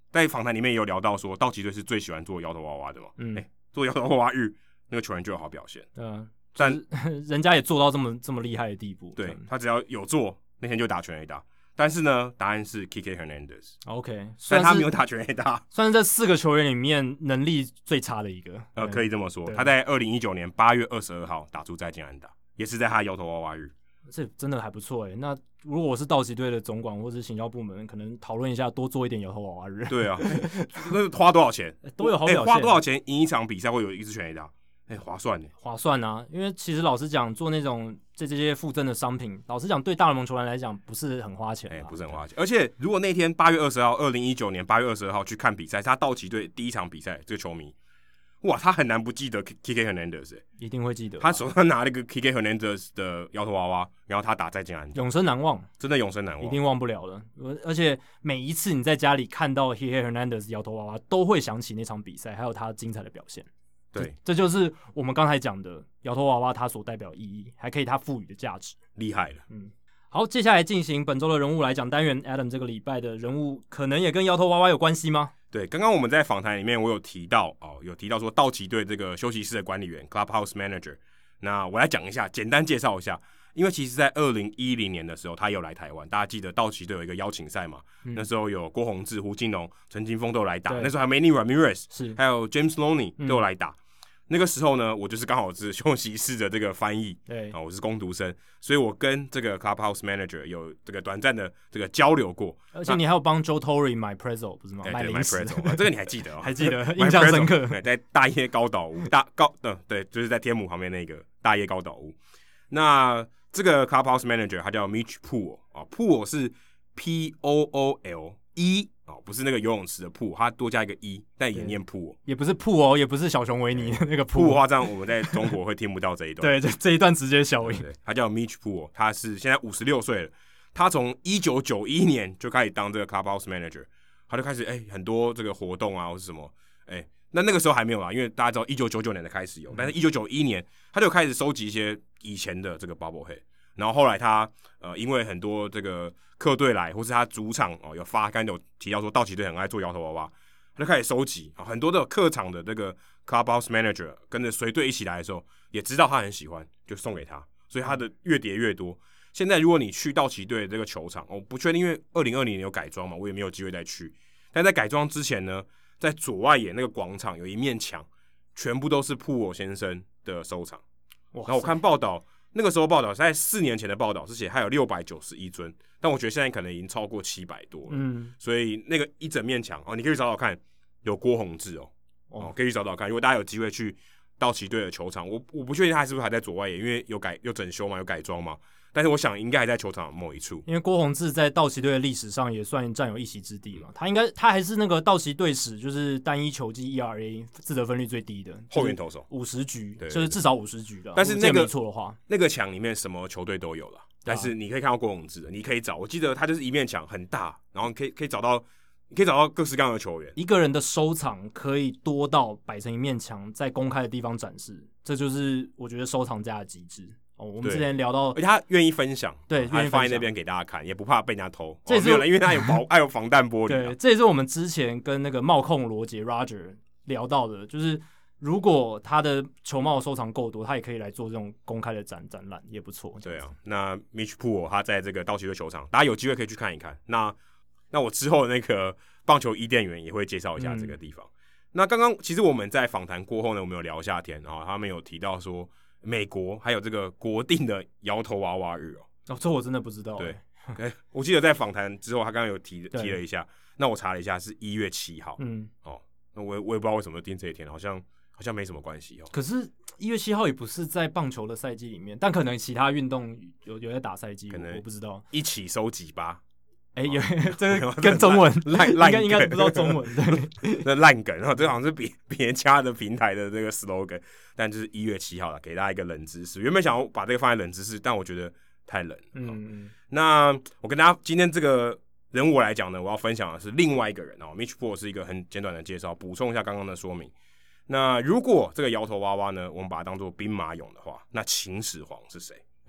在访谈里面也有聊到说，道奇队是最喜欢做摇头娃娃的嘛。做摇头娃娃日，那个球员就有好表现。 但人家也做到这么厉害的地步。 对，他只要有做，那天就打全垒打。但是呢，答案是 Kike Hernandez。OK， 但他没有打全垒打， 算是这4个球员里面能力最差的一个。 可以这么说。他在2019年8月22号打出再见安打，也是在他摇头娃娃日。 这真的还不错那如果我是道奇队的总管或是行销部门，可能讨论一下多做一点摇头娃娃日。 对啊，那花多少钱？ 都有好表现。 花多少钱赢一场比赛会有一支全垒打？划算呢？ 划算啊！因为其实老实讲，做那种这些附赠的商品，老实讲，对大联盟球员来讲不是很花钱。 不是很花钱。而且如果那天8月20号，2019年8月22号去看比赛，他道奇队第一场比赛，这个球迷，哇，他很难不记得 Kike Hernandez。 一定会记得。 他手上拿了一个 Kike Hernandez 的摇头娃娃，然后他打再见安打， 永生难忘， 真的永生难忘， 一定忘不了了。而且每一次你在家里看到 Kike Hernandez 摇头娃娃，都会想起那场比赛，还有他精彩的表现。 对， 这就是我们刚才讲的摇头娃娃它所代表的意义，还可以它赋予的价值， 厉害了。 好，接下来进行本周的人物来讲单元。Adam 这个礼拜的人物可能也跟摇头娃娃有关系吗？ 对，刚刚我们在访谈里面我有提到说道奇队这个休息室的管理员 Clubhouse Manager。那我来讲一下，简单介绍一下。因为其实在2010年的时候他有来台湾，大家记得道奇队有一个邀请赛嘛，那时候有郭泓志、胡金龙、陈金锋都有来打，那时候还没Manny Ramirez，还有 James Loney 都有来打。那个时候呢，我就是刚好是休息室的这个翻译， 对我是工读生，所以我跟这个 Clubhouse Manager 有这个短暂的这个交流过。 而且你还有帮 Joe Torre 买 Prezzo 不是吗？买零食， 这个你还记得还记得，印象深刻。 在大叶高岛屋，对，就是在天母旁边那个大叶高岛屋。那这个 Clubhouse Manager 他叫 Mitch Poole，Poole 是 P-O-O-L-E。不是那个游泳池的铺，它多加一个 e， 但也念铺， 也不是铺也不是小熊维尼的那个铺的话，这样我们在中国会听不到这一段。 对，这一段直接消音。 他叫 Mitch Poole， 他是现在56岁了。他从1991年就开始当这个 Clubhouse Manager， 他就开始很多这个活动啊或是什么那个时候还没有啦，因为大家知道1999年的开始有，但是1991年他就开始收集一些以前的这个 Bobblehead。然后后来他因为很多这个客队来，或是他主场有刚才有提到说道奇队很爱做摇头娃娃，他就开始收集很多的客场的这个 Clubhouse Manager 跟着随队一起来的时候，也知道他很喜欢，就送给他，所以他的越叠越多。现在如果你去道奇队的这个球场，我不确定，因为2020年有改装嘛，我也没有机会再去。但在改装之前呢，在左外野那个广场有一面墙，全部都是Poole先生的收藏。然后我看报道。那个时候报道在4年前的报道是写还有691尊，但我觉得现在可能已经超过700多了。所以那个一整面墙你可以找找看，有郭泓志可以去找找看。如果大家有机会去道奇队的球场，我不确定他是不是还在左外野，因为有整修嘛，有改装嘛。但是我想应该还在球场某一处， 因为郭泓志在道奇队的历史上也算占有一席之地嘛。他还是那个道奇队史就是单一球季 ERA 自得分率最低的后援投手 ，50局， 对， 就是至少50局的。 但是那个没错的话， 那个墙里面什么球队都有了，但是你可以看到郭泓志的，你可以找，我记得他就是一面墙很大，然后可以找到各式各样的球员。 一个人的收藏可以多到摆成一面墙，在公开的地方展示，这就是我觉得收藏家的极致。我们之前聊到， 而且他愿意分享， 对， 他放在那边给大家看，也不怕被人家偷。 这也是因为他有防弹玻璃。 对，这也是我们之前跟那个帽控罗杰 Roger 聊到的，就是如果他的球帽收藏够多，他也可以来做这种公开的展览，也不错。 对啊，那 Mitch Poole 他在这个道奇队球场，大家有机会可以去看一看。那我之后的那个棒球伊甸园也会介绍一下这个地方。那刚刚其实我们在访谈过后呢，我们有聊一下天，然后他们有提到说，美国还有这个国定的摇头娃娃日这我真的不知道。 对，我记得在访谈之后，他刚刚有提了一下。那我查了一下，是1月7号。那我也不知道为什么定这一天，好像没什么关系可是1月7号也不是在棒球的赛季里面，但可能其他运动有在打赛季，可能我不知道。 一起收集吧。 有这个跟中文应该不知道中文，对， 那烂梗，然后这好像是别家的平台的这个 slogan， 但就是1月7号了，给大家一个冷知识。原本想要把这个放在冷知识，但我觉得太冷。那我跟大家今天这个人物来讲呢，我要分享的是另外一个人Mitch Poole 是一个很简短的介绍，补充一下刚刚的说明。那如果这个摇头娃娃呢，我们把它当作兵马俑的话，那秦始皇是谁？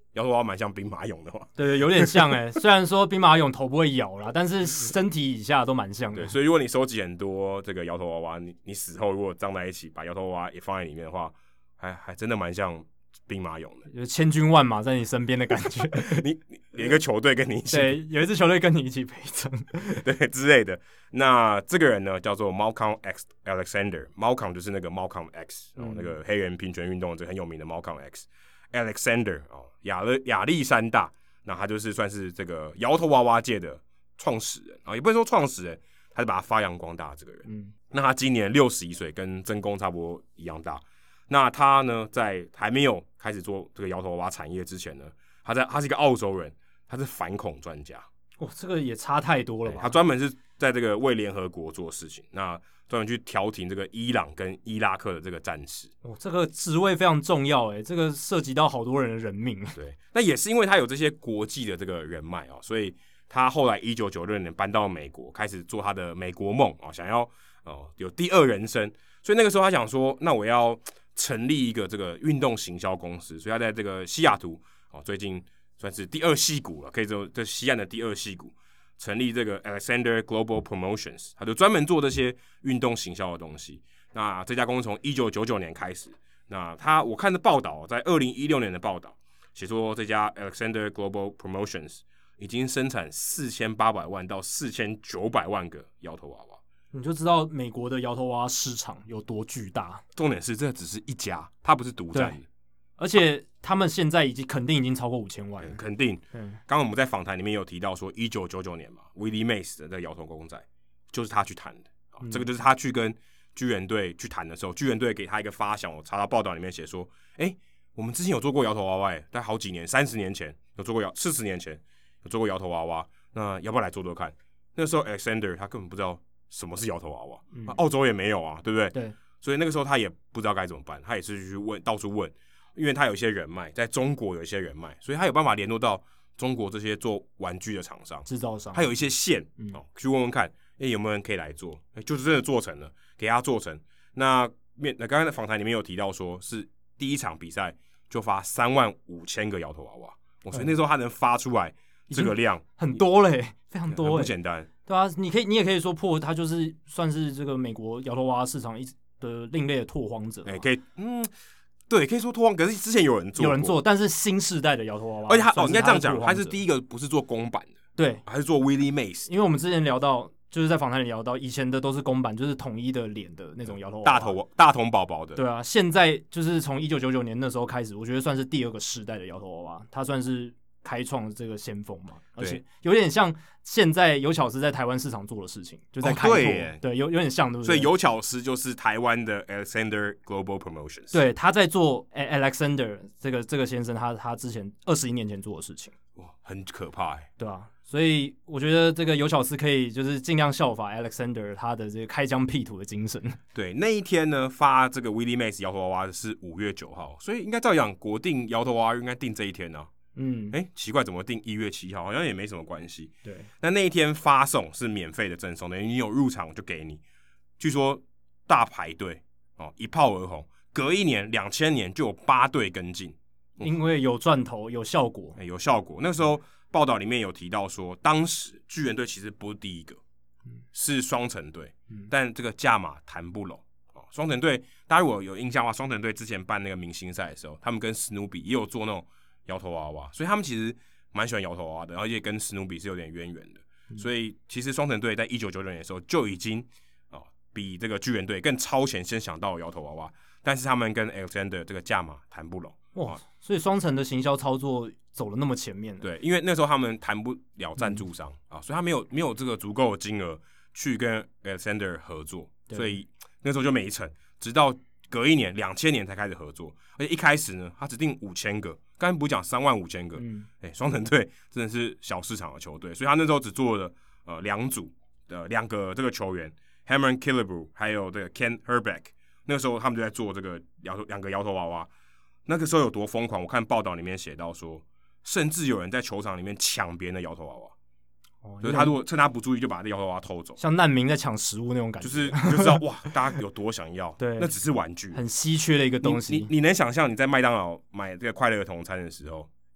摇头娃娃蛮像兵马俑的嘛。 对，有点像虽然说兵马俑头不会咬啦，但是身体以下都蛮像的。 对，所以如果你收集很多这个摇头娃娃，你死后如果葬在一起，把摇头娃娃也放在里面的话，还真的蛮像兵马俑的， 有千军万马在你身边的感觉。 你有一个球队跟你一起， 对，有一支球队跟你一起陪葬， 对之类的。那这个人呢，叫做 Malcolm X Alexander，Malcolm 就是那个 Malcolm X，那个黑人平权运动这个很有名的 Malcolm X Alexander 亚历山大，那他就是算是这个摇头娃娃界的创始人也不能说创始人，他是把他发扬光大的这个人。那他今年61岁，跟真宫差不多一样大。那他呢，在还没有开始做这个摇头娃娃产业之前呢，他是一个澳洲人，他是反恐专家。 这个也差太多了吧？ 他专门是在这个为联合国做事情，那专门去调停这个伊朗跟伊拉克的这个战事。 这个职位非常重要这个涉及到好多人的人命。 对，那也是因为他有这些国际的这个人脉所以他后来1996年搬到美国，开始做他的美国梦想要有第二人生。所以那个时候他想说，那我要成立一个这个运动行销公司，所以他在这个西雅图最近算是第二矽谷了，可以说这西岸的第二矽谷，成立这个 Alexander Global Promotions， 他就专门做这些运动行销的东西。那这家公司从1999年开始，那我看的报道，在2016年的报道写说，这家 Alexander Global Promotions 已经生产4800万到4900万个摇头娃娃。 你就知道美国的摇头娃娃市场有多巨大。 重点是这只是一家，它不是独占的， 而且他们现在肯定已经超过5000万了。 肯定。刚刚我们在访谈里面有提到说，1999年嘛 ，Willie Mays 的这个摇头公仔就是他去谈的。这个就是他去跟巨人队去谈的时候，巨人队给他一个发想。我查到报道里面写说，我们之前有做过摇头娃娃，大概好几年，30年前有做过40年前有做过摇头娃娃，那要不要来做做看？那时候 Alexander 他根本不知道什么是摇头娃娃，澳洲也没有对不对？ 对， 所以那个时候他也不知道该怎么办，他也是去到处问，因为他有一些人脉，在中国有一些人脉，所以他有办法联络到中国这些做玩具的厂商、 制造商， 他有一些线去问问看，有没有人可以来做，就是真的做成了，给他做成。那刚刚的访谈里面有提到说，是第一场比赛就发35000个摇头娃娃，所以那时候他能发出来这个量很多嘞，非常多， 不简单。 对啊，你也可以说它就是算是这个美国摇头娃娃市场的另类的拓荒者。 可以，对，可以说拓荒。可是之前有人做， 但是新世代的摇头娃娃， 而且他应该这样讲，他是第一个不是做公版的， 对， 还是做 Willie Mays。 因为我们之前聊到，就是在访谈里聊到，以前的都是公版，就是统一的脸的那种摇头娃娃， 大头宝宝的。 对啊，现在就是从1999年那时候开始，我觉得算是第二个世代的摇头娃娃，他算是开创这个先锋嘛，而且有点像现在有巧思在台湾市场做的事情，就在开拓，对，有点像，对不对？ 所以有巧思就是台湾的 Alexander Global Promotions， 对，他在做 Alexander 这个先生，他之前21年前做的事情， 哇，很可怕对啊，所以我觉得这个有巧思可以就是尽量效法 Alexander 他的这个开疆辟土的精神。 对，那一天呢发这个 Willie Mays 摇头娃娃是5月9号，所以应该照讲国定摇头娃娃应该定这一天啊。奇怪，怎么定1月7号？好像也没什么关系。 对， 那一天发送是免费的赠送，等于你有入场就给你。据说大排队一炮而红，隔一年2000年就有8队跟进， 因为有赚头，有效果， 有效果。那时候报道里面有提到说，当时巨人队其实不是第一个，是双城队，但这个价码谈不拢。双城队大家如果有印象的话，双城队之前办那个明星赛的时候，他们跟史努比也有做那种摇头娃娃，所以他们其实蛮喜欢摇头娃娃的，而且跟史努比是有点渊源的。所以其实双城队在1996年的时候就已经比这个巨人队更超前，先想到摇头娃娃，但是他们跟 Alexander 这个价码谈不拢。 哇，所以双城的行销操作走了那么前面了。 对，因为那时候他们谈不了赞助商所以他没有这个足够的金额去跟 Alexander 合作，所以那时候就没成，直到隔一年2000年才开始合作，而且一开始呢，他只定5000个，刚才不是讲35000个，双城队真的是小市场的球队，所以他那时候只做了2组的2个这个球员 ，Cameron Killebrew 还有这个 Ken Herbeck， 那个时候他们就在做这个2个摇头娃娃，那个时候有多疯狂？我看报道里面写到说，甚至有人在球场里面抢别人的摇头娃娃。就是他如果趁他不注意就把这摇头娃娃偷走， 像难民在抢食物那种感觉， 就是你就知道哇，大家有多想要。 对， 那只是玩具， 很稀缺的一个东西。 你能想象你在麦当劳买这个快乐儿童餐的时候，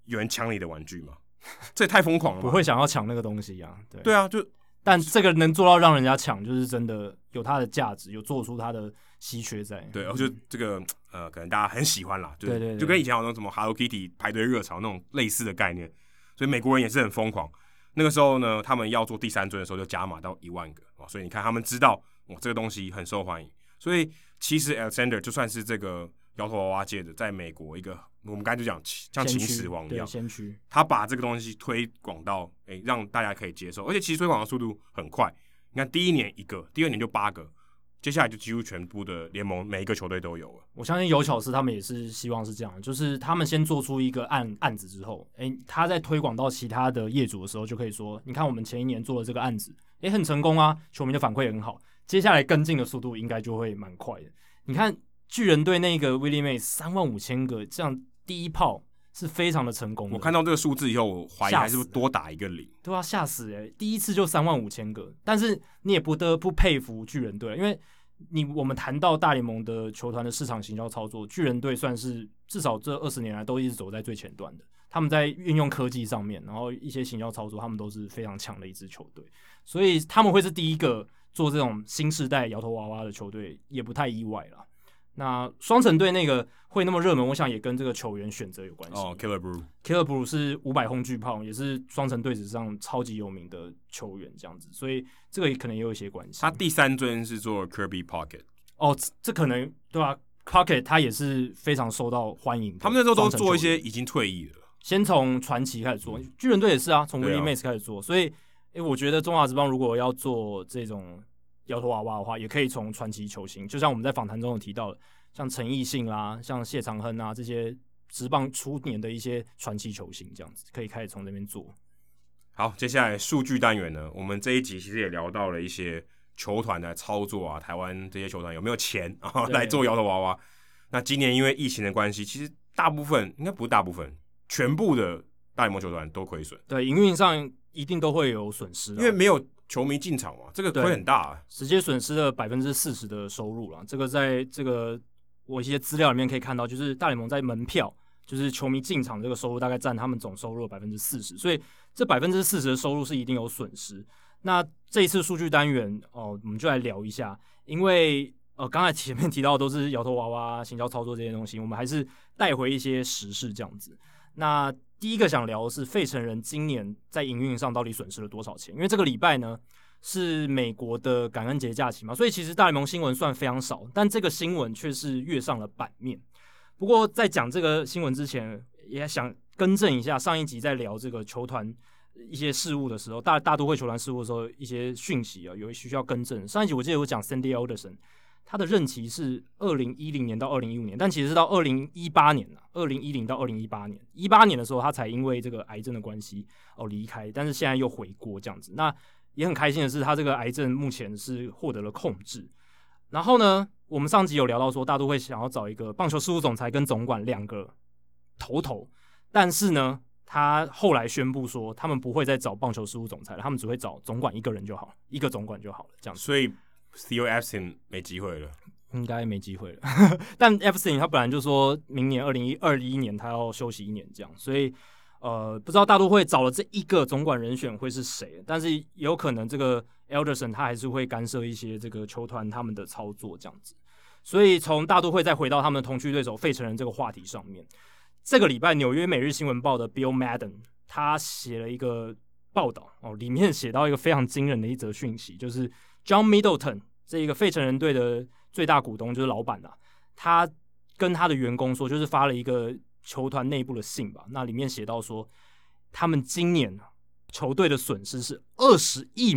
有人抢你的玩具吗？这也太疯狂了吧！ 不会想要抢那个东西啊。 对啊， 但这个能做到让人家抢，就是真的有它的价值，有做出它的稀缺在。 对，就这个可能大家很喜欢啦， 对， 就跟以前好像什么 Hello Kitty 排队热潮那种类似的概念，所以美国人也是很疯狂。那个时候呢，他们要做第3尊的时候就加码到1万个，所以你看他们知道这个东西很受欢迎，所以其实 Alexander 就算是这个摇头娃娃界的，在美国一个我们刚才就讲像秦始皇一样， 先驱， 他把这个东西推广到让大家可以接受，而且其实推广的速度很快。你看第1年1个，第2年就8个，接下来就几乎全部的联盟每一个球队都有了。 我相信有巧思他们也是希望是这样，就是他们先做出一个案子之后，他在推广到其他的业主的时候，就可以说，你看我们前1年做的这个案子，很成功啊，球迷的反馈也很好，接下来跟进的速度应该就会蛮快的。你看巨人队那个 Willie Mays35000个，这样第一炮是非常的成功的。 我看到这个数字以后，我怀疑还是多打一个0， 对啊，吓死第一次就35000个，但是你也不得不佩服巨人队，因为我们谈到大联盟的球团的市场行销操作，巨人队算是至少这20年来都一直走在最前端的。他们在运用科技上面，然后一些行销操作，他们都是非常强的一支球队，所以他们会是第一个做这种新世代摇头娃娃的球队，也不太意外啦。那双城队那个会那么热门，我想也跟这个球员选择有关系。Killer Brew 是500轰巨炮，也是双城队史上超级有名的球员，这样子，所以这个可能也有一些关系。 他第3尊是做 Kirby Pocket， 这可能对吧？Pocket 他也是非常受到欢迎的。 他们那时候都做一些已经退役的， 先从传奇开始做，巨人队也是啊，从 Willie Mays 开始做，所以我觉得中华职棒如果要做这种摇头娃娃的话，也可以从传奇球星，就像我们在访谈中有提到的，像陈奕迅啦，像谢长亨啊，这些职棒初年的一些传奇球星，这样子可以开始从这边做。 好，接下来数据单元呢，我们这一集其实也聊到了一些球团的操作啊，台湾这些球团有没有钱来做摇头娃娃？那今年因为疫情的关系，其实大部分应该不是大部分，全部的大联盟球团都亏损。 对，营运上一定都会有损失， 因为没有球迷进场嘛，这个亏很大啊， 直接损失了40%的收入了。这个在这个我一些资料里面可以看到，就是大联盟在门票，就是球迷进场这个收入大概占他们总收入的40%，所以这40%的收入是一定有损失。那这一次数据单元我们就来聊一下，因为刚才前面提到的都是摇头娃娃、行销操作这些东西，我们还是带回一些时事这样子。那第一个想聊的是费城人今年在营运上到底损失了多少钱？因为这个礼拜呢是美国的感恩节假期嘛，所以其实大联盟新闻算非常少，但这个新闻却是跃上了版面。不过在讲这个新闻之前，也想更正一下上一集在聊这个球团一些事务的时候，大都会球团事务的时候，一些讯息有需要更正。上一集我记得我讲 Sandy Alderson， 他的任期是2010年到2015年，但其实是到2018年2010到2018年，18年的时候他才因为这个癌症的关系离开，但是现在又回国这样子。那也很开心的是，他这个癌症目前是获得了控制。然后呢，我们上集有聊到说，大都会想要找一个棒球事务总裁跟总管2个头，但是呢，他后来宣布说，他们不会再找棒球事务总裁了，他们只会找总管1个人就好，一个总管就好了，这样子。 所以 Theo Epstein 没机会了， 应该没机会了。但 Epstein 他本来就说明年2021年他要休息1年，这样，所以不知道大都会找了这一个总管人选会是谁，但是也有可能这个 Alderson 他还是会干涉一些这个球团他们的操作这样子。所以从大都会再回到他们的同区对手费城人这个话题上面，这个礼拜纽约每日新闻报的 Bill Madden 他写了一个报道里面写到一个非常惊人的一则讯息，就是 John Middleton 这一个费城人队的最大股东，就是老板他跟他的员工说，就是发了一个球团内部的信吧，那里面写到说，他们今年球队的损失是$20亿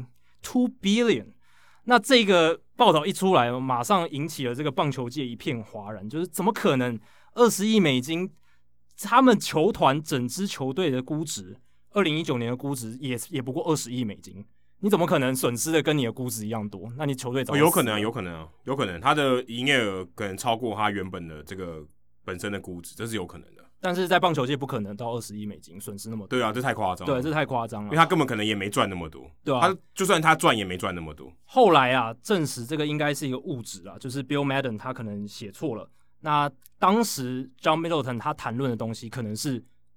，2 billion。那这个报道一出来，马上引起了这个棒球界一片哗然，就是怎么可能$20亿？他们球团整支球队的估值，2019年的估值也不过$20亿，你怎么可能损失的跟你的估值一样多？那你球队早有可能，他的营业额可能超过他原本的这个本身的估值，这是有可能的。 但是在棒球界不可能到$20亿损失那么多。 对啊，这太夸张了。 对，这太夸张了， 因为他根本可能也没赚那么多。 对啊， 他就算他赚也没赚那么多。 后来证实这个应该是一个误指就是 Bill Madden 他可能写错了。那当时 John Middleton 他谈论的东西可能是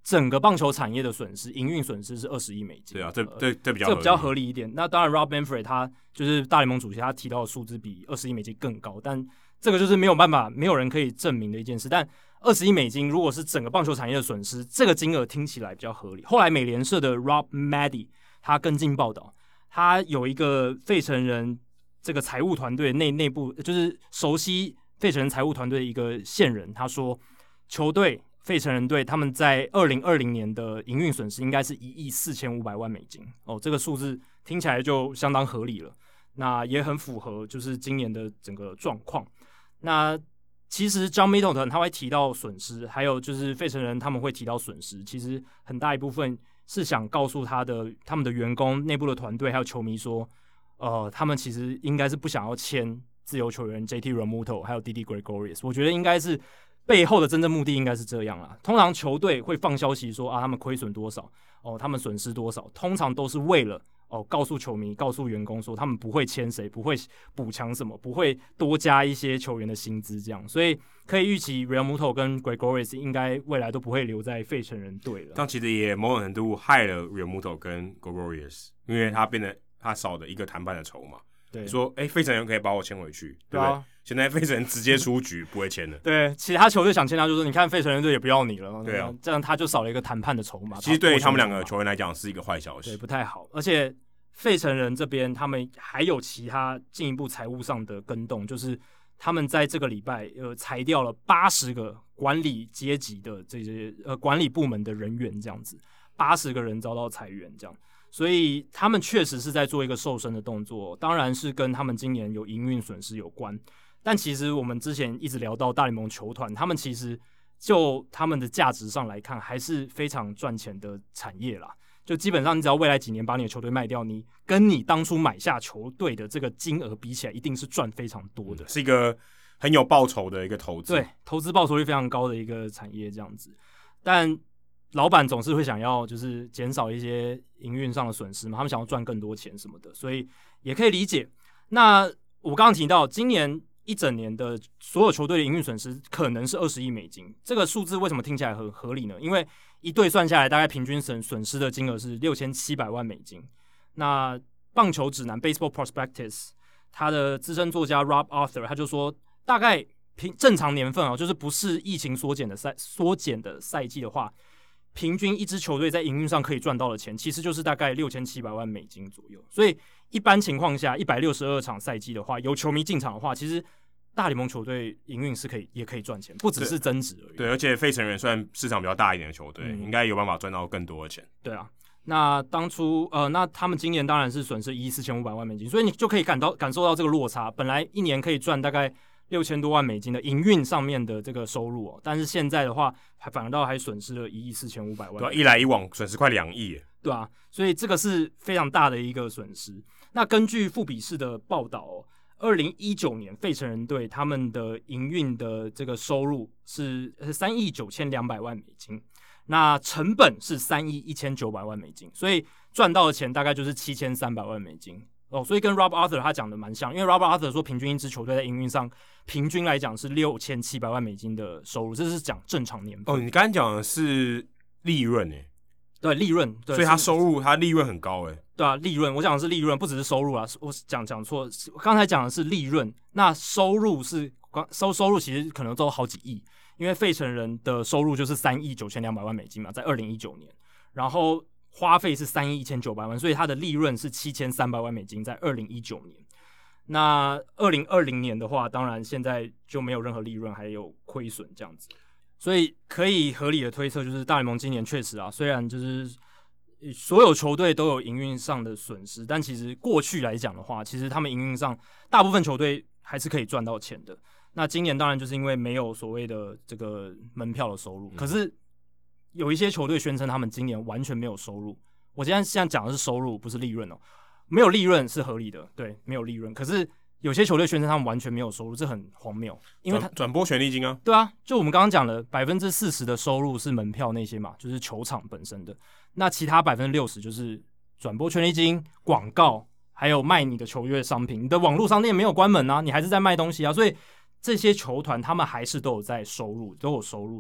整个棒球产业的损失，营运损失是20亿美金。 对啊，这比较这比较合理一点。那当然 ，Rob Manfred 他就是大联盟主席，他提到的数字比20亿美金更高，但这个就是没有办法，没有人可以证明的一件事。但20亿美金如果是整个棒球产业的损失，这个金额听起来比较合理。后来美联社的 Rob Maddy 他跟进报道，他有一个费城人这个财务团队内部就是熟悉费城人财务团队的一个线人，他说球队费城人队他们在2020年的营运损失应该是1亿4500万美金哦，这个数字听起来就相当合理了，那也很符合就是今年的整个状况。那其实 John Middleton 他会提到损失，还有就是费城人他们会提到损失，其实很大一部分是想告诉他们的员工、内部的团队还有球迷说，他们其实应该是不想要签自由球员 JT Realmuto 还有 Didi Gregorius， 我觉得应该是背后的真正目的应该是这样啦。通常球队会放消息说他们亏损多少他们损失多少，通常都是为了告诉球迷、告诉员工说他们不会签谁，不会补强什么，不会多加一些球员的薪资这样，所以可以预期 Realmuto 跟 Gregorius 应该未来都不会留在费城人队了。 但其实也某种程度害了 Realmuto 跟 Gregorius， 因为他少的一个谈判的筹码。 对， 说费城人可以把我签回去，对不对？现在费城人直接出局，不会签了。 对，其他球队想签他，就说你看费城人队也不要你了， 对啊， 这样他就少了一个谈判的筹码。 其实对于他们两个球员来讲是一个坏消息， 对，不太好。而且费城人这边他们还有其他进一步财务上的更动，就是他们在这个礼拜裁掉了80个管理阶级的这些管理部门的人员，这样子80个人遭到裁员，这样。所以他们确实是在做一个瘦身的动作，当然是跟他们今年有营运损失有关。但其实我们之前一直聊到大联盟球团，他们其实就他们的价值上来看，还是非常赚钱的产业啦。就基本上你只要未来几年把你的球队卖掉，你跟你当初买下球队的这个金额比起来，一定是赚非常多的， 是一个很有报酬的一个投资。 对，投资报酬率非常高的一个产业这样子。但老板总是会想要就是减少一些营运上的损失嘛，他们想要赚更多钱什么的，所以也可以理解。那我刚刚提到今年一整年的所有球队的营运损失可能是20亿美金，这个数字为什么听起来很合理呢？因为一队算下来大概平均损失的金额是6700万美金。那棒球指南 Baseball Prospectus 他的资深作家 Rob Arthur 他就说，大概正常年份就是不是疫情缩减的赛季的话，平均一支球队在营运上可以赚到的钱，其实就是大概6700万美金左右。所以一般情况下，162场赛季的话，有球迷进场的话，其实大联盟球队营运是也可以赚钱，不只是增值而已。 对，而且费城人虽然市场比较大一点的球队，应该有办法赚到更多的钱。 对啊，那当初那他们今年当然是损失1亿4500万美金，所以你就可以感受到这个落差。本来一年可以赚大概6000多万美金的营运上面的这个收入但是现在的话反而还损失了1亿4500万。 对啊，一来一往损失快2亿耶。 对啊，所以这个是非常大的一个损失。那根据富比士的报道2019年费城人队他们的营运的这个收入是3亿9200万美金，那成本是3亿1900万美金，所以赚到的钱大概就是7300万美金。所以跟 Rob Arthur 他讲的蛮像，因为 Rob Arthur 说平均一支球队在营运上平均来讲是6700万美金的收入，这是讲正常年份。 你刚才讲的是利润耶。 对，利润，对， 所以他利润很高诶。 对啊，利润，我讲的是利润，不只是收入啊，我讲错，刚才讲的是利润，那收入是收入其实可能都好几亿，因为费城人的收入就是3亿9200万美金嘛，在2019年，然后花费是3亿1900万，所以它的利润是7300万美金，在2019年。那2020年的话，当然现在就没有任何利润，还有亏损这样子。所以可以合理的推测，就是大联盟今年确实虽然就是所有球队都有营运上的损失，但其实过去来讲的话，其实他们营运上大部分球队还是可以赚到钱的。那今年当然就是因为没有所谓的这个门票的收入，可是有一些球队宣称他们今年完全没有收入。我现在讲的是收入，不是利润没有利润是合理的，对，没有利润，可是有些球队宣称他们完全没有收入，这很荒谬，因为转播权利金啊， 对啊，就我们刚刚讲的40%的收入是门票那些嘛，就是球场本身的，那其他60%就是转播权利金、广告，还有卖你的球员商品。你的网络商店没有关门啊，你还是在卖东西啊，所以这些球团他们还是都有收入的，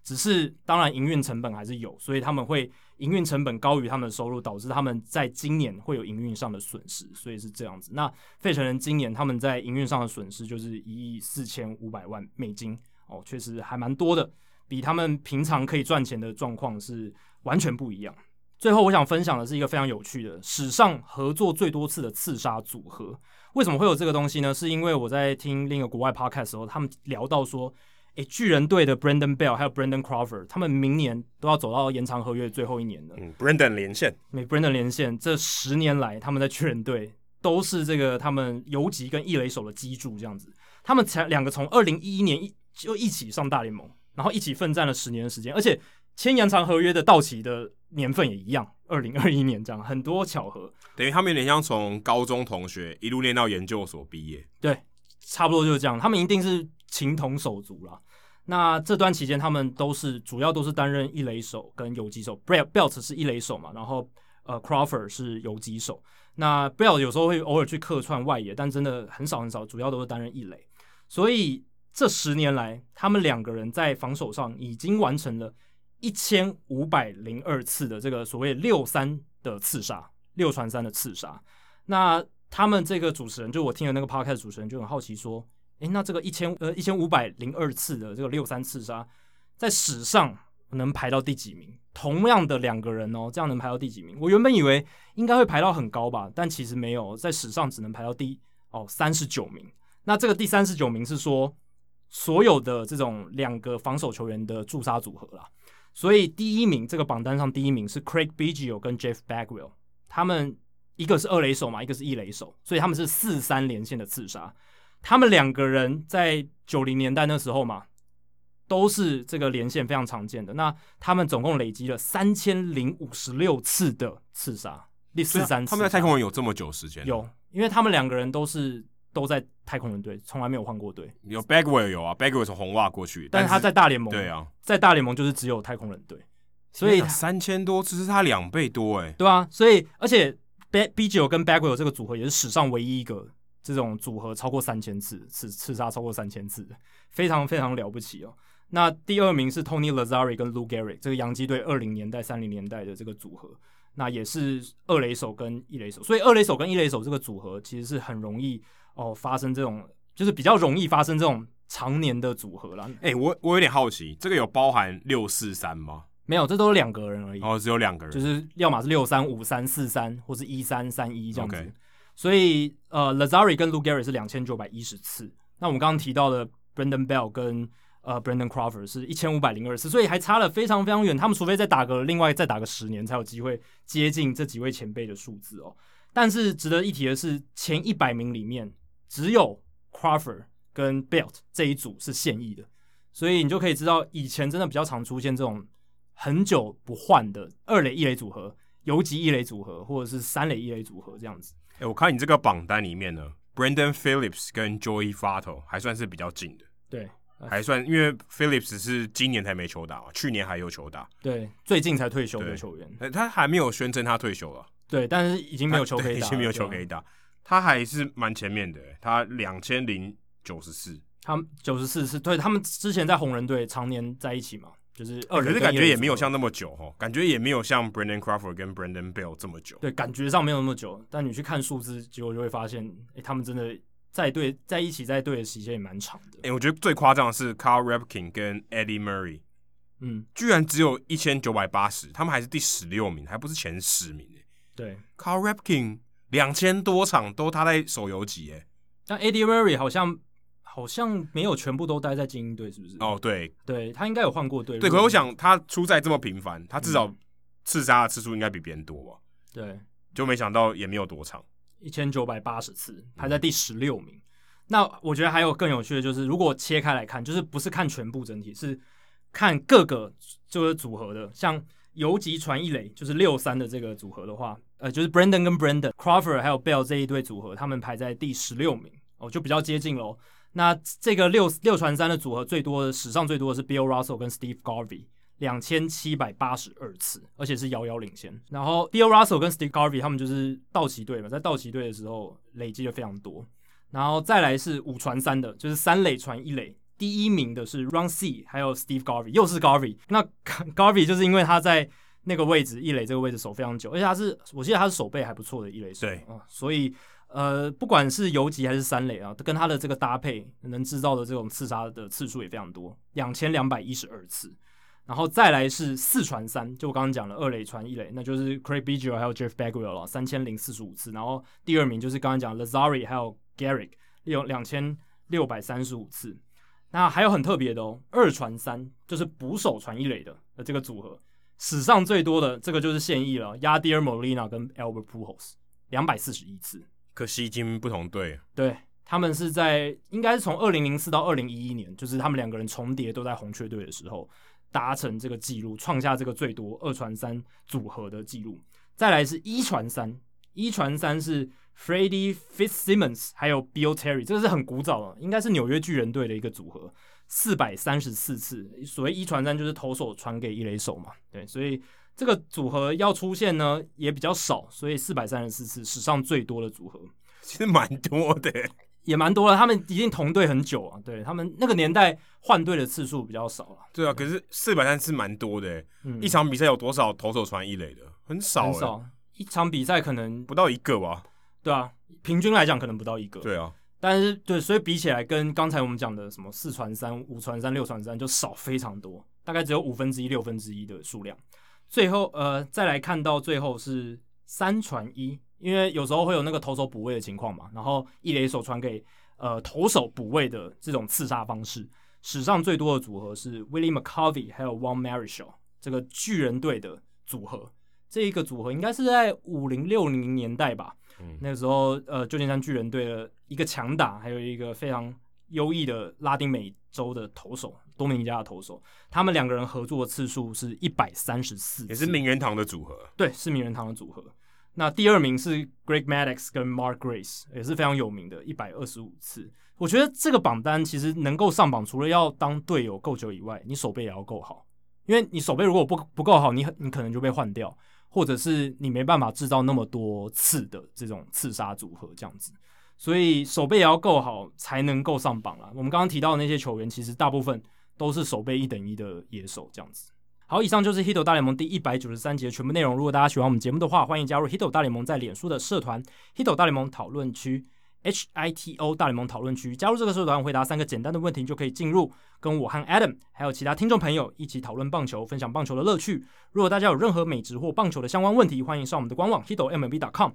只是当然营运成本还是有，所以他们会营运成本高于他们的收入，导致他们在今年会有营运上的损失，所以是这样子。那费城人今年他们在营运上的损失就是$1.45亿哦，确实还蛮多的，比他们平常可以赚钱的状况是完全不一样。最后我想分享的是一个非常有趣的史上合作最多次的刺杀组合。为什么会有这个东西呢？是因为我在听另一个国外 podcast 的时候，他们聊到说巨人队的 Brandon Bell 还有 Brandon Crawford 他们明年都要走到延长合约的最后一年了。 Brandon 连线 ，Brandon 连线，这10年来他们在巨人队都是这个他们游击跟一垒手的基柱这样子。他们两个从2011年就一起上大联盟，然后一起奋战了10年的时间，而且签延长合约的到期的年份也一样，2021年这样，很多巧合。 等于他们有点像从高中同学一路练到研究所毕业。 对，差不多就是这样。他们一定是情同手足啦。那这段期间他们主要都是担任一垒手跟游击手。Belt 是一垒手嘛，然后Crawford 是游击手。那 Belt 有时候会偶尔去客串外野，但真的很少很少，主要都是担任一垒。所以这10年来，他们两个人在防守上已经完成了1502次的这个所谓6-3的刺杀，6传3的刺杀。那他们这个主持人，就我听的那个 podcast 主持人就很好奇说，那这个1502次的这个6-3刺杀，在史上能排到第几名？同样的两个人哦，这样能排到第几名？我原本以为应该会排到很高吧，但其实没有，在史上只能排到第39名。那这个第39名是说所有的这种2个防守球员的驻杀组合啦。所以第一名，这个榜单上第一名是 Craig Biggio 跟 Jeff Bagwell， 他们一个是2垒手嘛，一个是1垒手，所以他们是4-3连线的刺杀。他们2个人在90年代那时候嘛，都是这个连线非常常见的。那他们总共累积了3056次的刺杀，第4-3。 他们在太空人有这么久时间？ 有，因为他们2个人都在太空人队，从来没有换过队。 有 Bagwell 有啊 ，Bagwell 从红袜过去， 但是他在大联盟， 对啊， 在大联盟就是只有太空人队，所以 3000多次是他2倍多哎， 对啊，所以而且 Biggio 跟 Bagwell 这个组合也是史上唯一一个这种组合超过3000次刺杀超过3000次的，非常非常了不起哦。那第2名是 Tony Lazzari 跟 Lou Gehrig， 这个洋基队20年代30年代的这个组合，那也是2垒手跟1垒手，所以2垒手跟1垒手这个组合其实是很容易发生这种，就是比较容易发生这种常年的组合啦。 我有点好奇，这个有包含6-4-3吗？ 没有，这都是2个人而已。 只有2个人， 就是要么是6-3、5-3、4-3，或是1-3、3-1这样子。 Okay. 所以Lazzari 跟 Lou Gehrig 是2910次。那我们刚刚提到的 Brandon Bell 跟Brandon Crawford 是1502次，所以还差了非常非常远。他们除非再打个10年，才有机会接近这几位前辈的数字哦。但是值得一提的是，前100名里面只有 Crawford 跟 Belt 这一组是现役的，所以你就可以知道以前真的比较常出现这种很久不换的2垒1垒组合、游击1垒组合，或者是3垒1垒组合这样子。 我看你这个榜单里面呢 ，Brandon Phillips 跟 Joey Votto 还算是比较近的， 对， 还算，因为 Phillips 是今年才没球打嘛，去年还有球打， 对，最近才退休的球员， 他还没有宣称他退休了， 对，但是已经没有球可以打了， 已经没有球可以打，他还是蛮前面的，他2094， 他们94是对，他们之前在红人队常年在一起嘛。就是可是感觉也没有像那么久感觉也没有像 Brandon Crawford 跟 Brandon Bell 这么久。 对，感觉上没有那么久，但你去看数字，结果就会发现，他们真的在一起在队的时间也蛮长的。 我觉得最夸张的是 Carl Ripken 跟 Eddie Murray，居然只有1980，他们还是第16名，还不是前10名对 ，Carl Ripken 2000多场都他在守游击但 Eddie Murray 好像没有全部都待在精英队，是不是？对，他应该有换过队。 对，可是我想他出赛这么频繁，他至少刺杀的次数应该比别人多吧？ 对， 就没想到也没有多长 ，1980次，排在第16名。那我觉得还有更有趣的就是，如果切开来看，就是不是看全部整体，是看各个就是组合的，像游击传一垒就是6-3的这个组合的话，就是 Brandon 跟 Brandon、Crawford 还有 Bell 这一对组合，他们排在第16名，就比较接近咯。那这个6传3的组合史上最多的是 Bill Russell 跟 Steve Garvey 2782次，而且是遥遥领先。然后 Bill Russell 跟 Steve Garvey 他们就是道奇队嘛，在道奇队的时候累积了非常多。然后再来是5传3的，就是3垒传1垒， 第一名的是 Ron C 还有 Steve Garvey， 又是 Garvey。那 Garvey 就是因为他在那个位置一垒这个位置守非常久，而且我记得他是守备还不错的一垒手， 对， 所以不管是游击还是三垒啊，跟他的这个搭配能制造的这种刺杀的次数也非常多，2212次。然后再来是4传3，就我刚刚讲了2垒传1垒，那就是 Craig Biggio 还有 Jeff Bagwell 了，3045次。然后第二名就是刚刚讲 Lazari 还有 Garrick 2635次。那还有很特别的2传3，就是捕手传1垒的这个组合，史上最多的这个就是现役了 ，Yadier Molina 跟 Albert Pujols 241次。 可惜已经不同队， 对，他们是在应该是从2004到2011年，就是他们两个人重叠都在红雀队的时候达成这个记录，创下这个最多2传3组合的记录。再来是1传3，1传3是 Freddie Fitzsimmons 还有 Bill Terry， 这个是很古早的，应该是纽约巨人队的一个组合，434次。所谓1传3就是投手传给一垒手嘛，对，所以这个组合要出现呢也比较少，所以434次史上最多的组合， 其实蛮多的， 也蛮多了。他们一定同队很久啊，对他们那个年代换队的次数比较少了。 对啊，可是430次蛮多的，一场比赛有多少投手传一垒的？很少， 很少，一场比赛可能不到1个吧？ 对啊，平均来讲可能不到1个。 对啊， 但是对，所以比起来跟刚才我们讲的什么4传3、5传3、6传3就少非常多，大概只有1/5、1/6的数量。最后再来看到最后是3传1，因为有时候会有那个投手补位的情况嘛，然后一垒手传给投手补位的这种刺杀方式，史上最多的组合是 Willie McCovey 还有 Juan Marichal 这个巨人队的组合。这一个组合应该是在50、60年代吧，那个时候旧金山巨人队的一个强打，还有一个非常优异的拉丁美洲的投手，多米尼加的投手，他们两个人合作的次数是134次， 也是名人堂的组合。 对，是名人堂的组合。那第二名是 Greg Maddux 跟 Mark Grace， 也是非常有名的125次。我觉得这个榜单其实能够上榜，除了要当队友够久以外，你守备也要够好，因为你守备如果不够好，你可能就被换掉，或者是你没办法制造那么多次的这种刺杀组合这样子。所以手背也要够好才能够上榜啦。我们刚刚提到的那些球员，其实大部分都是手背1等1的野手这样子。好，以上就是 Hito 大联盟第193集的全部内容。如果大家喜欢我们节目的话，欢迎加入 Hito 大联盟在脸书的社团 Hito 大联盟讨论区 HITO 大联盟讨论区。加入这个社团，回答3个简单的问题就可以进入，跟我和 Adam 还有其他听众朋友一起讨论棒球，分享棒球的乐趣。如果大家有任何美职或棒球的相关问题，欢迎上我们的官网 hitomlb.com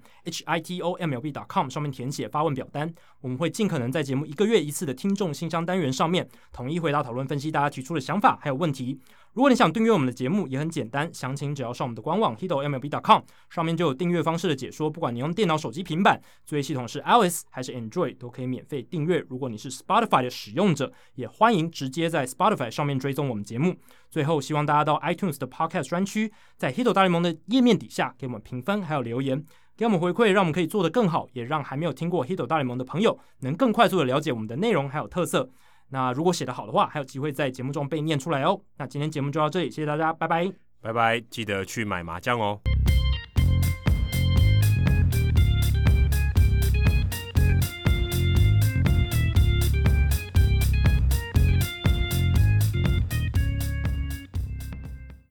hitomlb.com 上面填写发问表单，我们会尽可能在节目1个月1次的听众信箱单元上面统一回答、讨论、分析大家提出的想法还有问题。如果你想订阅我们的节目，也很简单，详情只要上我们的官网 hitomlb.com 上面就有订阅方式的解说。不管你用电脑、手机、平板，作业系统是 iOS 还是 Android， 都可以免费订阅。如果你是 Spotify 的使用者，也欢迎直接在 Spotify 上面追踪我们节目。最后，希望大家到 iTunes 的 Podcast 专区，在 Hito 大联盟的页面底下给我们评分还有留言，给我们回馈，让我们可以做得更好，也让还没有听过 Hito 大联盟的朋友能更快速的了解我们的内容还有特色。那如果写得好的话，还有机会在节目中被念出来哦。那今天节目就到这里，谢谢大家，拜拜， 拜拜，记得去买麻将哦。